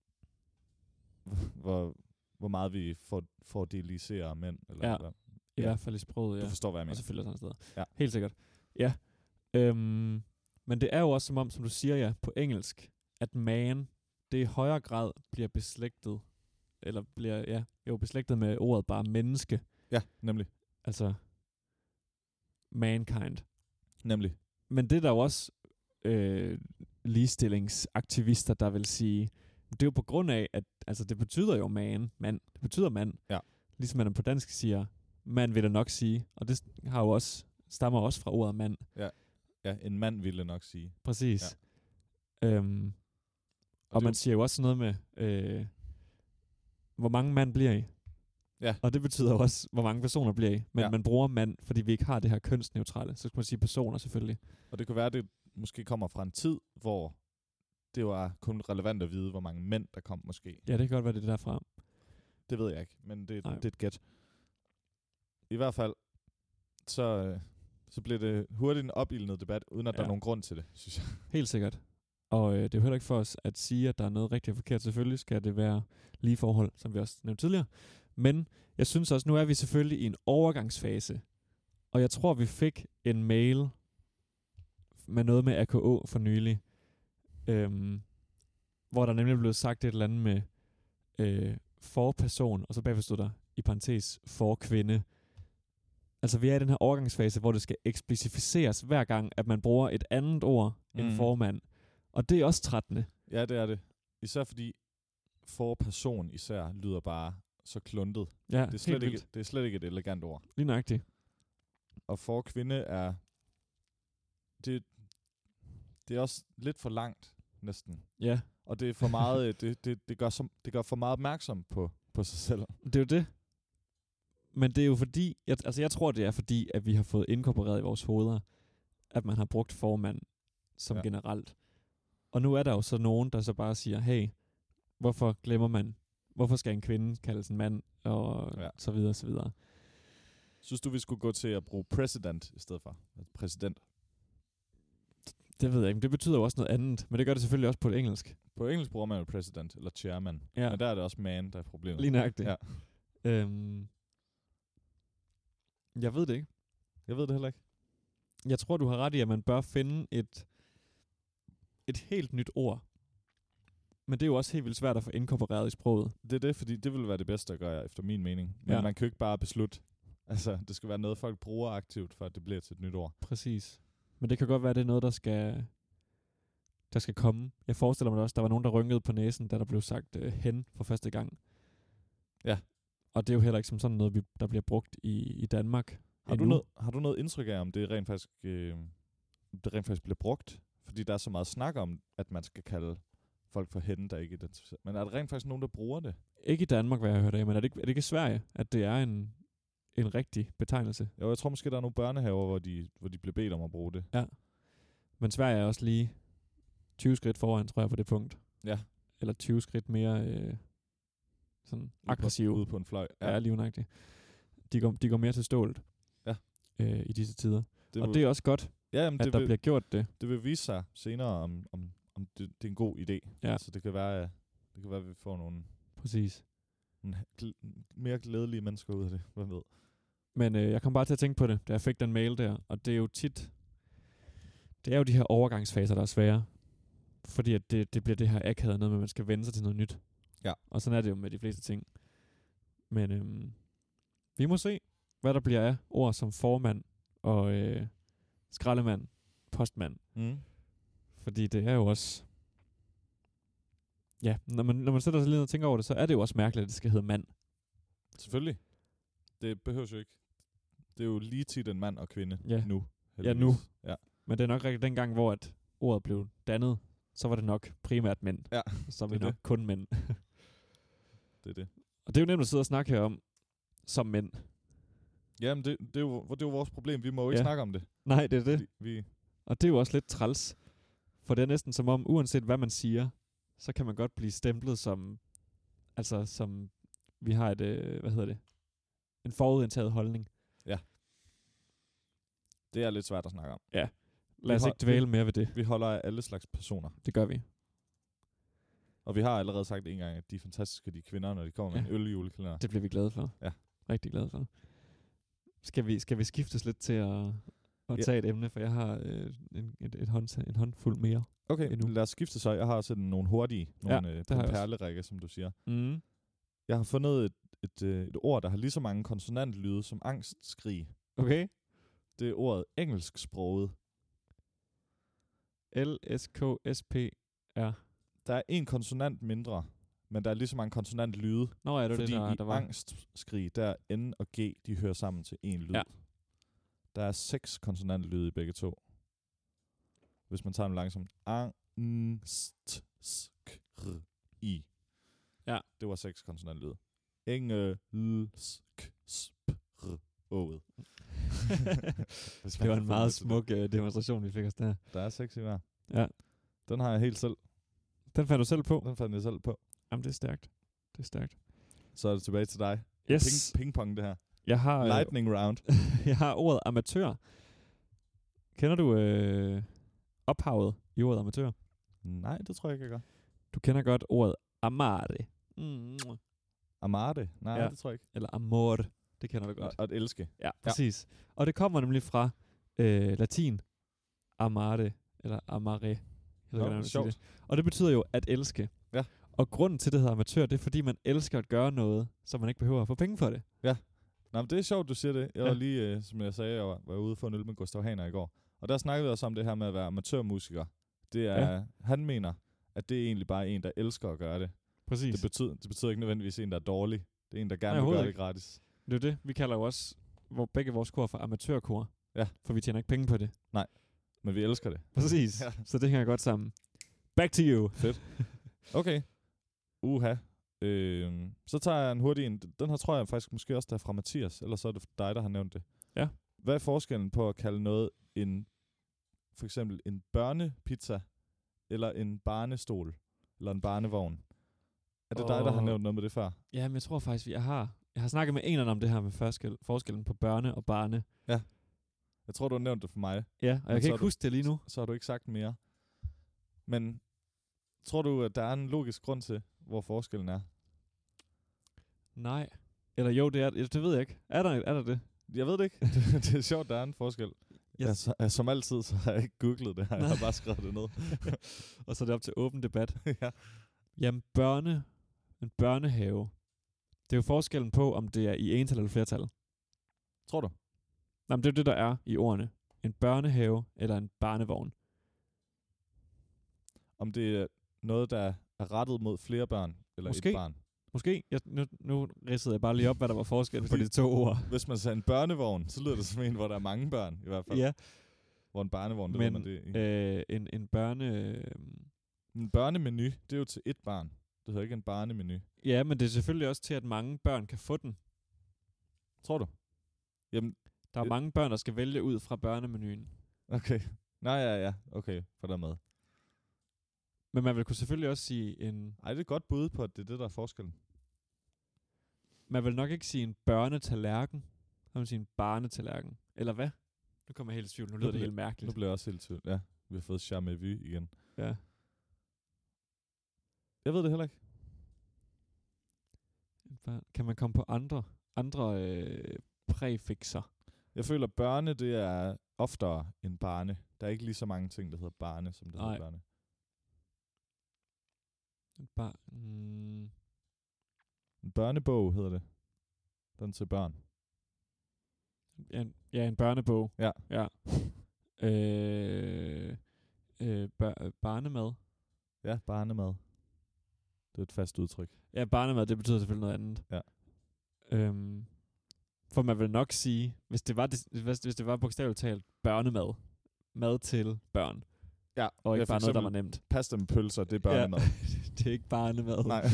S2: hvor, hvor meget vi får, får deliserer mænd. Eller,
S1: Ja.
S2: eller,
S1: I
S2: Ja.
S1: hvert fald i sproget, ja.
S2: Du forstår, hvad jeg
S1: Og
S2: mener.
S1: selvfølgelig også andre steder.
S2: Ja.
S1: Helt sikkert. Ja. Øhm, men det er jo også som om, som du siger, ja, på engelsk, at man, det i højere grad bliver beslægtet, eller bliver, ja, jo beslægtet med ordet bare menneske.
S2: Ja, nemlig.
S1: Altså, mankind.
S2: Nemlig.
S1: Men det er der jo også øh, ligestillingsaktivister, der vil sige, det er jo på grund af, at altså, det betyder jo man, mand. Det betyder mand.
S2: Ja.
S1: Ligesom man på dansk siger, mand vil det nok sige. Og det har jo også, stammer også fra ordet mand.
S2: Ja, en mand ville nok sige.
S1: Præcis. Ja. Øhm, og
S2: Og
S1: og
S2: det-
S1: man siger jo også sådan noget med, øh, hvor mange mand bliver I?
S2: Ja.
S1: Og det betyder jo også, hvor mange personer bliver I. Men
S2: Ja.
S1: ja. man bruger mand, fordi vi ikke har det her kønsneutrale. Så skal man sige personer selvfølgelig.
S2: Og det kunne være, at det måske kommer fra en tid, hvor det var kun relevant at vide, hvor mange mænd der kom måske.
S1: Ja, det kan godt være, det er derfra.
S2: Det ved jeg ikke, men det,
S1: Nej.
S2: det er et gæt. I hvert fald, så, øh, så bliver det hurtigt en opildnet debat, uden at ja. der
S1: Ja.
S2: er nogen grund til det, synes jeg.
S1: Helt sikkert. Og øh, det er jo heller ikke for os at sige, at der er noget rigtigt og forkert. Selvfølgelig skal det være lige forhold, som vi også nævnte tidligere. Men jeg synes også, nu er vi selvfølgelig i en overgangsfase. Og jeg tror, vi fik en mail med noget med A K O for nylig. Øhm, hvor der nemlig blev sagt et eller andet med øh, for person, og så bagved stod der i parentes for kvinde. Altså vi er i den her overgangsfase, hvor det skal eksplicificeres hver gang, at man bruger et andet ord end
S2: Mm.
S1: formand. Og det er også trættende.
S2: Ja, det er det. Især fordi for person især lyder bare så kluntet.
S1: Ja,
S2: Det er slet,
S1: helt
S2: ikke,
S1: vildt.
S2: det er slet ikke et elegant ord.
S1: Lige nøjagtigt.
S2: Og for kvinde er det, det er også lidt for langt næsten.
S1: Ja,
S2: Og det er for meget øh, det, det, det, gør som, det gør for meget opmærksom på, på sig selv.
S1: det er jo det. Men det er jo fordi, jeg, altså jeg tror, det er fordi, at vi har fået inkorporeret i vores hoveder, at man har brugt formand som
S2: Ja.
S1: ja. generelt. Og nu er der jo så nogen, der så bare siger, hey, hvorfor glemmer man, hvorfor skal en kvinde kaldes en mand, og
S2: Ja.
S1: så videre, så videre.
S2: Synes du, vi skulle gå til at bruge president i stedet for? Præsident.
S1: Det ved jeg ikke, men det betyder jo også noget andet, men det gør det selvfølgelig også på det engelsk.
S2: På engelsk bruger man jo president eller chairman.
S1: Ja.
S2: Men der er det også man, der er problemet.
S1: Lige nøjagtigt.
S2: Ja.
S1: Øhm, jeg ved det ikke.
S2: Jeg ved det heller ikke.
S1: Jeg tror, du har ret i, at man bør finde et, et helt nyt ord. Men det er jo også helt vildt svært at få inkorporeret i sproget.
S2: Det er det, fordi det vil være det bedste at gøre, efter min mening. Men
S1: Ja.
S2: man kan jo ikke bare beslutte. Altså, det skal være noget, folk bruger aktivt, for at det bliver til et nyt ord.
S1: Præcis. Men det kan godt være, at det er noget, der skal, der skal komme. Jeg forestiller mig også, der var nogen, der rynkede på næsen, da der blev sagt øh, hen for første gang.
S2: Ja.
S1: Og det er jo heller ikke som sådan noget, vi, der bliver brugt i, i Danmark.
S2: Har du,
S1: endnu.
S2: noget, har du noget indtryk af, om det rent faktisk, øh, det rent faktisk bliver brugt? Fordi der er så meget snak om, at man skal kalde folk for hende, der ikke identificerer. Men er der rent faktisk nogen, der bruger det?
S1: Ikke i Danmark, hvad jeg har hørt af, men er det ikke, er det ikke i Sverige, at det er en, en rigtig betegnelse?
S2: Jo, jeg tror måske, der er nogle børnehaver, hvor de, hvor de bliver bedt om at bruge det.
S1: Ja. Men Sverige er også lige tyve skridt foran, tror jeg, på det punkt.
S2: Ja.
S1: Eller tyve skridt mere øh, sådan aggressiv.
S2: Ude på en fløj.
S1: Ja, ja lige unægtigt. De går, de går mere til stålet.
S2: Ja.
S1: Øh, I disse tider.
S2: Det
S1: Og
S2: vil,
S1: det er også godt,
S2: ja, jamen,
S1: at
S2: det
S1: der
S2: vil,
S1: bliver gjort det.
S2: det vil vise sig senere, om, om, om det, det er en god idé.
S1: Ja.
S2: Altså, det kan være, det kan være, at vi får nogle,
S1: Præcis.
S2: nogle gl- mere glædelige mennesker ud af det. Hvad ved?
S1: Men øh, jeg kom bare til at tænke på det, da jeg fik den mail der. Og det er jo tit... Det er jo de her overgangsfaser, der er svære. Fordi at det, det bliver det her akavet noget med, at man skal vende sig til noget nyt.
S2: Ja.
S1: Og sådan er det jo med de fleste ting. Men øhm, vi må se, hvad der bliver af ord som formand og øh, skraldemand, postmand.
S2: Mm.
S1: Fordi det er jo også... Ja, når man, når man sætter sig lige ned og tænker over det, så er det jo også mærkeligt, at det skal hedde mand.
S2: Selvfølgelig. Det behøver jo ikke. Det er jo lige tit en mand og kvinde
S1: Ja.
S2: nu.
S1: Ja, nu.
S2: Ja.
S1: Men det er nok rigtigt dengang, hvor at ordet blev dannet, så var det nok primært mænd.
S2: Ja,
S1: Så var
S2: det
S1: vi
S2: er
S1: nok
S2: det.
S1: kun mænd.
S2: Det er det.
S1: Og det er jo nemt at sidde og snakke her om, som mænd.
S2: Jamen, det, det, er jo, det er jo vores problem. Vi må jo ikke
S1: Ja.
S2: snakke om det.
S1: Nej, det er det.
S2: Vi, vi,
S1: Og det er jo også lidt træls. For det er næsten som om, uanset hvad man siger, så kan man godt blive stemplet som, altså som, vi har et, øh, hvad hedder det, en forudindtaget holdning.
S2: det er lidt svært at snakke om.
S1: Lad
S2: Vi
S1: os
S2: har-
S1: ikke dvæle mere ved det.
S2: Vi holder af alle slags personer.
S1: Det gør vi.
S2: Og vi har allerede sagt en gang, at de er fantastiske, de kvinder, når de kommer med
S1: Ja.
S2: en øl i julekalender.
S1: Det bliver vi glade for.
S2: Ja.
S1: Rigtig glade for. Skal vi, skal vi skiftes lidt til at, at
S2: Ja.
S1: tage et emne, for jeg har øh, en, et, et hånd, en håndfuld mere.
S2: Okay,
S1: endnu.
S2: lad os skifte så. Jeg har sådan nogle hurtige, nogle
S1: Ja,
S2: øh,
S1: det
S2: på
S1: har
S2: en
S1: jeg også.
S2: perlerække, som du siger.
S1: Mm.
S2: Jeg har fundet et, et, øh, et ord, der har lige så mange konsonantlyde som angstskrig.
S1: Okay.
S2: Det er ordet engelsksproget.
S1: L S K S P R.
S2: Der er en konsonant mindre, men der er lige så mange konsonantlyde.
S1: Nå, ja, det var
S2: Fordi
S1: det, der,
S2: i
S1: der var.
S2: angstskrig, der er N og G, de hører sammen til én lyd.
S1: Ja.
S2: Der er seks konsonantlyde i begge to. Hvis man tager dem langsomt. Angst, sk, r, i.
S1: Ja.
S2: Det var seks konsonantlyde. Engelsk, sp, r, ået.
S1: Det var en meget smuk øh, demonstration, vi fik os der.
S2: Der er seks i hver.
S1: Ja.
S2: Den har jeg helt selv.
S1: Den fandt du selv på?
S2: Den fandt jeg selv på.
S1: Jamen, det er stærkt. Det er stærkt.
S2: Så er det tilbage til dig.
S1: Yes.
S2: Ping, pingpong det her.
S1: Jeg har, øh,
S2: Lightning round.
S1: jeg har ordet amatør. Kender du øh, ophavet i ordet amatør?
S2: Nej, det tror jeg ikke, jeg gør.
S1: Du kender godt ordet amare. Mm.
S2: Amarte? Nej,
S1: Ja.
S2: det tror jeg ikke.
S1: Eller amor. Det kender du
S2: Og,
S1: godt.
S2: og at elske.
S1: Ja, præcis. Og det kommer nemlig fra øh, latin. Amare. Eller amare. Jeg ved
S2: Nå,
S1: ikke, hvordan man siger
S2: sjovt.
S1: det. Og det betyder jo at elske.
S2: Ja.
S1: Og grunden til, det hedder amatør, det er, fordi man elsker at gøre noget, så man ikke behøver at få penge for det.
S2: Nå, men det er sjovt, du siger det. Jeg
S1: Ja.
S2: var lige, øh, som jeg sagde, jeg var, var ude for en øl med Gustav Haner i går. Og der snakkede vi også om det her med at være amatørmusiker. Det er,
S1: Ja.
S2: han mener, at det er egentlig bare en, der elsker at gøre det.
S1: Præcis.
S2: Det betyder, det betyder ikke nødvendigvis en, der er dårlig. Det er en, der gerne
S1: Nej,
S2: vil gøre
S1: overhovedet
S2: det gratis.
S1: Det er det. Vi kalder jo også hvor begge vores kor for amatørkor.
S2: Ja.
S1: For vi tjener ikke penge på det.
S2: Men vi elsker det.
S1: Præcis.
S2: Ja.
S1: Ja. Så det hænger godt sammen. Back to you.
S2: Okay. Uha. Øhm, så tager jeg en hurtig en. Den her tror jeg faktisk måske også, der er fra Mathias. Eller så er det dig, der har nævnt det.
S1: Ja.
S2: Hvad er forskellen på at kalde noget en, for eksempel en børnepizza, eller en barnestol, eller en barnevogn? Er det oh. dig, der har
S1: Åh.
S2: nævnt noget med det før?
S1: Ja, men jeg tror faktisk, jeg har, jeg har snakket med en om det her med forskel, forskellen på børne og barne.
S2: Jeg tror, du har nævnt det for mig.
S1: Ja, og
S2: Men
S1: jeg
S2: så
S1: kan
S2: er
S1: ikke
S2: du-
S1: huske det lige nu.
S2: Så har du ikke sagt mere. Men tror du, at der er en logisk grund til, hvor forskellen er?
S1: Nej. Eller jo, det er det ved jeg ikke. Er der, er der det?
S2: Jeg ved det ikke. det, det er sjovt, der er en forskel.
S1: Jeg-
S2: Jeg, så, som altid, så har jeg ikke googlet det her. Jeg har bare skrevet det ned.
S1: Og så er det op til åben debat.
S2: ja.
S1: Jamen, børne, en børnehave. Det er jo forskellen på, om det er i ental eller flertal.
S2: Tror du?
S1: Nej, men det er det, der er i ordene. En børnehave eller en barnevogn.
S2: Om det er noget, der er rettet mod flere børn, eller
S1: Måske.
S2: et barn.
S1: Måske. Jeg, nu, nu ridsede jeg bare lige op, hvad der var forskel på
S2: Fordi-
S1: de to ord.
S2: Hvis man sagde en børnevogn, så lyder det som en, hvor der er mange børn, i hvert fald.
S1: Ja,
S2: Hvor en barnevogn, det
S1: men
S2: ved man det i.
S1: øh, en, en børne... Øh,
S2: En børnemenu, det er jo til et barn. Det hedder ikke en barnemenu.
S1: ja, men det er selvfølgelig også til, at mange børn kan få den.
S2: Tror du? Jamen,
S1: Der er
S2: Øh.
S1: mange børn, der skal vælge ud fra børnemenuen.
S2: okay. Nej, ja, ja. Okay, for der med.
S1: Men man vil kunne selvfølgelig også sige en...
S2: Ej, det er et godt bud på, at det er det, der er forskellen.
S1: Man vil nok ikke sige en børnetallerken. Så vil man sige en barnetallerken. Eller hvad? Nu kommer jeg helt i tvivl. Nu lyder det
S2: bliver-
S1: helt mærkeligt.
S2: Nu bliver jeg også helt tvivl. Ja, vi har fået charme vy igen.
S1: Ja.
S2: Jeg ved det heller ikke.
S1: En bar- Kan man komme på andre, andre øh, præfixer?
S2: Jeg føler, børne, det er oftere end barne. Der er ikke lige så mange ting, der hedder barne, som der
S1: Nej.
S2: hedder børne.
S1: En bar- mm.
S2: En børnebog hedder det. Den til børn.
S1: Ja, en, ja, en børnebog.
S2: Ja.
S1: Ja. øh, øh, bør, barnemad.
S2: Ja, barnemad. Det er et fast udtryk.
S1: Ja, barnemad, det betyder selvfølgelig noget andet.
S2: Ja.
S1: Øhm, for man vil nok sige, hvis det var, det, hvis, hvis det var bogstaveligt talt børnemad, mad til børn,
S2: Ja.
S1: og ikke
S2: ja,
S1: bare noget, der var nemt.
S2: Pasta med pølser, det er børnemad.
S1: Ja, det er ikke barnemad.
S2: Nej.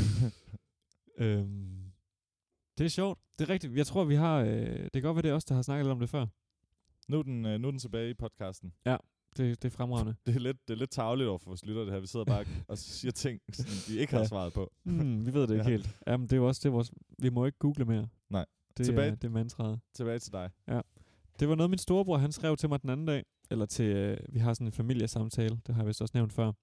S1: øhm, det er sjovt. Det er rigtigt. Jeg tror, vi har... Øh, det kan godt være, det er os, der har snakket lidt om det før.
S2: Nu er den, øh, nu er den tilbage i podcasten.
S1: Ja, det, det er fremragende.
S2: Det er lidt, det er lidt tarveligt over for vores lytter, det her. Vi sidder bare og siger ting, som vi ikke har
S1: Ja.
S2: svaret på.
S1: Hmm, vi ved det ikke
S2: Ja.
S1: helt. Jamen, det er jo også det, vores... Vi må ikke google mere.
S2: Nej.
S1: Det
S2: Tilbage-
S1: er, det er mantraet.
S2: Tilbage til dig.
S1: Det var noget, min storebror, han skrev til mig den anden dag. Eller til... Øh, vi har sådan en familiesamtale. Det har jeg vist også nævnt før.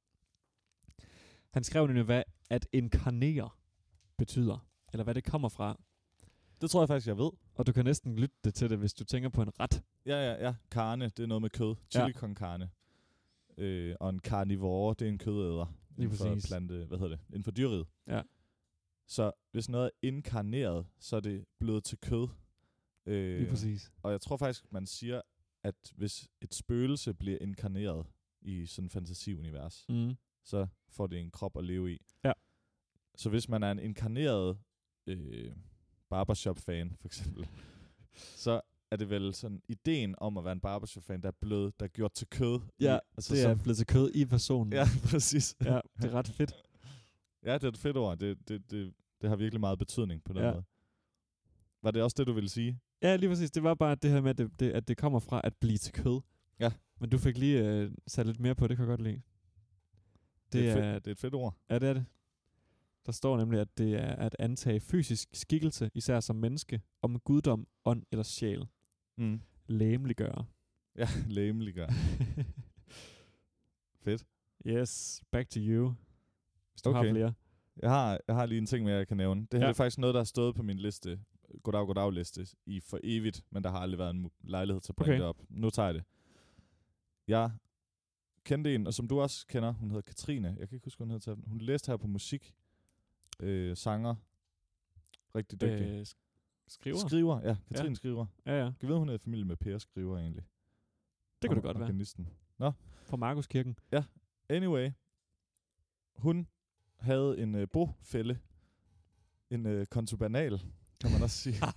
S1: Han skrev nemlig, hvad at inkarnere betyder. Eller hvad det kommer fra.
S2: Det tror jeg faktisk, jeg ved.
S1: Og du kan næsten lytte det til det, hvis du tænker på en ret.
S2: Ja, ja, ja. Carne, det er noget med kød. Chili con carne. Øh, og en carnivore, det er en kødæder.
S1: Lige
S2: Inden for
S1: præcis.
S2: plante, hvad hedder det? Inden for dyreriget.
S1: Ja.
S2: Så hvis noget er inkarneret, så er det blevet til kød. Øh,
S1: Lige præcis.
S2: og jeg tror faktisk, man siger, at hvis et spøgelse bliver inkarneret i sådan et fantasiunivers,
S1: Mm.
S2: så får det en krop at leve i.
S1: Ja.
S2: Så hvis man er en inkarneret øh, barbershop-fan, for eksempel, så er det vel sådan ideen om at være en barbershop-fan, der er blevet, der er gjort til kød.
S1: Ja,
S2: i, altså
S1: det er
S2: som,
S1: blevet til kød i personen.
S2: ja, præcis.
S1: Ja, det er ret fedt.
S2: Ja, det er et fedt ord. Det, det, det, det har virkelig meget betydning på den
S1: Ja.
S2: måde. Var det også det, du ville sige?
S1: Ja, lige præcis. Det var bare det her med, at det, det, at det kommer fra at blive til kød.
S2: Ja.
S1: Men du fik lige øh, sat lidt mere på, det kan jeg godt lide. Det,
S2: Det er,
S1: er,
S2: et fedt, det er et fedt ord.
S1: ja, det er det. Der står nemlig, at det er at antage fysisk skikkelse, især som menneske, om guddom, ånd eller sjæl.
S2: Mm.
S1: Lægemliggøre.
S2: Ja, lægemliggør. Fedt.
S1: Yes, back to you. Hvis du okay.
S2: Okay.
S1: har flere.
S2: Jeg har, jeg har lige en ting mere, jeg kan nævne. Det her
S1: Ja.
S2: ja. er faktisk noget, der har stået på min liste, goddag, goddag liste, i for evigt, men der har aldrig været en mu- lejlighed til at bringe
S1: Okay.
S2: det op. Nu tager jeg det. Jeg kendte en, og som du også kender, hun hedder Katrine. Jeg kan ikke huske, hvad hun hedder til. Hun læste her på musik. Øh, sanger. Rigtig dygtig.
S1: Øh, sk- skriver?
S2: Skriver, ja. Katrine
S1: Ja.
S2: Skriver.
S1: Ja, ja.
S2: Jeg ved, hun er i familie med Per Skriver, egentlig.
S1: Det kunne det
S2: Og-
S1: godt være.
S2: organisten.
S1: Fra Markuskirken.
S2: Anyway. Hun havde en øh, bofælle. En øh, kontubanal, kan man også sige.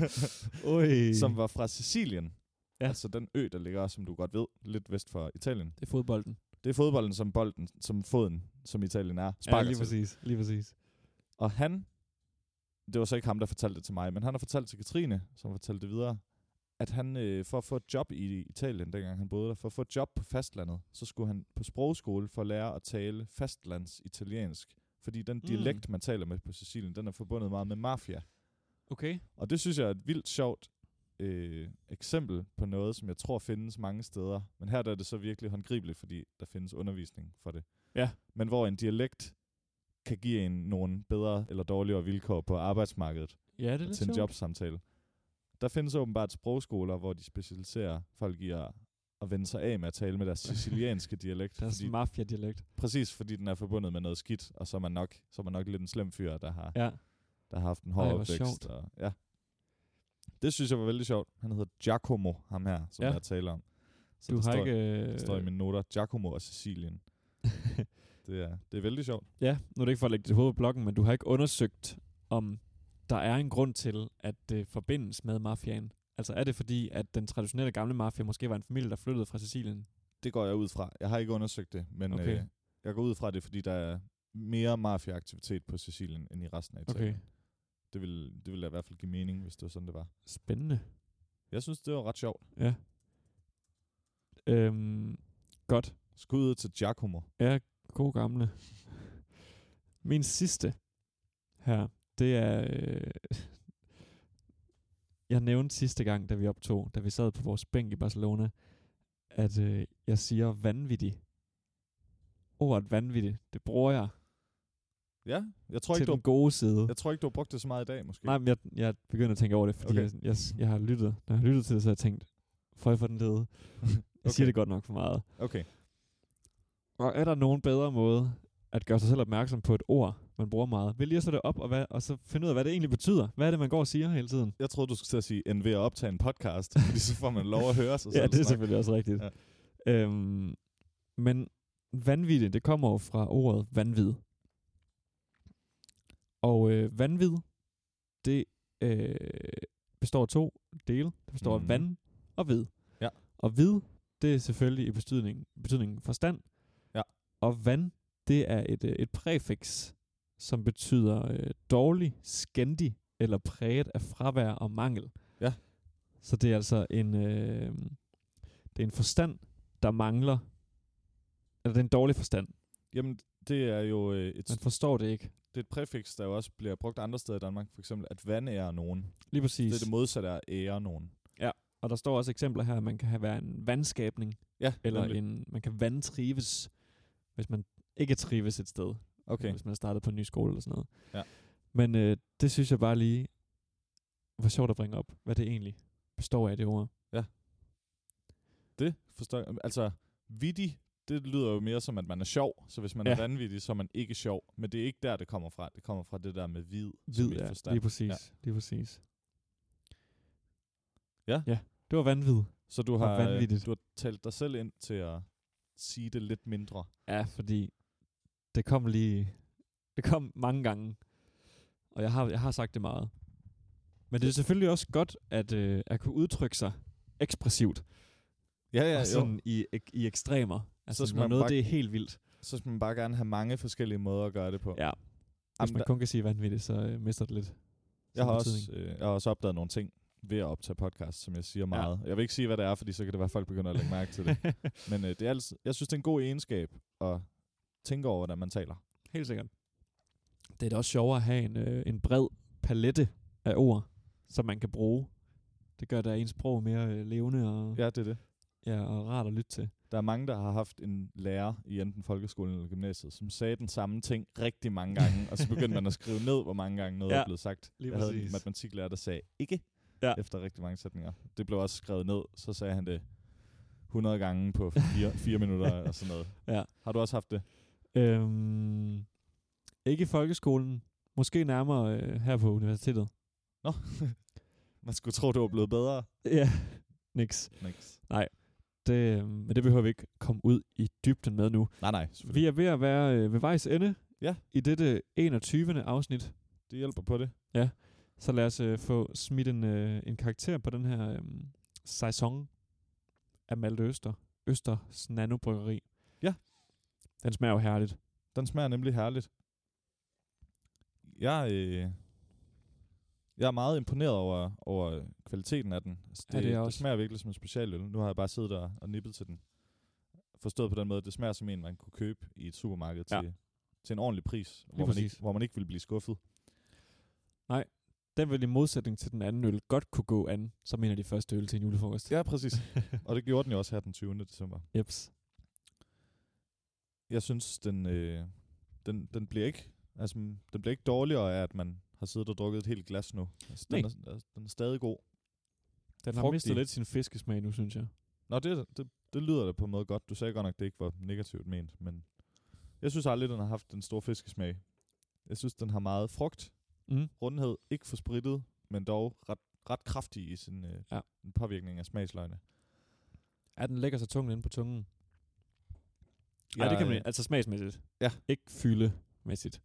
S1: Oj.
S2: som var fra Sicilien.
S1: Ja.
S2: Altså den ø, der ligger, som du godt ved, lidt vest for Italien.
S1: Det er fodbolden.
S2: Det er fodbolden som bolden, som foden, som Italien er.
S1: Ja,
S2: Sparker
S1: lige
S2: til.
S1: præcis. Lige præcis.
S2: Og han, det var så ikke ham, der fortalte det til mig, men han har fortalt til Katrine, som fortalte det videre, at han øh, for at få et job i Italien, dengang han boede der, for at få et job på fastlandet, så skulle han på sprogskole for at lære at tale fastlands italiensk. Fordi den
S1: Mm.
S2: dialekt, man taler med på Sicilien, den er forbundet meget med mafia.
S1: Okay.
S2: Og det synes jeg er et vildt sjovt øh, eksempel på noget, som jeg tror findes mange steder. Men her der er det så virkelig håndgribeligt, fordi der findes undervisning for det.
S1: Ja.
S2: Men hvor en dialekt kan give en nogle bedre eller dårligere vilkår på arbejdsmarkedet
S1: Ja, det er lidt
S2: til en
S1: sjovt.
S2: jobsamtale. Der findes åbenbart sprogskoler, hvor de specialiserer folk i at, at vende sig af med at tale med deres sicilianske dialekt.
S1: Deres
S2: Fordi,
S1: mafia-dialekt.
S2: præcis, fordi den er forbundet med noget skidt, og så er man nok, så er man nok lidt en slem fyr, der har,
S1: Ja.
S2: der har haft en
S1: Ej,
S2: hård
S1: hvor
S2: opvækst.
S1: sjovt.
S2: Og, ja. Det synes jeg var vældig sjovt. Han hedder Giacomo, ham her, som
S1: Ja.
S2: jeg taler om. Så
S1: Du
S2: der
S1: har
S2: står,
S1: ikke... Øh...
S2: der står i mine noter, Giacomo og Sicilien. det, er, det er vældig sjovt.
S1: Ja, nu er det ikke for at lægge dit hoved på blokken, men du har ikke undersøgt, om der er en grund til, at det forbindes med mafiaen. Altså er det fordi, at den traditionelle gamle mafia måske var en familie, der flyttede fra Sicilien?
S2: Det går jeg ud fra. Jeg har ikke undersøgt det, men
S1: Okay.
S2: øh, jeg går ud fra det, fordi der er mere mafia-aktivitet på Sicilien, end i resten af Italien.
S1: Okay.
S2: Det ville, det ville da i hvert fald give mening, hvis det var sådan, det var.
S1: Spændende.
S2: Jeg synes, det var ret sjovt.
S1: Ja. Øhm, godt.
S2: Skud ud til Giacomo.
S1: Ja, god gamle. Min sidste her, det er... Øh, jeg nævnte sidste gang, da vi optog, da vi sad på vores bænk i Barcelona, at øh, jeg siger vanvittig. Ordet vanvittig, det bruger jeg
S2: Ja, jeg tror,
S1: til
S2: ikke, du,
S1: den gode side.
S2: jeg tror ikke, du har brugt det så meget i dag, måske.
S1: Nej, men jeg, jeg begynder at tænke over det, fordi
S2: Okay.
S1: okay. jeg, jeg, jeg har lyttet. Når jeg har lyttet til det, så har jeg tænkt, føj for den lede. Jeg
S2: Okay.
S1: siger det godt nok for meget.
S2: Okay.
S1: Og er der nogen bedre måde at gøre sig selv opmærksom på et ord, man bruger meget. Vil lige at slå det op, og, hvad, og så finde ud af, hvad det egentlig betyder. Hvad er det, man går og siger hele tiden?
S2: Jeg troede, du skulle til at sige, end ved at optage en podcast, fordi så får man lov at høre sig selv.
S1: Ja, det er
S2: snakke.
S1: selvfølgelig også rigtigt. Ja. Øhm, men vanvittigt, det kommer jo fra ordet vanvid. Og øh, vanvid, det øh, består af to dele. Det består mm. af vand og vid.
S2: Ja.
S1: Og vid, det er selvfølgelig i betydning, betydningen forstand.
S2: Ja.
S1: Og vand, det er et, et præfiks, som betyder øh, dårlig, skændig eller præget af fravær og mangel.
S2: Ja.
S1: Så det er altså en, øh, det er en forstand, der mangler, eller det er en dårlig forstand.
S2: Jamen, det er jo øh, et,
S1: Man forstår det ikke.
S2: det er et præfiks, der jo også bliver brugt andre steder i Danmark. For eksempel at vandære nogen.
S1: Lige præcis.
S2: Det er det modsatte af ære nogen.
S1: Ja, og der står også eksempler her, at man kan have været en vandskabning,
S2: Ja,
S1: eller en, man kan vandtrives, hvis man ikke trives et sted.
S2: Okay.
S1: Hvis man er startet på en ny skole eller sådan noget.
S2: Ja.
S1: Men øh, det synes jeg bare lige var sjovt at bringe op, hvad det egentlig består af, det ord.
S2: Ja. Det forstår jeg. Altså, vittig, det lyder jo mere som, at man er sjov. Så hvis man ja. er vanvittig, så er man ikke sjov. Men det er ikke der, det kommer fra. Det kommer fra det der med vid.
S1: Vid, ja. Forstand. Lige præcis. Ja. Lige præcis.
S2: Ja.
S1: Ja, det var vanvid.
S2: Så du har, du har talt dig selv ind til at sige det lidt mindre.
S1: Ja, fordi det kom lige... Det kom mange gange. Og jeg har, jeg har sagt det meget. Men det er selvfølgelig også godt, at, øh, at kunne udtrykke sig ekspressivt.
S2: Ja, ja,
S1: og sådan i, i ekstremer. Altså,
S2: så skal
S1: når
S2: man
S1: noget
S2: bare,
S1: det er helt vildt.
S2: Så skal man bare gerne have mange forskellige måder at gøre det på.
S1: Ja. Hvis man kun kan sige vanvittigt, så øh, mister det lidt.
S2: Jeg har, også, øh, jeg har også opdaget nogle ting ved at optage podcast, som jeg siger meget. Ja. Jeg vil ikke sige, hvad det er, fordi så kan det være, at folk begynder at lægge mærke til det. Men øh, det er altså, jeg synes, det er en god egenskab at tænke over, hvordan man taler.
S1: Helt sikkert. Det er da også sjovere at have en, øh, en bred palette af ord, som man kan bruge. Det gør da ens sprog mere øh, levende og,
S2: ja, det er det.
S1: Ja, og rart at lytte til.
S2: Der er mange, der har haft en lærer i enten folkeskolen eller gymnasiet, som sagde den samme ting rigtig mange gange, og så begyndte man at skrive ned, hvor mange gange noget ja, er blevet sagt. Jeg havde en matematiklærer, der sagde ikke, ja. efter rigtig mange sætninger. Det blev også skrevet ned, så sagde han det hundrede gange på fire, fire minutter og sådan noget. Ja. Har du også haft det?
S1: Øhm, ikke i folkeskolen. Måske nærmere øh, her på universitetet.
S2: Nå, man skulle tro, det var blevet bedre.
S1: Ja, niks.
S2: Niks.
S1: Nej. Det, men det behøver vi ikke komme ud i dybden med nu.
S2: Nej, nej.
S1: Vi er ved at være øh, ved vejs ende
S2: ja.
S1: i dette enogtyvende afsnit.
S2: Det hjælper på det.
S1: Ja. Så lad os øh, få smidt en, øh, en karakter på den her øh, saison af Malte Øster. Østers Nanobryggeri.
S2: Ja.
S1: Den smager jo herligt.
S2: Den smager nemlig herligt. Jeg, øh, jeg er meget imponeret over, over kvaliteten af den. Altså det, ja, det, det smager virkelig som en specialøl. Nu har jeg bare siddet der og nippet til den. Forstået på den måde, det smager som en, man kunne købe i et supermarked ja. til, til en ordentlig pris, hvor man, ikke, hvor man ikke ville blive skuffet.
S1: Nej, den vil i modsætning til den anden øl godt kunne gå an som en af de første øl til en julefrokost.
S2: Ja, præcis. Og det gjorde den jo også her den tyvende december.
S1: Jeps.
S2: Jeg synes, den, øh, den, den bliver ikke altså, den bliver ikke dårligere af, at man har siddet og drukket et helt glas nu. Altså, den, er, den er stadig god.
S1: Den har Frugtig. mistet lidt sin fiskesmag nu, synes jeg.
S2: Nå, det, det, det lyder da på en måde godt. Du sagde godt nok, det ikke var negativt ment, men jeg synes aldrig, den har haft den store fiskesmag. Jeg synes, den har meget frugt, mm. rundhed, ikke for sprittet, men dog ret, ret kraftig i sin øh, ja. påvirkning af smagsløgene.
S1: Ja, den lægger sig tungen ind på tungen. Ja, det kan man, altså smagsmæssigt.
S2: Ja.
S1: Ikke fyldemæssigt.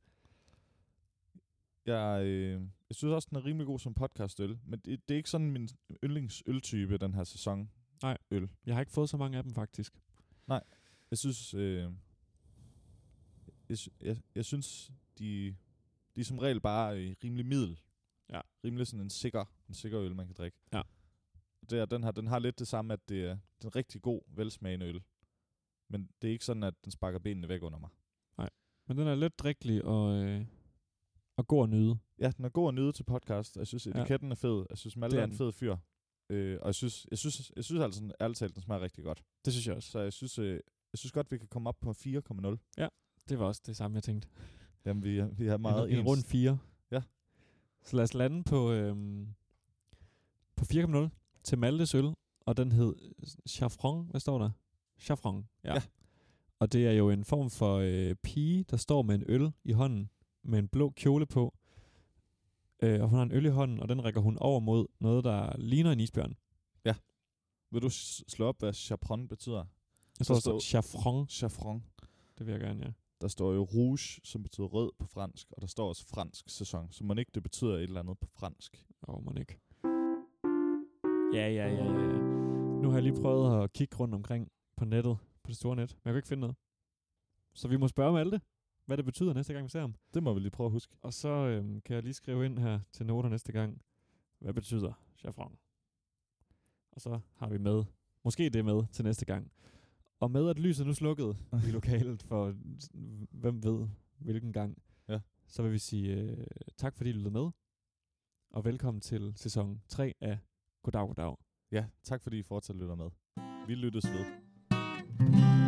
S2: Jeg, øh, jeg synes også, den er rimelig god som podcastøl, men det, det er ikke sådan min yndlingsøltype, den her sæson.
S1: Nej, øl. Jeg har ikke fået så mange af dem, faktisk.
S2: Nej, jeg synes, øh, jeg, jeg, jeg synes, de, de er som regel bare øh, rimelig middel.
S1: Ja.
S2: Rimelig sådan en sikker, en sikker øl, man kan drikke.
S1: Ja.
S2: Det er, den, har, den har lidt det samme, at det er en rigtig god, velsmagende øl. Men det er ikke sådan, at den sparker benene væk under mig.
S1: Nej, men den er let drikkelig og, øh, og god at nyde.
S2: Ja, den er god at nyde til podcast. Jeg synes, etiketten ja. er fed. Jeg synes, Malte er en fed fyr. Øh, og jeg synes, jeg synes, jeg synes altså, ærligt talt, den smager rigtig godt.
S1: Det synes jeg også.
S2: Så jeg synes, øh, jeg synes godt, vi kan komme op på fire komma nul.
S1: Ja, det var også det samme, jeg tænkte.
S2: Jamen, vi, vi har meget
S1: en, en rund fire.
S2: Ja.
S1: Så lad os lande på, øhm, på fire komma nul til Maltes øl, og den hed Chaffron. Hvad står der? Chaffron, ja. ja. Og det er jo en form for øh, pige, der står med en øl i hånden med en blå kjole på, øh, og hun har en øl i hånden, og den rækker hun over mod noget, der ligner en isbjørn.
S2: Vil du s- slå op, hvad chaperon betyder?
S1: Der står
S2: står-
S1: så chaffron.
S2: Chaffron.
S1: Det vil jeg gerne, ja.
S2: Der står jo rouge, som betyder rød på fransk, og der står også fransk sæson. Så må ikke det betyder et eller andet på fransk.
S1: Åh, oh, må ikke. Ja, ja, ja, ja, ja. Nu har jeg lige prøvet at kigge rundt omkring på nettet, på det store net, men jeg kan ikke finde noget. Så vi må spørge Malte, hvad det betyder næste gang, vi ser ham.
S2: Det må vi lige prøve at huske.
S1: Og så øhm, kan jeg lige skrive ind her til noter næste gang, hvad betyder chaffron. Og så har vi med, måske det med til næste gang. Og med at lyset nu slukket i lokalet for hvem ved hvilken gang,
S2: ja.
S1: Så vil vi sige øh, tak fordi I lyttede med, og velkommen til sæson tre af Goddag, Goddag.
S2: Ja, tak fordi I fortsat lytter med. Vi lyttes ved.